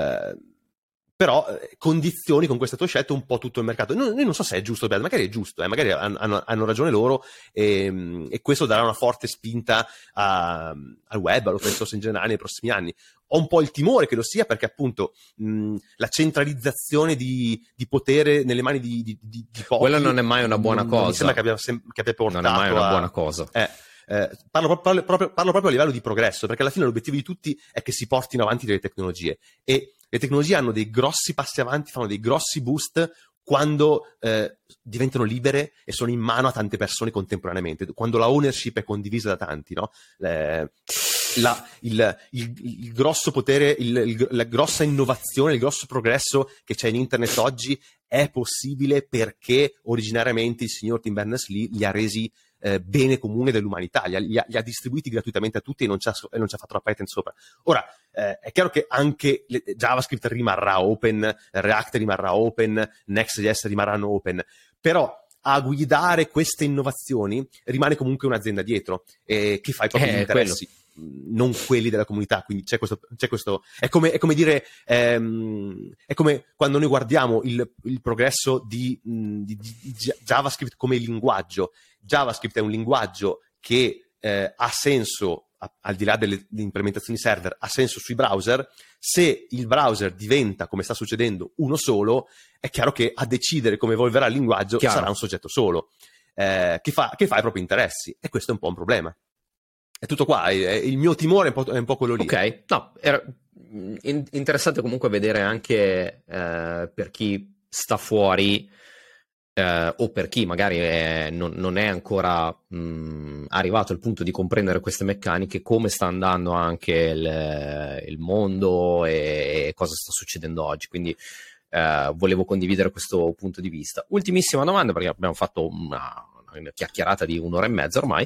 Speaker 2: però eh, condizioni con questa tua scelta un po' tutto il mercato. Io non so se è giusto o sbagliato, magari è giusto, eh, magari hanno, hanno ragione loro e, e questo darà una forte spinta a, al web, all'open source in generale nei prossimi anni. Ho un po' il timore che lo sia perché appunto mh, la centralizzazione di, di potere nelle mani di, di, di, di pochi...
Speaker 1: Quella non è mai una buona
Speaker 2: non,
Speaker 1: cosa.
Speaker 2: Non mi sembra che abbia, che abbia portato
Speaker 1: Non è mai una
Speaker 2: a,
Speaker 1: buona cosa.
Speaker 2: Eh, eh, parlo, parlo, proprio, parlo proprio a livello di progresso, perché alla fine l'obiettivo di tutti è che si portino avanti delle tecnologie e le tecnologie hanno dei grossi passi avanti, fanno dei grossi boost quando eh, diventano libere e sono in mano a tante persone contemporaneamente, quando la ownership è condivisa da tanti, no? Le, la, il, il, il grosso potere, il, il, la grossa innovazione, il grosso progresso che c'è in internet oggi è possibile perché originariamente il signor Tim Berners-Lee li ha resi eh, bene comune dell'umanità, li ha, li, ha, li ha distribuiti gratuitamente a tutti e non ci ha, e non ci ha fatto la patent sopra. Ora, eh, è chiaro che anche le, JavaScript rimarrà open, React rimarrà open, Next.js rimarranno open, però a guidare queste innovazioni rimane comunque un'azienda dietro eh, che fa i propri
Speaker 1: eh,
Speaker 2: interessi, quello. Non quelli della comunità, quindi c'è questo, c'è questo è come, è come dire ehm, è come quando noi guardiamo il, il progresso di, di, di JavaScript come linguaggio. JavaScript è un linguaggio che eh, ha senso a, al di là delle, delle implementazioni server, ha senso sui browser. Se il browser diventa, come sta succedendo, uno solo, è chiaro che a decidere come evolverà il linguaggio chiaro. Sarà un soggetto solo eh, che, fa, che fa i propri interessi, e questo è un po' un problema. È tutto qua, è, è, il mio timore è un, po', è un po' quello lì.
Speaker 1: Ok, no, era in, interessante comunque vedere anche eh, per chi sta fuori eh, o per chi magari è, non, non è ancora mh, arrivato al punto di comprendere queste meccaniche, come sta andando anche il, il mondo e, e cosa sta succedendo oggi. Quindi eh, volevo condividere questo punto di vista. Ultimissima domanda, perché abbiamo fatto una, una chiacchierata di un'ora e mezza ormai.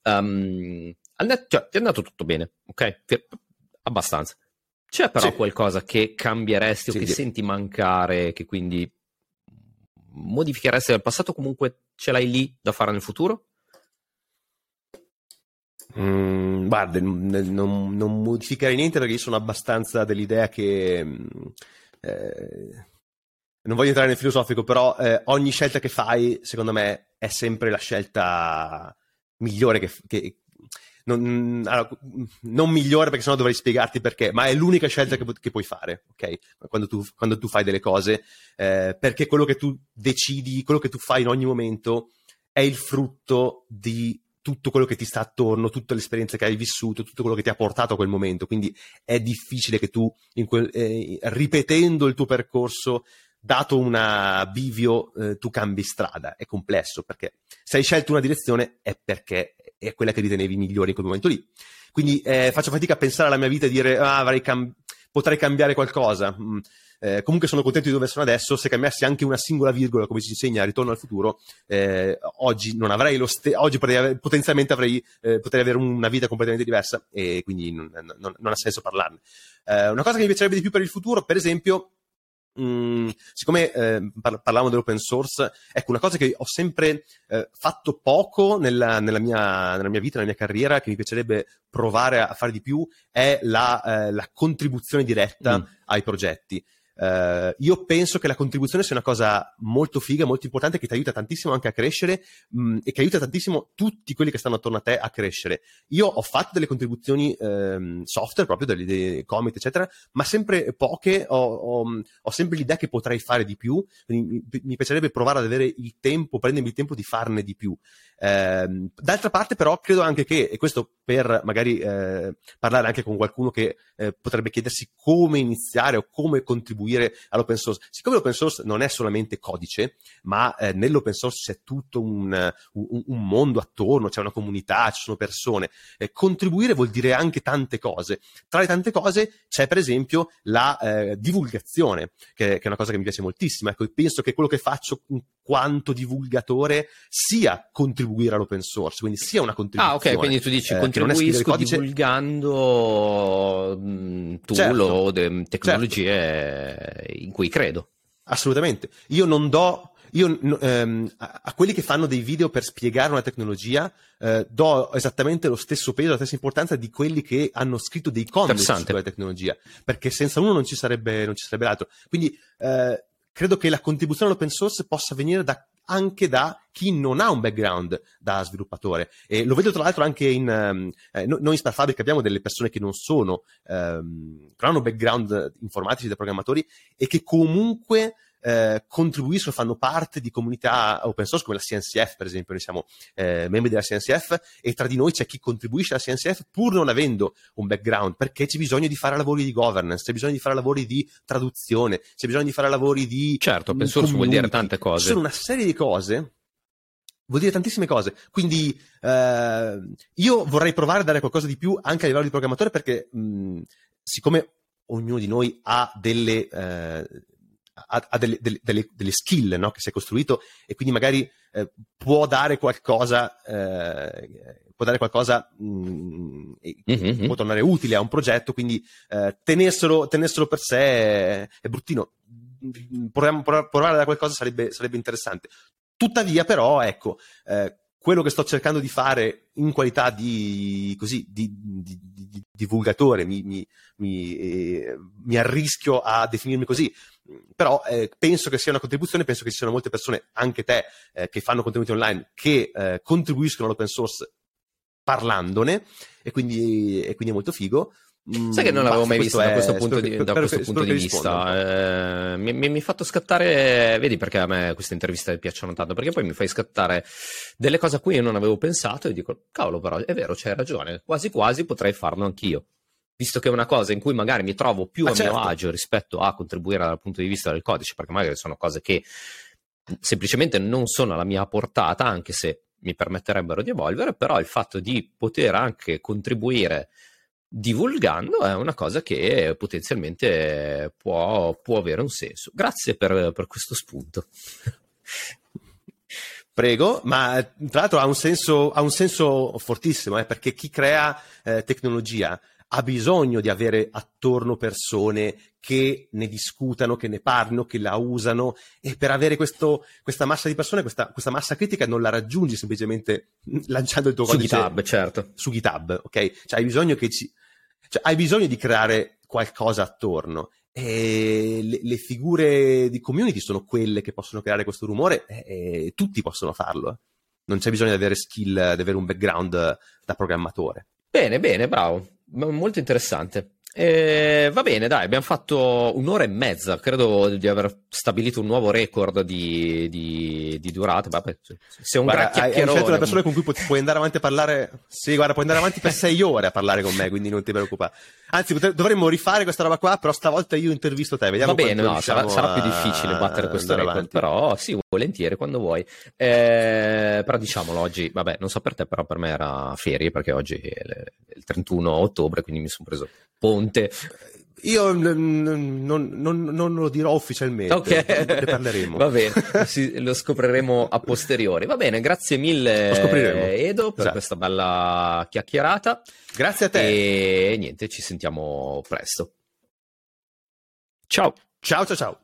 Speaker 1: Um, Cioè, ti è andato tutto bene, ok? Abbastanza. C'è però sì. qualcosa che cambieresti sì, o che sì. senti mancare, che quindi modificheresti nel passato, comunque ce l'hai lì da fare nel futuro?
Speaker 2: Mm, guarda, non, non modificherei niente perché io sono abbastanza dell'idea che eh, non voglio entrare nel filosofico, però eh, ogni scelta che fai, secondo me, è sempre la scelta migliore che, che Non, allora, non migliore perché sennò dovrei spiegarti perché, ma è l'unica scelta che, che puoi fare, ok? Quando tu, quando tu fai delle cose, eh, perché quello che tu decidi, quello che tu fai in ogni momento è il frutto di tutto quello che ti sta attorno, tutte le esperienze che hai vissuto, tutto quello che ti ha portato a quel momento. Quindi è difficile che tu, in quel, eh, ripetendo il tuo percorso, dato un bivio, eh, tu cambi strada. È complesso, perché se hai scelto una direzione è perché è quella che ritenevi migliore in quel momento lì. Quindi eh, faccio fatica a pensare alla mia vita e dire ah, avrei cam- potrei cambiare qualcosa. Mm. Eh, comunque sono contento di dove sono adesso. Se cambiassi anche una singola virgola, come si insegna a Ritorno al futuro, eh, oggi non avrei lo ste- oggi potrei, potenzialmente avrei, eh, potrei avere una vita completamente diversa, e quindi non, non, non ha senso parlarne. Eh, una cosa che mi piacerebbe di più per il futuro, per esempio, Mm, siccome eh, par- parlavamo dell'open source, ecco, una cosa che ho sempre eh, fatto poco nella, nella, mia, nella mia vita, nella mia carriera, che mi piacerebbe provare a fare di più, è la, eh, la contribuzione diretta mm. ai progetti. Uh, io penso che la contribuzione sia una cosa molto figa, molto importante, che ti aiuta tantissimo anche a crescere mh, e che aiuta tantissimo tutti quelli che stanno attorno a te a crescere. Io ho fatto delle contribuzioni ehm, software, proprio delle idee commit eccetera, ma sempre poche. Ho, ho, ho sempre l'idea che potrei fare di più, quindi mi, mi piacerebbe provare ad avere il tempo, prendermi il tempo di farne di più. Eh, d'altra parte però credo anche che, e questo per magari eh, parlare anche con qualcuno che eh, potrebbe chiedersi come iniziare o come contribuire all'open source, siccome l'open source non è solamente codice, ma eh, nell'open source c'è tutto un, un, un mondo attorno, c'è una comunità, ci sono persone, eh, contribuire vuol dire anche tante cose. Tra le tante cose c'è per esempio la eh, divulgazione, che, che è una cosa che mi piace moltissimo. Ecco, penso che quello che faccio in quanto divulgatore sia contribuire all'open source, quindi sia una contribuzione.
Speaker 1: Ah, ok, quindi tu dici eh, contribuisco codice... divulgando mh, tool certo, o de- tecnologie certo. in cui credo.
Speaker 2: Assolutamente. Io non do io ehm, a, a quelli che fanno dei video per spiegare una tecnologia eh, do esattamente lo stesso peso, la stessa importanza di quelli che hanno scritto dei commenti su quella tecnologia, perché senza uno non ci sarebbe, non ci sarebbe l'altro. Quindi eh, credo che la contribuzione all'open source possa venire da, anche da chi non ha un background da sviluppatore, e lo vedo tra l'altro anche in um, eh, noi in Sparfabric abbiamo delle persone che non sono um, che non hanno background informatici da programmatori e che comunque eh, contribuiscono, fanno parte di comunità open source come la C N C F, per esempio. Noi siamo eh, membri della C N C F e tra di noi c'è chi contribuisce alla C N C F pur non avendo un background, perché c'è bisogno di fare lavori di governance, c'è bisogno di fare lavori di traduzione, c'è bisogno di fare lavori di
Speaker 1: certo, open source vuol dire tante cose,
Speaker 2: ci sono una serie di cose, vuol dire tantissime cose, quindi eh, io vorrei provare a dare qualcosa di più anche a livello di programmatore, perché mh, siccome ognuno di noi ha delle eh, ha, ha delle, delle, delle, delle skill, no? Che si è costruito, e quindi magari eh, può dare qualcosa eh, può dare qualcosa mh, mm-hmm. può tornare utile a un progetto, quindi eh, tenerselo, tenerselo per sé è, è bruttino. Provare, provare a dare qualcosa sarebbe, sarebbe interessante. Tuttavia però ecco eh, quello che sto cercando di fare in qualità di così di, di, di, di divulgatore, mi, mi, mi, eh, mi arrischio a definirmi così, però eh, penso che sia una contribuzione, penso che ci siano molte persone, anche te, eh, che fanno contenuti online, che eh, contribuiscono all'open source parlandone, e quindi, e quindi è molto figo.
Speaker 1: Sai che non l'avevo mai visto da questo punto di, da questo punto di vista. Eh, mi, mi, mi ha fatto scattare, vedi perché a me queste interviste piacciono tanto, perché poi mi fai scattare delle cose a cui io non avevo pensato e dico, cavolo, però è vero, c'hai ragione, quasi quasi potrei farlo anch'io, visto che è una cosa in cui magari mi trovo più ah, a certo. mio agio rispetto a contribuire dal punto di vista del codice, perché magari sono cose che semplicemente non sono alla mia portata, anche se mi permetterebbero di evolvere, però il fatto di poter anche contribuire divulgando è una cosa che potenzialmente può, può avere un senso. Grazie per, per questo spunto.
Speaker 2: Prego, ma tra l'altro ha un senso, ha un senso fortissimo, eh, perché chi crea eh, tecnologia ha bisogno di avere attorno persone che ne discutano, che ne parlino, che la usano, e per avere questo, questa massa di persone, questa, questa massa critica non la raggiungi semplicemente lanciando il tuo codice
Speaker 1: su GitHub, certo.
Speaker 2: Su GitHub, ok? Cioè hai bisogno che ci, cioè hai bisogno di creare qualcosa attorno, e le, le figure di community sono quelle che possono creare questo rumore, e, e tutti possono farlo. Eh. Non c'è bisogno di avere skill, di avere un background da programmatore.
Speaker 1: Bene, bene, bravo. Molto interessante. Eh, va bene, dai, abbiamo fatto un'ora e mezza, credo di aver stabilito un nuovo record di, di, di durata. Vabbè, sei un gran chiacchierone.
Speaker 2: Hai scelto una persona con cui pu- puoi andare avanti a parlare. Sì, guarda, puoi andare avanti per sei ore a parlare con me, quindi non ti preoccupare. Anzi, potre- dovremmo rifare questa roba qua, però stavolta io intervisto te. Vediamo.
Speaker 1: Va bene, no, sarà, sarà più difficile battere questo record, avanti. Però sì, volentieri, quando vuoi. Eh, però diciamolo, oggi, vabbè, non so per te, però per me era ferie, perché oggi è il trentuno ottobre, quindi mi sono preso ponte.
Speaker 2: Io n- n- non, non, non lo dirò ufficialmente,
Speaker 1: ok,
Speaker 2: ne parleremo.
Speaker 1: Va bene, sì, lo scopriremo a posteriori. Va bene, grazie mille Edo per esatto. questa bella chiacchierata.
Speaker 2: Grazie a te.
Speaker 1: E niente, ci sentiamo presto. Ciao.
Speaker 2: Ciao ciao ciao.